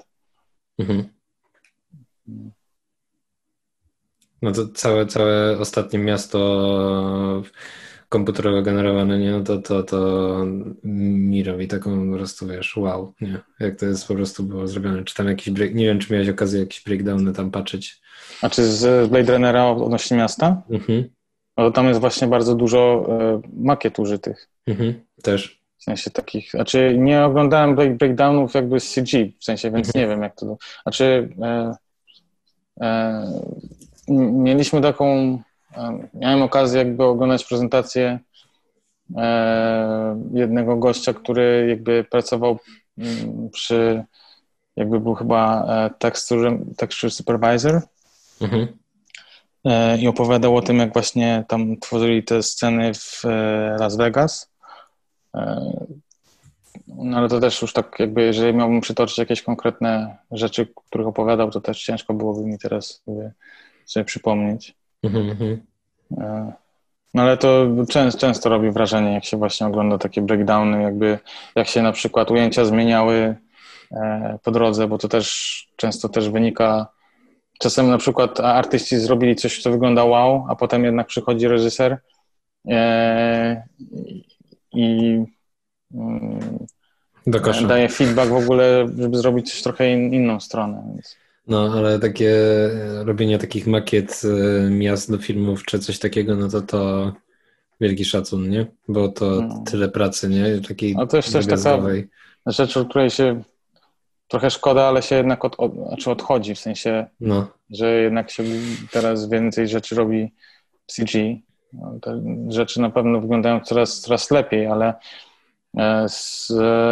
No to całe ostatnie miasto komputerowo generowane, nie? No to mi robi taką po prostu, wiesz, wow, nie? Jak to jest po prostu było zrobione. Czy tam jakiś break, nie wiem, czy miałeś okazję jakieś breakdowny tam patrzeć. A czy z Blade Runnera odnośnie miasta? No to tam jest właśnie bardzo dużo makiet użytych. Też. W sensie takich, znaczy nie oglądałem breakdownów jakby z CG, w sensie, więc nie wiem jak to, znaczy mieliśmy miałem okazję jakby oglądać prezentację jednego gościa, który jakby pracował jakby był chyba texture supervisor i opowiadał o tym, jak właśnie tam tworzyli te sceny w Las Vegas. No ale to też już tak jakby, jeżeli miałbym przytoczyć jakieś konkretne rzeczy, których opowiadał, to też ciężko byłoby mi teraz sobie przypomnieć. No ale to często robi wrażenie, jak się właśnie ogląda takie breakdowny, jakby jak się na przykład ujęcia zmieniały po drodze, bo to też często też wynika, czasem na przykład artyści zrobili coś, co wygląda wow, a potem jednak przychodzi reżyser i daje feedback w ogóle, żeby zrobić coś trochę inną stronę. Więc. No, ale takie robienie takich makiet miast do filmów czy coś takiego, no to wielki szacun, nie? Bo to tyle pracy, nie? Takiej a to jest też taka rzecz, o której się trochę szkoda, ale się jednak znaczy odchodzi, w sensie, że jednak się teraz więcej rzeczy robi CG. No, te rzeczy na pewno wyglądają coraz lepiej, ale z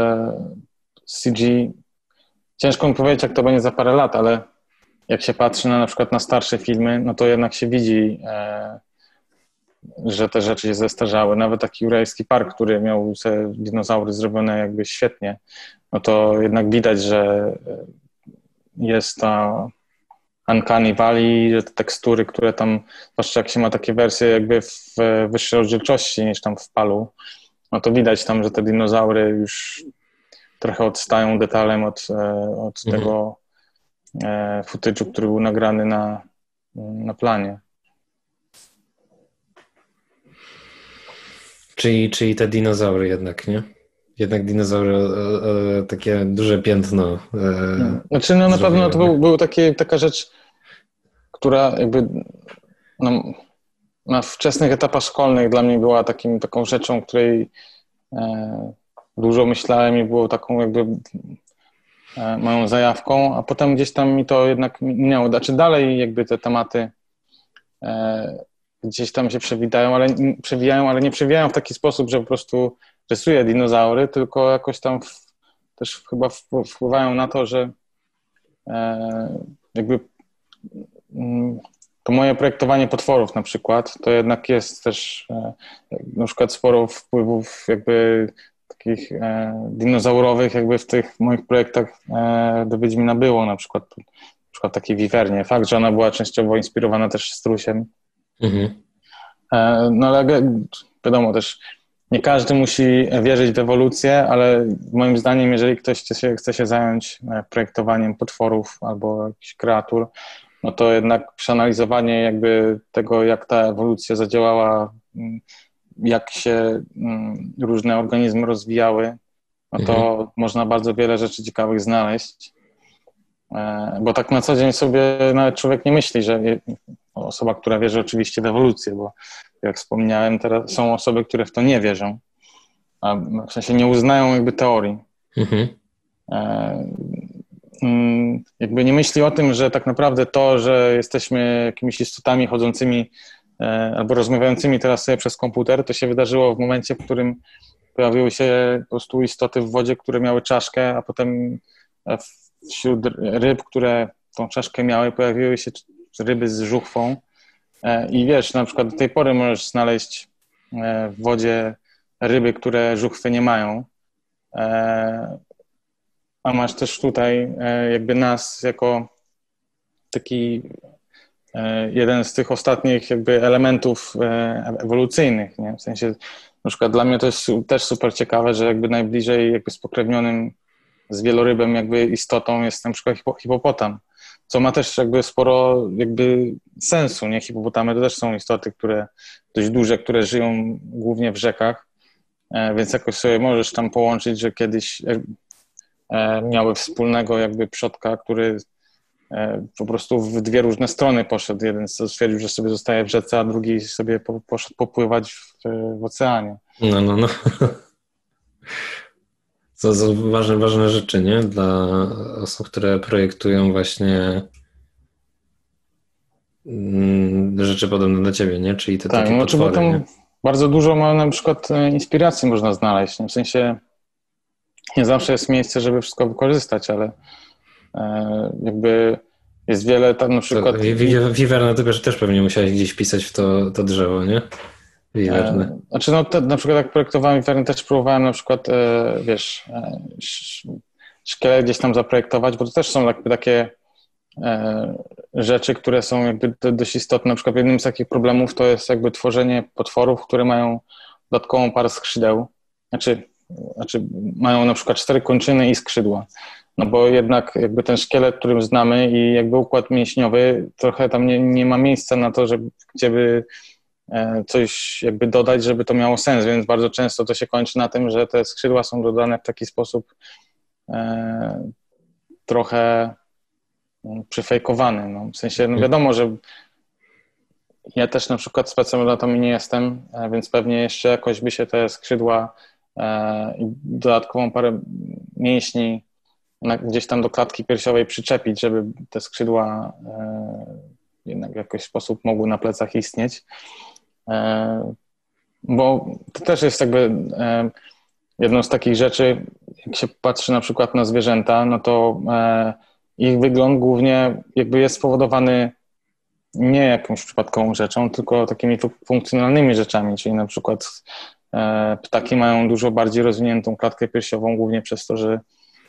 CG ciężko mi powiedzieć, jak to będzie za parę lat, ale jak się patrzy na przykład na starsze filmy, no to jednak się widzi, że te rzeczy się zestarzały. Nawet taki Jurajski Park, który miał te dinozaury zrobione jakby świetnie, no to jednak widać, że jest ta Uncanny Valley, że te tekstury, które tam, zwłaszcza jak się ma takie wersje jakby w wyższej rozdzielczości niż tam w PAL-u, no to widać tam, że te dinozaury już trochę odstają detalem od tego footage'u, który był nagrany na planie. Czyli te dinozaury jednak, nie? Jednak dinozaury, takie duże piętno. Znaczy no na pewno to był taka rzecz, która jakby na wczesnych etapach szkolnych dla mnie była taką rzeczą, której dużo myślałem i było taką jakby moją zajawką, a potem gdzieś tam mi to jednak minęło. Znaczy dalej jakby te tematy gdzieś tam się przewijają, ale nie przewijają w taki sposób, że po prostu rysuję dinozaury, tylko jakoś tam też chyba wpływają na to, że jakby to moje projektowanie potworów na przykład, to jednak jest też na przykład sporo wpływów jakby takich dinozaurowych jakby w tych moich projektach do Wiedźmina było, na przykład takiej Wiwernie. Fakt, że ona była częściowo inspirowana też Strusiem. No ale wiadomo też, nie każdy musi wierzyć w ewolucję, ale moim zdaniem, jeżeli ktoś chce się zająć projektowaniem potworów albo jakichś kreatur, no to jednak przeanalizowanie jakby tego, jak ta ewolucja zadziałała, jak się różne organizmy rozwijały, no to można bardzo wiele rzeczy ciekawych znaleźć. Bo tak na co dzień sobie nawet człowiek nie myśli, że osoba, która wierzy oczywiście w ewolucję, bo jak wspomniałem, teraz są osoby, które w to nie wierzą, a w sensie nie uznają jakby teorii. Jakby nie myśli o tym, że tak naprawdę to, że jesteśmy jakimiś istotami chodzącymi albo rozmawiającymi teraz sobie przez komputer, to się wydarzyło w momencie, w którym pojawiły się po prostu istoty w wodzie, które miały czaszkę, a potem wśród ryb, które tą czaszkę miały, pojawiły się ryby z żuchwą. I wiesz, na przykład do tej pory możesz znaleźć w wodzie ryby, które żuchwy nie mają. A masz też tutaj jakby nas jako taki jeden z tych ostatnich jakby elementów ewolucyjnych, nie? W sensie, na przykład dla mnie to jest też super ciekawe, że jakby najbliżej jakby spokrewnionym z wielorybem jakby istotą jest na przykład hipopotam, co ma też jakby sporo jakby sensu, nie? Hipopotamy to też są istoty, które dość duże, które żyją głównie w rzekach, więc jakoś sobie możesz tam połączyć, że kiedyś miały wspólnego jakby przodka, który po prostu w dwie różne strony poszedł. Jeden stwierdził, że sobie zostaje w rzece, a drugi sobie poszedł popływać w oceanie. No. To są ważne rzeczy, nie? Dla osób, które projektują właśnie rzeczy podobne do ciebie, nie? Czyli te takie potwory, bo tam nie? bardzo dużo ma na przykład inspiracji można znaleźć. W sensie nie zawsze jest miejsce, żeby wszystko wykorzystać, ale jakby jest wiele tam na przykład... Wiwerna to też pewnie musiałeś gdzieś pisać w to drzewo, nie? Wiwerny. Znaczy na przykład jak projektowałem Wiwerny, też próbowałem na przykład, wiesz, szkielet gdzieś tam zaprojektować, bo to też są jakby takie rzeczy, które są jakby dość istotne. Na przykład jednym z takich problemów to jest jakby tworzenie potworów, które mają dodatkową parę skrzydeł. Znaczy mają na przykład 4 kończyny i skrzydła. No bo jednak jakby ten szkielet, którym znamy i jakby układ mięśniowy, trochę tam nie ma miejsca na to, żeby gdzie by coś jakby dodać, żeby to miało sens, więc bardzo często to się kończy na tym, że te skrzydła są dodane w taki sposób trochę przyfejkowany. No. W sensie no wiadomo, że ja też na przykład specjalistą nie jestem, więc pewnie jeszcze jakoś by się te skrzydła i dodatkową parę mięśni gdzieś tam do klatki piersiowej przyczepić, żeby te skrzydła jednak w jakiś sposób mogły na plecach istnieć. Bo to też jest jakby jedną z takich rzeczy, jak się patrzy na przykład na zwierzęta, no to ich wygląd głównie jakby jest spowodowany nie jakąś przypadkową rzeczą, tylko takimi funkcjonalnymi rzeczami, czyli na przykład ptaki mają dużo bardziej rozwiniętą klatkę piersiową, głównie przez to, że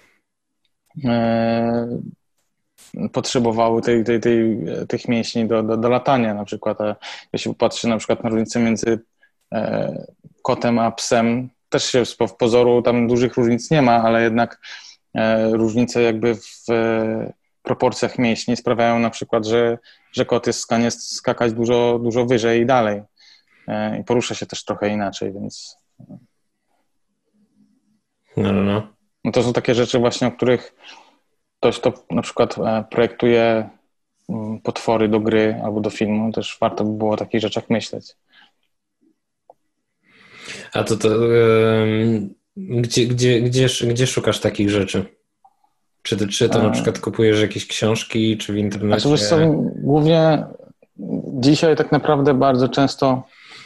potrzebowały tych mięśni do latania na przykład. A jeśli popatrzy na przykład na różnicę między kotem a psem, też się z pozoru tam dużych różnic nie ma, ale jednak różnice jakby w proporcjach mięśni sprawiają na przykład, że kot jest w stanie skakać dużo wyżej i dalej. I porusza się też trochę inaczej, więc... No to są takie rzeczy właśnie, o których ktoś, kto na przykład projektuje potwory do gry albo do filmu, też warto by było o takich rzeczach myśleć. A gdzie szukasz takich rzeczy? Czy to na przykład kupujesz jakieś książki, czy w internecie? Znaczy, wiesz co, głównie dzisiaj tak naprawdę bardzo często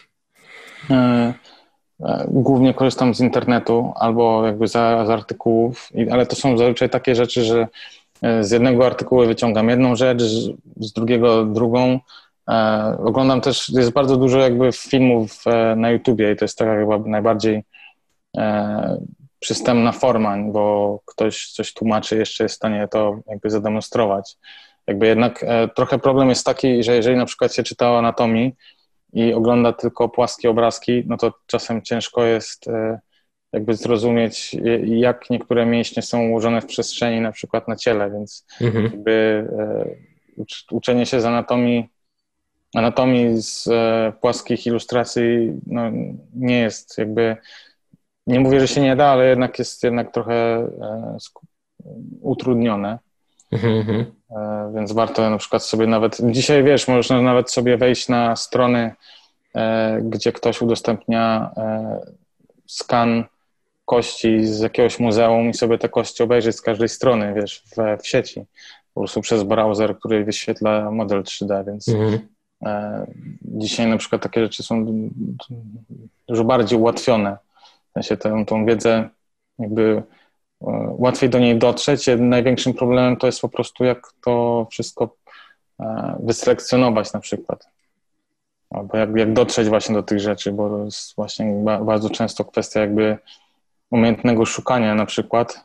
głównie korzystam z internetu albo jakby z artykułów, ale to są zazwyczaj takie rzeczy, że z jednego artykułu wyciągam jedną rzecz, z drugiego drugą. Oglądam też, jest bardzo dużo jakby filmów na YouTubie i to jest taka chyba najbardziej przystępna forma, bo ktoś coś tłumaczy, jeszcze jest w stanie to jakby zademonstrować. Jakby jednak trochę problem jest taki, że jeżeli na przykład się czyta o anatomii i ogląda tylko płaskie obrazki, no to czasem ciężko jest jakby zrozumieć, jak niektóre mięśnie są ułożone w przestrzeni, na przykład na ciele, więc jakby uczenie się z anatomii z płaskich ilustracji no, nie jest jakby, nie mówię, że się nie da, ale jednak jest trochę utrudnione. Więc warto na przykład sobie nawet, dzisiaj wiesz, można nawet sobie wejść na strony, gdzie ktoś udostępnia skan kości z jakiegoś muzeum i sobie te kości obejrzeć z każdej strony, wiesz, w sieci, po prostu przez browser, który wyświetla model 3D, więc dzisiaj na przykład takie rzeczy są dużo bardziej ułatwione. W sensie tą wiedzę jakby łatwiej do niej dotrzeć. Największym problemem to jest po prostu, jak to wszystko wyselekcjonować na przykład. Albo jak dotrzeć właśnie do tych rzeczy, bo to jest właśnie bardzo często kwestia jakby umiejętnego szukania na przykład.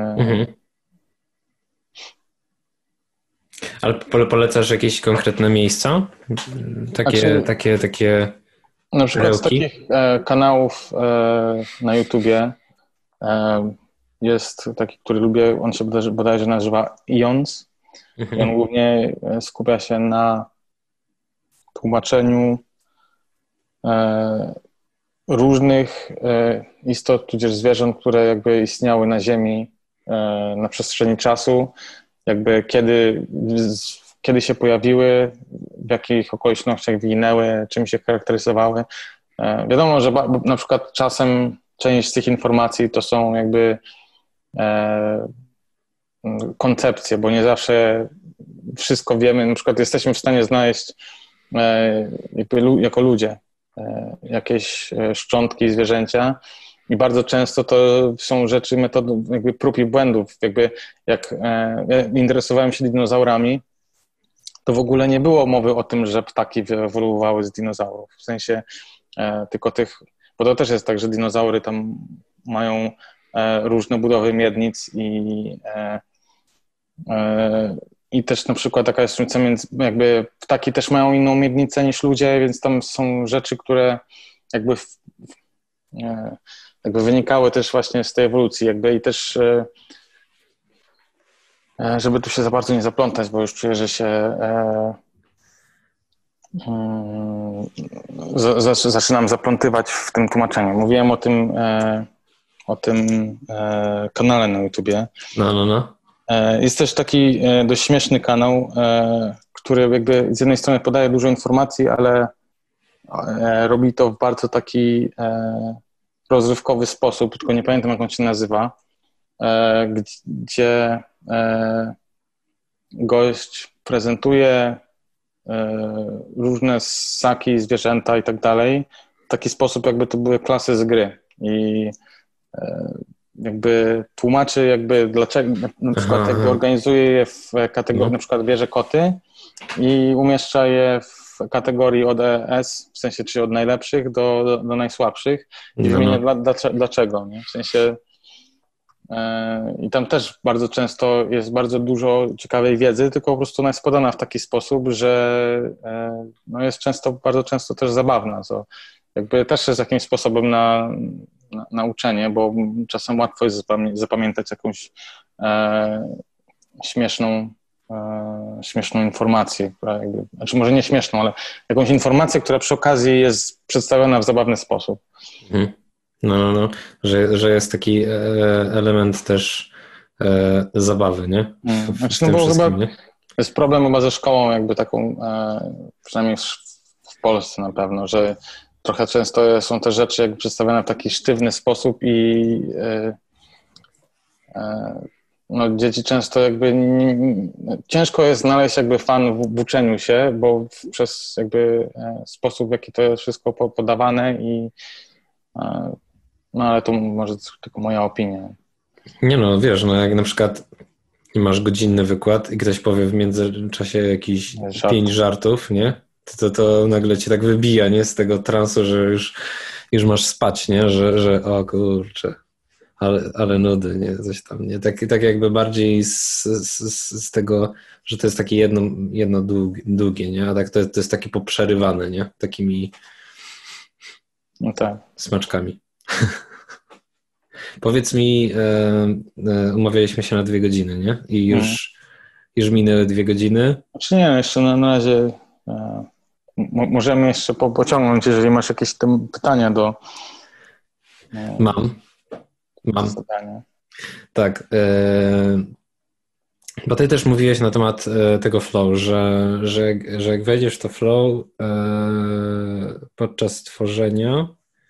Ale polecasz jakieś konkretne miejsca? Takie na przykład z takich kanałów na YouTubie jest taki, który lubię, on się bodajże nazywa Ions. I on głównie skupia się na tłumaczeniu różnych istot, tudzież zwierząt, które jakby istniały na Ziemi na przestrzeni czasu, jakby kiedy się pojawiły, w jakich okolicznościach wyginęły, czym się charakteryzowały. Wiadomo, że na przykład czasem część z tych informacji to są jakby koncepcje, bo nie zawsze wszystko wiemy. Na przykład jesteśmy w stanie znaleźć jako ludzie jakieś szczątki zwierzęcia i bardzo często to są rzeczy, metody jakby prób i błędów. Jakby jak interesowałem się dinozaurami, to w ogóle nie było mowy o tym, że ptaki wyewoluowały z dinozaurów. W sensie tylko bo to też jest tak, że dinozaury tam mają różne budowy miednic i też na przykład taka jest różnica między, jakby ptaki też mają inną miednicę niż ludzie, więc tam są rzeczy, które jakby wynikały też właśnie z tej ewolucji jakby i też żeby tu się za bardzo nie zaplątać, bo już czuję, że się zaczynam zaplątywać w tym tłumaczeniu. Mówiłem o tym kanale na YouTubie. No. Jest też taki dość śmieszny kanał, który jakby z jednej strony podaje dużo informacji, ale robi to w bardzo taki rozrywkowy sposób, tylko nie pamiętam, jak on się nazywa. gdzie gość prezentuje różne ssaki, zwierzęta i tak dalej w taki sposób, jakby to były klasy z gry i jakby tłumaczy jakby dlaczego, na przykład jakby organizuje je w kategorii, na przykład bierze koty i umieszcza je w kategorii od S, w sensie czyli od najlepszych do najsłabszych i wymienia dlaczego, nie? W sensie i tam też bardzo często jest bardzo dużo ciekawej wiedzy, tylko po prostu ona jest podana w taki sposób, że no jest bardzo często też zabawna, co jakby też jest jakimś sposobem na uczenie, bo czasem łatwo jest zapamiętać jakąś śmieszną informację, która jakby, znaczy może nie śmieszną, ale jakąś informację, która przy okazji jest przedstawiona w zabawny sposób. No, że jest taki element też zabawy, nie? Znaczy, no bo chyba jest problem chyba ze szkołą jakby taką, przynajmniej w Polsce na pewno, że trochę często są te rzeczy jakby przedstawione w taki sztywny sposób i no, dzieci często jakby ciężko jest znaleźć jakby fan w uczeniu się, bo przez jakby sposób, w jaki to jest wszystko podawane i no ale to może tylko moja opinia. Nie no, wiesz, no jak na przykład masz godzinny wykład i ktoś powie w międzyczasie jakieś 5 żartów, nie? To nagle cię tak wybija, nie? Z tego transu, że już masz spać, nie? Że o kurczę, ale nudy, nie? Coś tam, nie? Tak jakby bardziej z tego, że to jest takie jedno długie, nie? A tak to jest takie poprzerywane, nie? Takimi no tak. smaczkami. Powiedz mi, umawialiśmy się na 2 godziny, nie? I już minęły 2 godziny. Znaczy nie, jeszcze na razie możemy jeszcze pociągnąć, jeżeli masz jakieś pytania do Mam. zadania. Tak. Bo ty też mówiłeś na temat tego flow, że jak wejdziesz w to flow podczas tworzenia,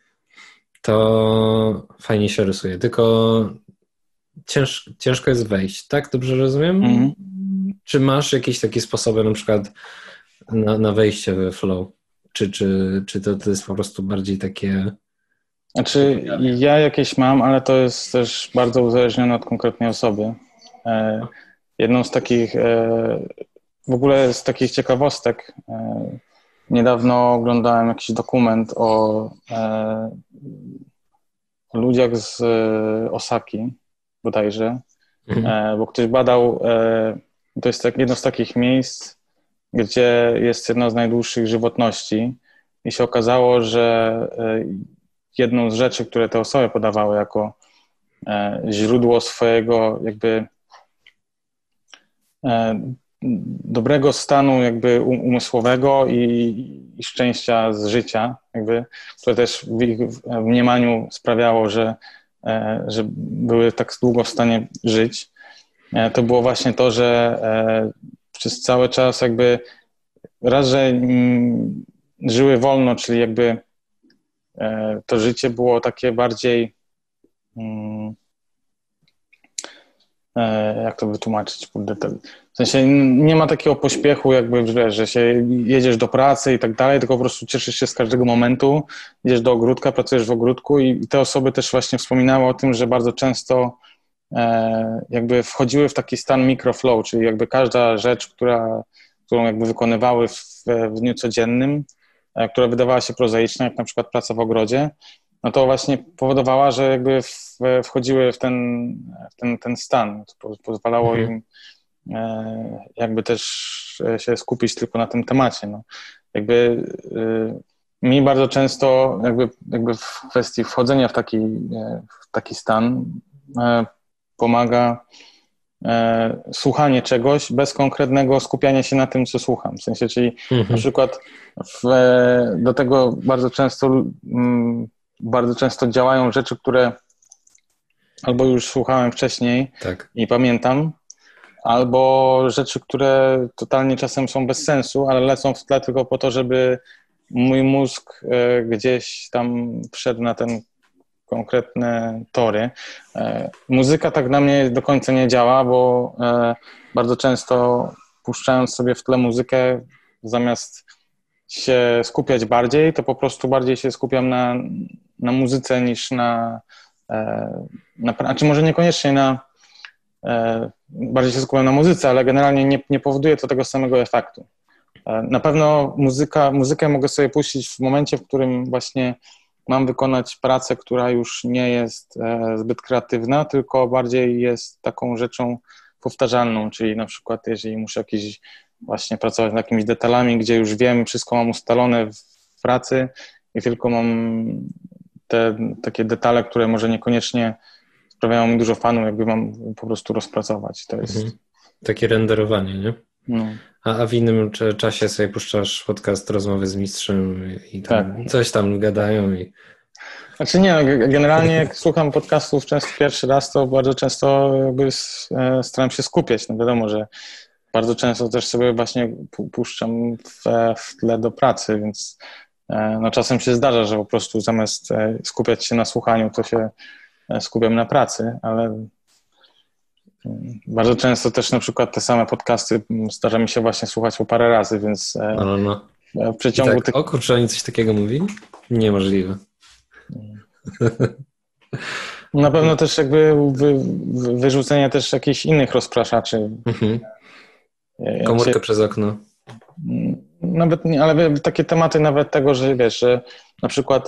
to fajnie się rysuje, tylko ciężko jest wejść, tak? Dobrze rozumiem? Czy masz jakieś takie sposoby na przykład na wejście we flow? Czy to jest po prostu bardziej takie... Znaczy ja jakieś mam, ale to jest też bardzo uzależnione od konkretnej osoby. Jedną z takich, w ogóle z takich ciekawostek, niedawno oglądałem jakiś dokument o ludziach z Osaki bodajże, bo ktoś badał, to jest jedno z takich miejsc, gdzie jest jedna z najdłuższych żywotności i się okazało, że jedną z rzeczy, które te osoby podawały jako źródło swojego jakby dobrego stanu jakby umysłowego i szczęścia z życia, jakby, które też w ich mniemaniu sprawiało, że były tak długo w stanie żyć, to było właśnie to, że przez cały czas jakby raz, że żyły wolno, czyli jakby to życie było takie bardziej jak to wytłumaczyć? W sensie nie ma takiego pośpiechu, jakby wiesz, że się jedziesz do pracy i tak dalej, tylko po prostu cieszysz się z każdego momentu, idziesz do ogródka, pracujesz w ogródku i te osoby też właśnie wspominały o tym, że bardzo często jakby wchodziły w taki stan microflow, czyli jakby każda rzecz, którą jakby wykonywały w dniu codziennym, która wydawała się prozaiczna, jak na przykład praca w ogrodzie, no to właśnie powodowała, że jakby wchodziły w ten stan. To pozwalało im jakby też się skupić tylko na tym temacie. No. Jakby mi bardzo często jakby w kwestii wchodzenia w taki stan pomaga słuchanie czegoś bez konkretnego skupiania się na tym, co słucham. W sensie, czyli na przykład do tego bardzo często działają rzeczy, które albo już słuchałem wcześniej i pamiętam, albo rzeczy, które totalnie czasem są bez sensu, ale lecą w tle tylko po to, żeby mój mózg gdzieś tam wszedł na ten konkretne tory. Muzyka tak na mnie do końca nie działa, bo bardzo często puszczając sobie w tle muzykę, zamiast się skupiać bardziej, to po prostu bardziej się skupiam na muzyce niż znaczy może niekoniecznie bardziej się skupiam na muzyce, ale generalnie nie powoduje to tego samego efektu. Na pewno muzykę mogę sobie puścić w momencie, w którym właśnie mam wykonać pracę, która już nie jest zbyt kreatywna, tylko bardziej jest taką rzeczą powtarzalną, czyli na przykład jeżeli muszę właśnie pracować nad jakimiś detalami, gdzie już wiem, wszystko mam ustalone w pracy i tylko mam te takie detale, które może niekoniecznie sprawiają mi dużo fanu, jakby mam po prostu rozpracować. To jest... Takie renderowanie, nie? No. A w innym czasie sobie puszczasz podcast Rozmowy z Mistrzem i tam tak. Coś tam gadają i... Znaczy nie, generalnie jak słucham podcastów często pierwszy raz, to bardzo często jakby staram się skupiać. No wiadomo, że bardzo często też sobie właśnie puszczam w tle do pracy, więc no czasem się zdarza, że po prostu zamiast skupiać się na słuchaniu, to się skupiam na pracy, ale bardzo często też na przykład te same podcasty zdarza mi się właśnie słuchać po parę razy, więc w przeciągu tych... O kurczę, oni coś takiego mówili? Niemożliwe. Na pewno też jakby wyrzucenie też jakichś innych rozpraszaczy. Komórkę przez okno. Nawet nie, ale takie tematy nawet tego, że wiesz, że na przykład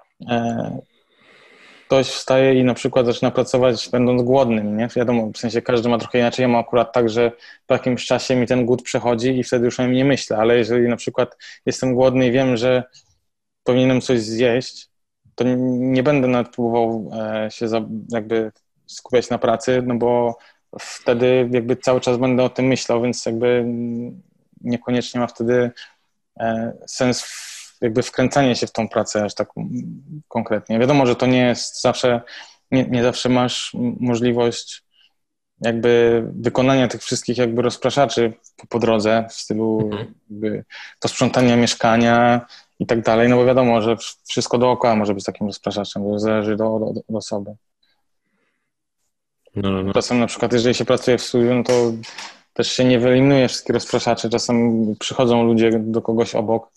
ktoś wstaje i na przykład zaczyna pracować będąc głodnym, nie? Wiadomo, w sensie każdy ma trochę inaczej. Ja mam akurat tak, że po jakimś czasie mi ten głód przechodzi i wtedy już o nim nie myślę, ale jeżeli na przykład jestem głodny i wiem, że powinienem coś zjeść, to nie będę nawet próbował się jakby skupiać na pracy, no bo wtedy jakby cały czas będę o tym myślał, więc jakby niekoniecznie ma wtedy sens jakby wkręcanie się w tą pracę aż tak konkretnie. Wiadomo, że to nie jest zawsze, nie zawsze masz możliwość jakby wykonania tych wszystkich jakby rozpraszaczy po drodze w stylu jakby posprzątania mieszkania i tak dalej, no bo wiadomo, że wszystko dookoła może być takim rozpraszaczem, bo zależy od osoby. No. Czasem na przykład, jeżeli się pracuje w studiu, no to też się nie wyeliminuje wszystkich rozpraszaczy. Czasem przychodzą ludzie do kogoś obok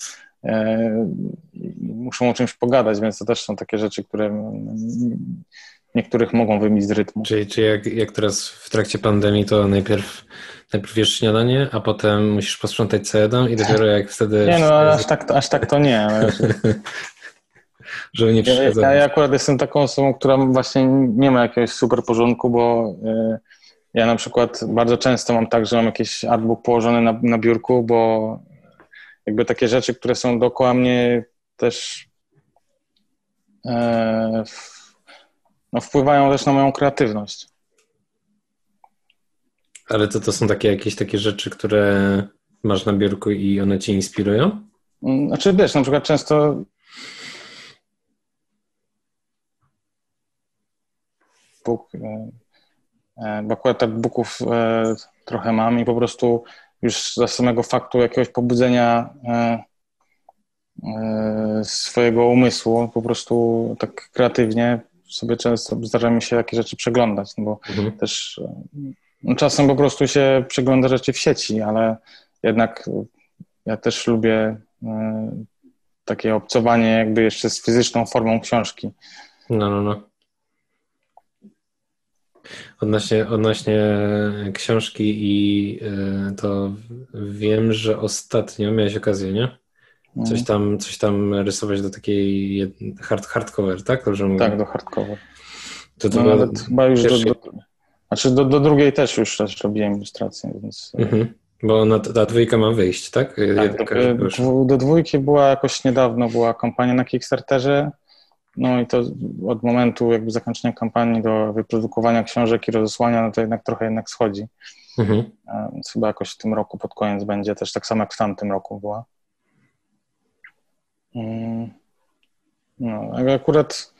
i muszą o czymś pogadać, więc to też są takie rzeczy, które niektórych mogą wybić z rytmu. Czyli jak teraz w trakcie pandemii, to najpierw jesz śniadanie, a potem musisz posprzątać cały dom i dopiero jak wtedy... Nie, no aż tak to nie. Ale... Żeby nie przeszkadzało. Ja akurat jestem taką osobą, która właśnie nie ma jakiegoś super porządku, bo ja na przykład bardzo często mam tak, że mam jakiś artbook położony na biurku, bo jakby takie rzeczy, które są dookoła mnie też wpływają też na moją kreatywność. Ale to są jakieś takie rzeczy, które masz na biurku i one cię inspirują? Znaczy wiesz, na przykład często bo akurat artbooków trochę mam i po prostu już z samego faktu jakiegoś pobudzenia swojego umysłu po prostu tak kreatywnie sobie często zdarza mi się takie rzeczy przeglądać, no bo też czasem po prostu się przegląda rzeczy w sieci, ale jednak ja też lubię takie obcowanie jakby jeszcze z fizyczną formą książki. No. Odnośnie książki i to wiem, że ostatnio miałeś okazję, nie? Coś tam rysować do takiej hardcover, tak? Dobrze mówię? Tak, do hardcover. To nawet chyba już do drugiej też już robiłem ilustrację, więc... Bo ta dwójka ma wyjść, tak? Tak, do dwójki jakoś niedawno była kampania na Kickstarterze, no i to od momentu jakby zakończenia kampanii do wyprodukowania książek i rozesłania, no to trochę schodzi. Więc chyba jakoś w tym roku pod koniec będzie też tak samo jak w tamtym roku była. No, akurat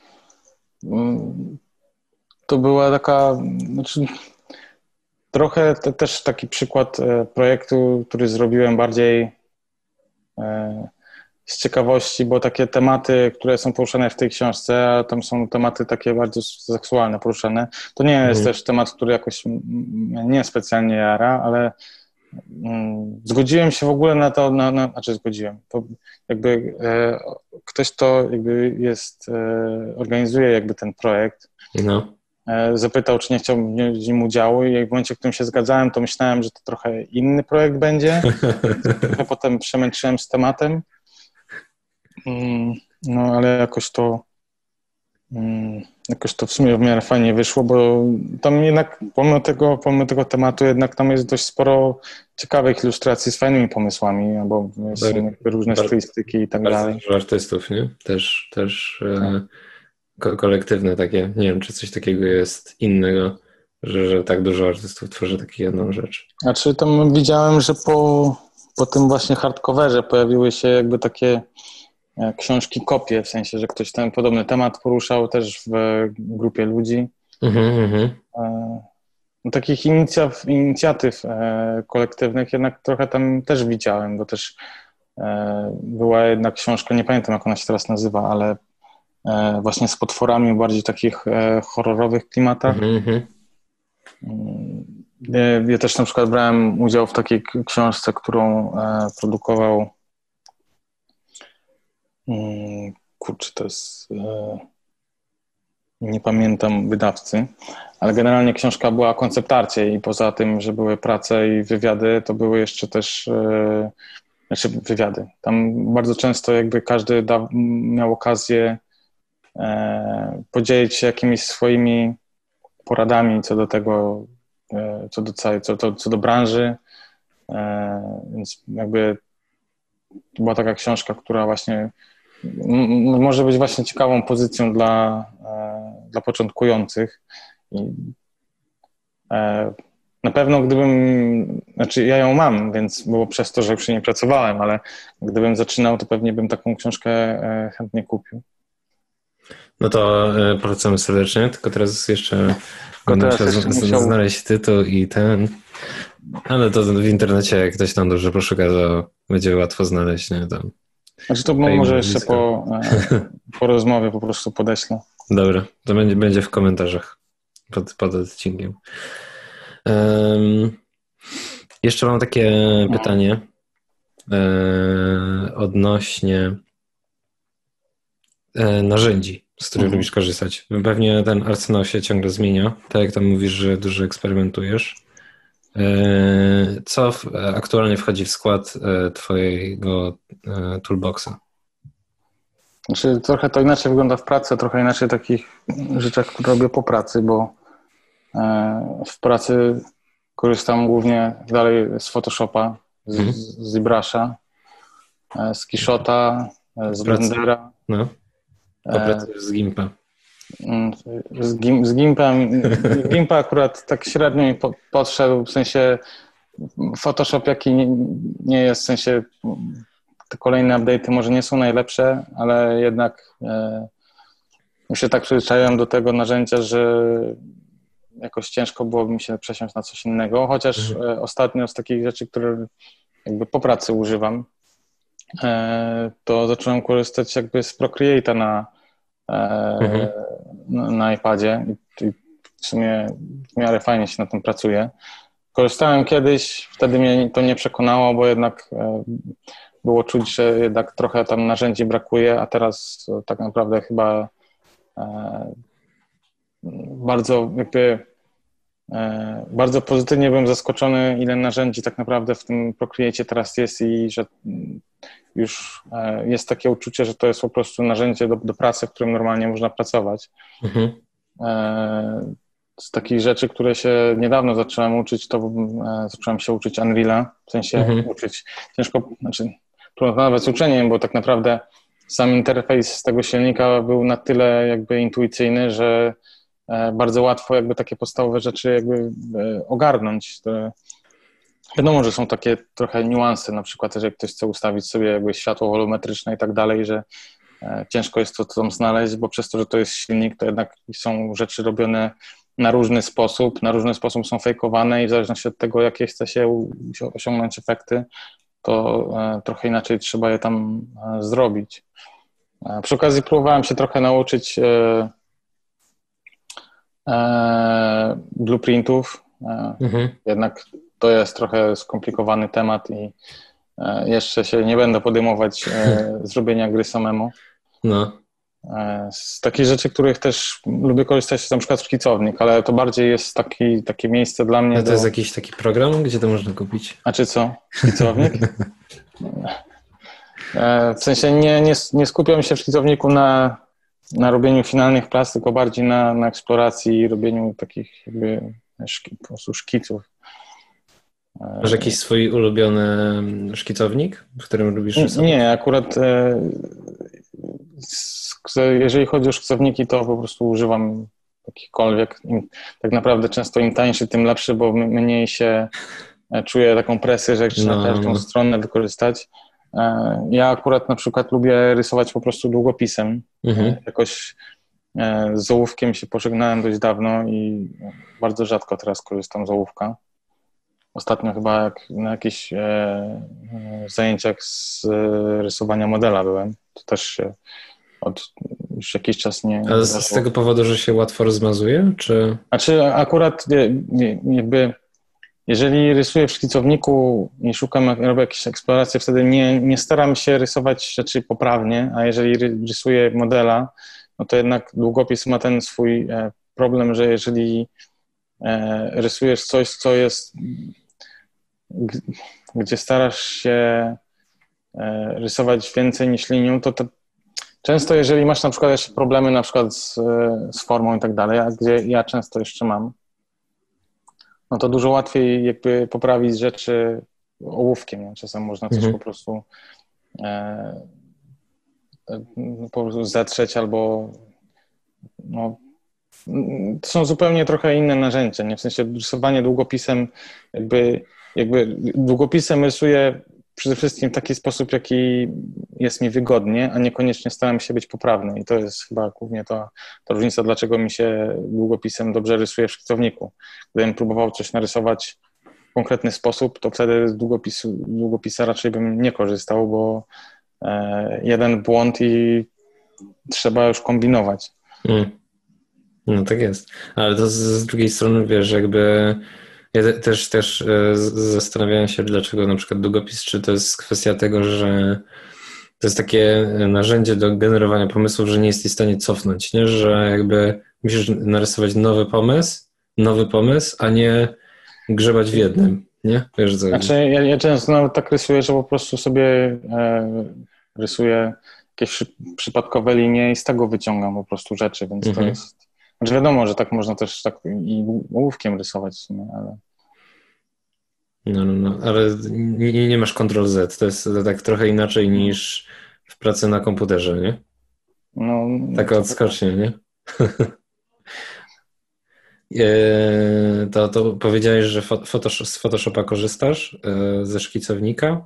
to była taka, znaczy trochę też taki przykład projektu, który zrobiłem bardziej z ciekawości, bo takie tematy, które są poruszane w tej książce, a tam są tematy takie bardzo seksualne poruszane, to nie jest też temat, który jakoś mnie specjalnie jara, ale zgodziłem się w ogóle na to, znaczy zgodziłem, to jakby ktoś to jakby organizuje jakby ten projekt, zapytał, czy nie chciałbym wziąć w nim udziału i w momencie, w którym się zgadzałem, to myślałem, że to trochę inny projekt będzie, trochę potem przemęczyłem z tematem, no ale jakoś to w sumie w miarę fajnie wyszło, bo tam jednak pomimo tego tematu jednak tam jest dość sporo ciekawych ilustracji z fajnymi pomysłami, albo są różne stylistyki i tak dalej. Bardzo dużo artystów, nie? Też kolektywne takie, nie wiem, czy coś takiego jest innego, że tak dużo artystów tworzy taką jedną rzecz. Znaczy tam widziałem, że po tym właśnie hardcoverze pojawiły się jakby takie książki kopie, w sensie, że ktoś ten podobny temat poruszał też w grupie ludzi. Takich inicjatyw kolektywnych jednak trochę tam też widziałem, bo też była jedna książka, nie pamiętam jak ona się teraz nazywa, ale właśnie z potworami w bardziej takich horrorowych klimatach. Ja też na przykład brałem udział w takiej książce, którą produkował to jest nie pamiętam wydawcy, ale generalnie książka była konceptarcie i poza tym, że były prace i wywiady, to były jeszcze też wywiady. Tam bardzo często jakby każdy miał okazję podzielić się jakimiś swoimi poradami co do tego, co do branży, więc jakby to była taka książka, która właśnie może być właśnie ciekawą pozycją dla początkujących. I na pewno znaczy ja ją mam, więc było przez to, że już nie pracowałem, ale gdybym zaczynał, to pewnie bym taką książkę chętnie kupił. No to polecamy serdecznie, tylko teraz jeszcze musiał znaleźć tytuł i ale to w internecie, jak ktoś tam dobrze poszuka, to będzie łatwo znaleźć, nie? Tam. Znaczy to może jeszcze po rozmowie po prostu podeślę. Dobra, to będzie w komentarzach pod odcinkiem. Jeszcze mam takie pytanie odnośnie narzędzi, z których lubisz korzystać. Pewnie ten arsenał się ciągle zmienia, tak jak tam mówisz, że dużo eksperymentujesz. Co aktualnie wchodzi w skład twojego toolboxa? Znaczy, trochę to inaczej wygląda w pracy, trochę inaczej w takich rzeczach, które robię po pracy, bo w pracy korzystam głównie dalej z Photoshopa, z ZBrusha, z Keyshota, z Blendera. No. Pracujesz z Gimpa. Z Gimpem. Gimpa akurat tak średnio mi podszedł, w sensie Photoshop jaki nie jest, w sensie te kolejne update'y może nie są najlepsze, ale jednak już się tak przyzwyczaiłem do tego narzędzia, że jakoś ciężko byłoby mi się przesiąść na coś innego, chociaż ostatnio z takich rzeczy, które jakby po pracy używam, to zacząłem korzystać jakby z Procreate'a na iPadzie i w sumie w miarę fajnie się na tym pracuje. Korzystałem kiedyś, wtedy mnie to nie przekonało, bo jednak było czuć, że jednak trochę tam narzędzi brakuje, a teraz tak naprawdę chyba bardzo pozytywnie byłem zaskoczony, ile narzędzi tak naprawdę w tym Procreate'cie teraz jest i że już jest takie uczucie, że to jest po prostu narzędzie do pracy, w którym normalnie można pracować. Z takich rzeczy, które się niedawno zacząłem uczyć, to zacząłem się uczyć Unreal'a, w sensie uczyć ciężko, znaczy trudno nawet z uczeniem, bo tak naprawdę sam interfejs z tego silnika był na tyle jakby intuicyjny, że bardzo łatwo jakby takie podstawowe rzeczy jakby ogarnąć. Wiadomo, że są takie trochę niuanse, na przykład jeżeli ktoś chce ustawić sobie jakby światło wolumetryczne i tak dalej, że ciężko jest to tam znaleźć, bo przez to, że to jest silnik, to jednak są rzeczy robione na różny sposób są fejkowane i w zależności od tego, jakie chce się osiągnąć efekty, to trochę inaczej trzeba je tam zrobić. Przy okazji próbowałem się trochę nauczyć blueprintów, jednak to jest trochę skomplikowany temat i jeszcze się nie będę podejmować zrobienia gry samemu. No. Z takich rzeczy, których też lubię korzystać, jest na przykład szkicownik, ale to bardziej jest takie miejsce dla mnie. A to jest jakiś taki program, gdzie to można kupić? A czy co? Szkicownik? W sensie nie skupiam się w szkicowniku na robieniu finalnych plac, tylko bardziej na eksploracji i robieniu takich jakby po prostu szkiców. Masz jakiś swój ulubiony szkicownik, w którym lubisz rysować? Nie, akurat jeżeli chodzi o szkicowniki, to po prostu używam jakichkolwiek. Tak naprawdę często im tańszy, tym lepszy, bo mniej się czuję taką presję, że trzeba każdą stronę wykorzystać. Ja akurat na przykład lubię rysować po prostu długopisem. Jakoś z ołówkiem się pożegnałem dość dawno i bardzo rzadko teraz korzystam z ołówka. Ostatnio chyba na jakichś zajęciach z rysowania modela byłem. To też się już jakiś czas nie... Ale z tego powodu, że się łatwo rozmazuje, czy... Znaczy akurat jakby jeżeli rysuję w szkicowniku i robię jakieś eksploracje, wtedy nie staram się rysować rzeczy poprawnie, a jeżeli rysuję modela, no to jednak długopis ma ten swój problem, że jeżeli rysujesz coś, co jest, gdzie starasz się rysować więcej niż linią, to często jeżeli masz na przykład jeszcze problemy na przykład z formą i tak dalej, a gdzie ja często jeszcze mam, no to dużo łatwiej jakby poprawić rzeczy ołówkiem. Nie? Czasem można coś po prostu zetrzeć albo no, to są zupełnie trochę inne narzędzia. Nie? W sensie rysowanie długopisem jakby długopisem rysuję przede wszystkim w taki sposób, jaki jest mi wygodnie, a niekoniecznie staram się być poprawny. I to jest chyba głównie ta różnica, dlaczego mi się długopisem dobrze rysuje w szkicowniku. Gdybym próbował coś narysować w konkretny sposób, to wtedy z długopisa raczej bym nie korzystał, bo jeden błąd i trzeba już kombinować. No tak jest. Ale to z drugiej strony, wiesz, jakby ja też zastanawiałem się, dlaczego na przykład długopis, czy to jest kwestia tego, że to jest takie narzędzie do generowania pomysłów, że nie jesteś w stanie cofnąć, nie? Że jakby musisz narysować nowy pomysł, a nie grzebać w jednym, nie? Wiesz, co znaczy, ja często nawet tak rysuję, że po prostu sobie rysuję jakieś przypadkowe linie i z tego wyciągam po prostu rzeczy, więc to jest... Znaczy wiadomo, że tak można też tak i ołówkiem rysować, nie? Ale... No, ale nie masz Ctrl-Z, to jest tak trochę inaczej niż w pracy na komputerze, nie? No, taka odskocznie, nie? To powiedziałeś, że z Photoshopa korzystasz, ze szkicownika?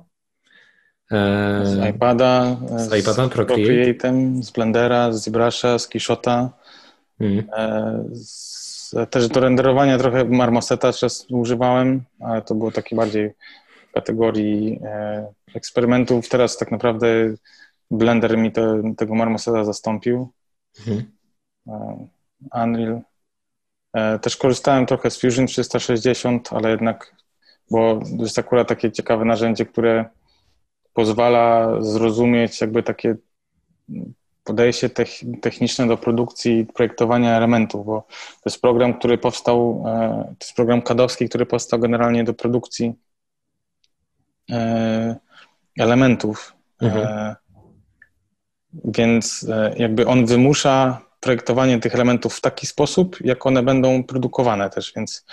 Z iPada, z Procreate'em, z Blendera, z ZBrush'a, z Keyshota. Też do renderowania trochę Marmoseta używałem, ale to było takie bardziej w kategorii eksperymentów. Teraz tak naprawdę Blender mi tego Marmoseta zastąpił. Unreal. Też korzystałem trochę z Fusion 360, ale jednak, bo to jest akurat takie ciekawe narzędzie, które pozwala zrozumieć jakby takie podejście techniczne do produkcji i projektowania elementów, bo to jest program, który powstał, to jest program CAD-owski, który powstał generalnie do produkcji elementów. Więc jakby on wymusza projektowanie tych elementów w taki sposób, jak one będą produkowane też, więc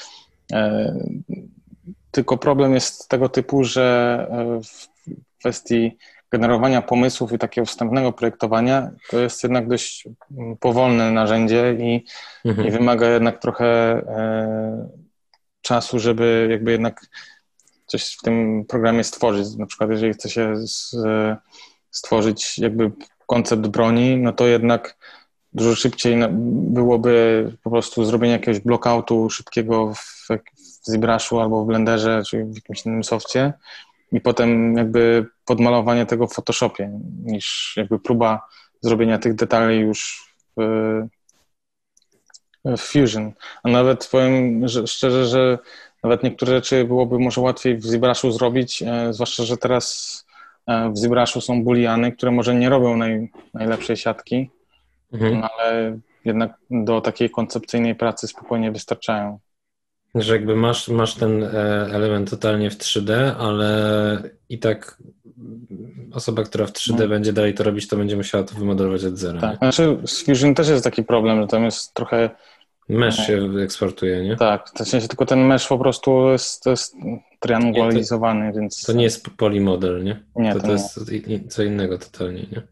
tylko problem jest tego typu, że w kwestii generowania pomysłów i takiego wstępnego projektowania to jest jednak dość powolne narzędzie i wymaga jednak trochę czasu, żeby jakby jednak coś w tym programie stworzyć. Na przykład jeżeli chce się stworzyć jakby koncept broni, no to jednak dużo szybciej byłoby po prostu zrobienie jakiegoś blockoutu szybkiego w ZBrush'u albo w Blenderze, czy w jakimś innym softie i potem jakby podmalowanie tego w Photoshopie, niż jakby próba zrobienia tych detali już w Fusion. A nawet powiem szczerze, że nawet niektóre rzeczy byłoby może łatwiej w ZBrush'u zrobić, zwłaszcza, że teraz w ZBrush'u są booleany, które może nie robią najlepszej siatki, no ale jednak do takiej koncepcyjnej pracy spokojnie wystarczają. Że jakby masz ten element totalnie w 3D, ale i tak osoba, która w 3D będzie dalej to robić, to będzie musiała to wymodelować od zera. Tak, znaczy z Fusion też jest taki problem, że tam jest trochę... Mesh się eksportuje, nie? Tak, w sensie tylko ten mesh po prostu jest triangulizowany, więc... To nie jest polymodel, nie? Nie, to jest co innego totalnie, nie?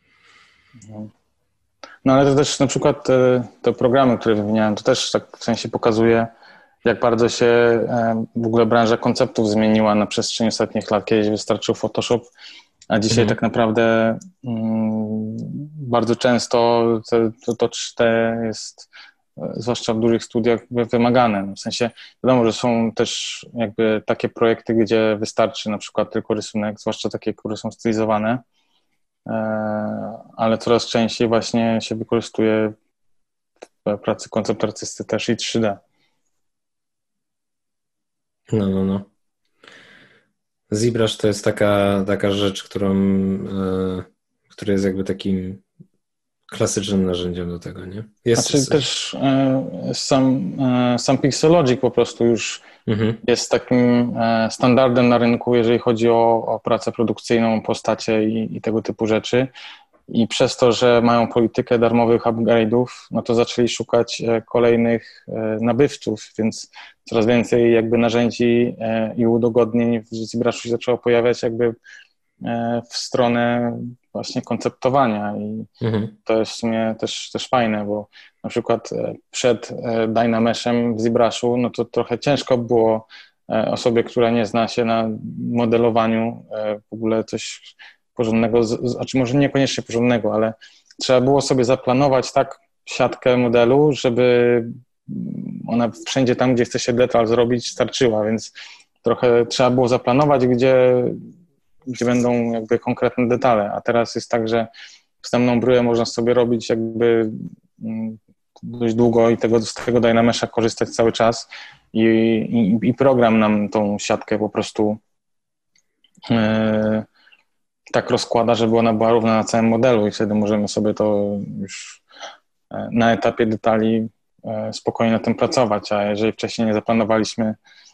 No ale to też na przykład te programy, które wymieniałem, to też tak w sensie pokazuje, jak bardzo się w ogóle branża konceptów zmieniła na przestrzeni ostatnich lat. Kiedyś wystarczył Photoshop, a dzisiaj tak naprawdę bardzo często to 3D jest, zwłaszcza w dużych studiach, wymagane. No w sensie wiadomo, że są też jakby takie projekty, gdzie wystarczy na przykład tylko rysunek, zwłaszcza takie, które są stylizowane, ale coraz częściej właśnie się wykorzystuje w pracy koncept artysty też i 3D. No. ZBrush to jest taka rzecz, która jest jakby takim klasycznym narzędziem do tego, nie? Znaczy też sam Pixelogic po prostu już jest takim standardem na rynku, jeżeli chodzi o pracę produkcyjną, postacie i tego typu rzeczy. I przez to, że mają politykę darmowych upgrade'ów, no to zaczęli szukać kolejnych nabywców, więc coraz więcej jakby narzędzi i udogodnień w ZBrushu się zaczęło pojawiać jakby w stronę właśnie konceptowania i to jest w sumie też fajne, bo na przykład przed Dynameshem w ZBrushu, no to trochę ciężko było osobie, która nie zna się na modelowaniu w ogóle coś porządnego, znaczy może niekoniecznie porządnego, ale trzeba było sobie zaplanować tak siatkę modelu, żeby ona wszędzie tam, gdzie chce się detal zrobić, starczyła, więc trochę trzeba było zaplanować, gdzie będą jakby konkretne detale, a teraz jest tak, że wstępną bryłę można sobie robić jakby dość długo i z tego Dynamesha korzystać cały czas i program nam tą siatkę po prostu tak rozkłada, żeby ona była równa na całym modelu i wtedy możemy sobie to już na etapie detali spokojnie na tym pracować, a jeżeli wcześniej nie zaplanowaliśmy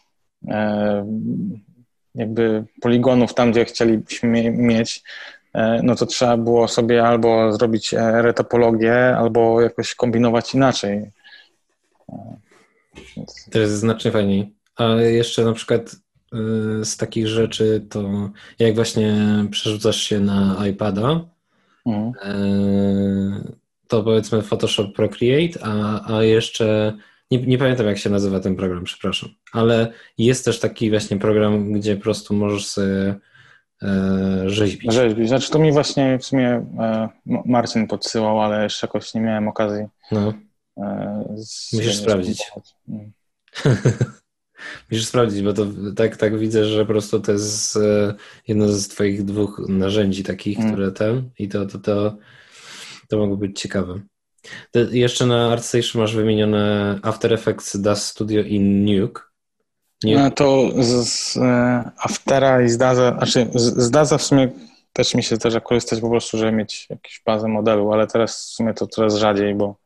jakby poligonów tam, gdzie chcielibyśmy mieć, no to trzeba było sobie albo zrobić retopologię, albo jakoś kombinować inaczej. To jest znacznie fajniej. A jeszcze na przykład z takich rzeczy to jak właśnie przerzucasz się na iPada, to powiedzmy Photoshop Procreate, a jeszcze nie pamiętam jak się nazywa ten program, przepraszam, ale jest też taki właśnie program, gdzie po prostu możesz sobie rzeźbić. Znaczy to mi właśnie w sumie Marcin podsyłał, ale jeszcze jakoś nie miałem okazji. No. Musisz sprawdzić. Musisz sprawdzić, bo to tak widzę, że po prostu to jest jedno z twoich dwóch narzędzi takich, które i to mogło być ciekawe. Jeszcze na ArtStation masz wymienione After Effects, DAZ Studio i Nuke. No to z Aftera i z DAZa, znaczy z DAZa w sumie też mi się zdarza korzystać po prostu, żeby mieć jakąś bazę modelu, ale teraz w sumie to coraz rzadziej, bo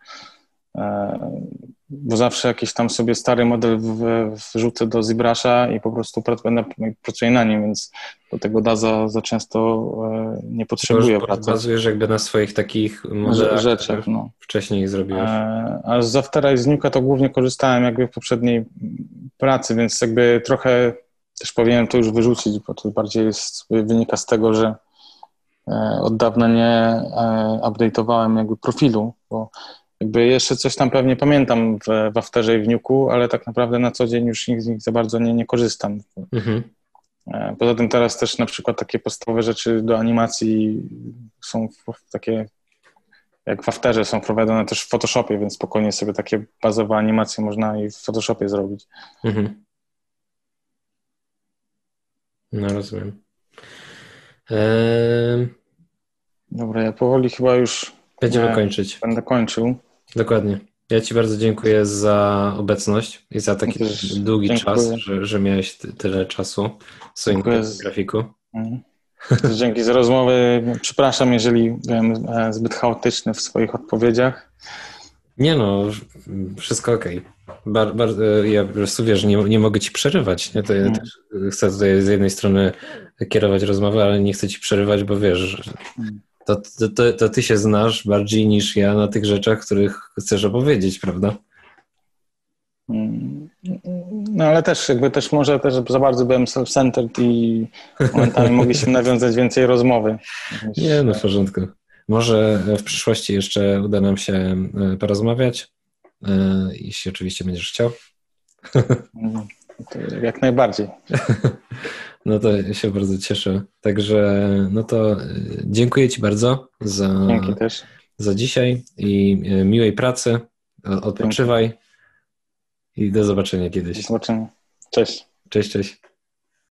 zawsze jakiś tam sobie stary model wrzucę do ZBrusha i po prostu pracuję na nim, więc do tego DAZa za często nie potrzebuję pracy. Bazujesz jakby na swoich takich modelach, rzeczach, wcześniej zrobiłeś. A z Aftera i z Nuke'a to głównie korzystałem jakby w poprzedniej pracy, więc jakby trochę też powinienem to już wyrzucić, bo to bardziej wynika z tego, że od dawna nie update'owałem jakby profilu, bo jakby jeszcze coś tam pewnie pamiętam w Afterze i w Nuke'u, ale tak naprawdę na co dzień już z nich za bardzo nie korzystam. Poza tym teraz też na przykład takie podstawowe rzeczy do animacji są takie, jak w Afterze są wprowadzone też w Photoshopie, więc spokojnie sobie takie bazowe animacje można i w Photoshopie zrobić. No rozumiem. Dobra, ja powoli chyba już Będziemy kończyć. będę kończył. Dokładnie. Ja Ci bardzo dziękuję za obecność i za taki długi dziękuję. czas, że miałeś tyle czasu w swoim grafiku. Dzięki za rozmowę. Przepraszam, jeżeli byłem zbyt chaotyczny w swoich odpowiedziach. Nie no, wszystko okej. Ja po prostu wiesz, nie mogę Ci przerywać. Nie? To ja też chcę tutaj z jednej strony kierować rozmowę, ale nie chcę Ci przerywać, bo wiesz, to Ty się znasz bardziej niż ja na tych rzeczach, których chcesz opowiedzieć, prawda? No ale też może za bardzo byłem self-centered i momentami mogliśmy nawiązać więcej rozmowy. Nie, no w porządku. Może w przyszłości jeszcze uda nam się porozmawiać, jeśli oczywiście będziesz chciał. To jak najbardziej. No to się bardzo cieszę. Także no to dziękuję Ci bardzo za dzisiaj i miłej pracy. Odpoczywaj i do zobaczenia kiedyś. Do zobaczenia. Cześć. Cześć, cześć.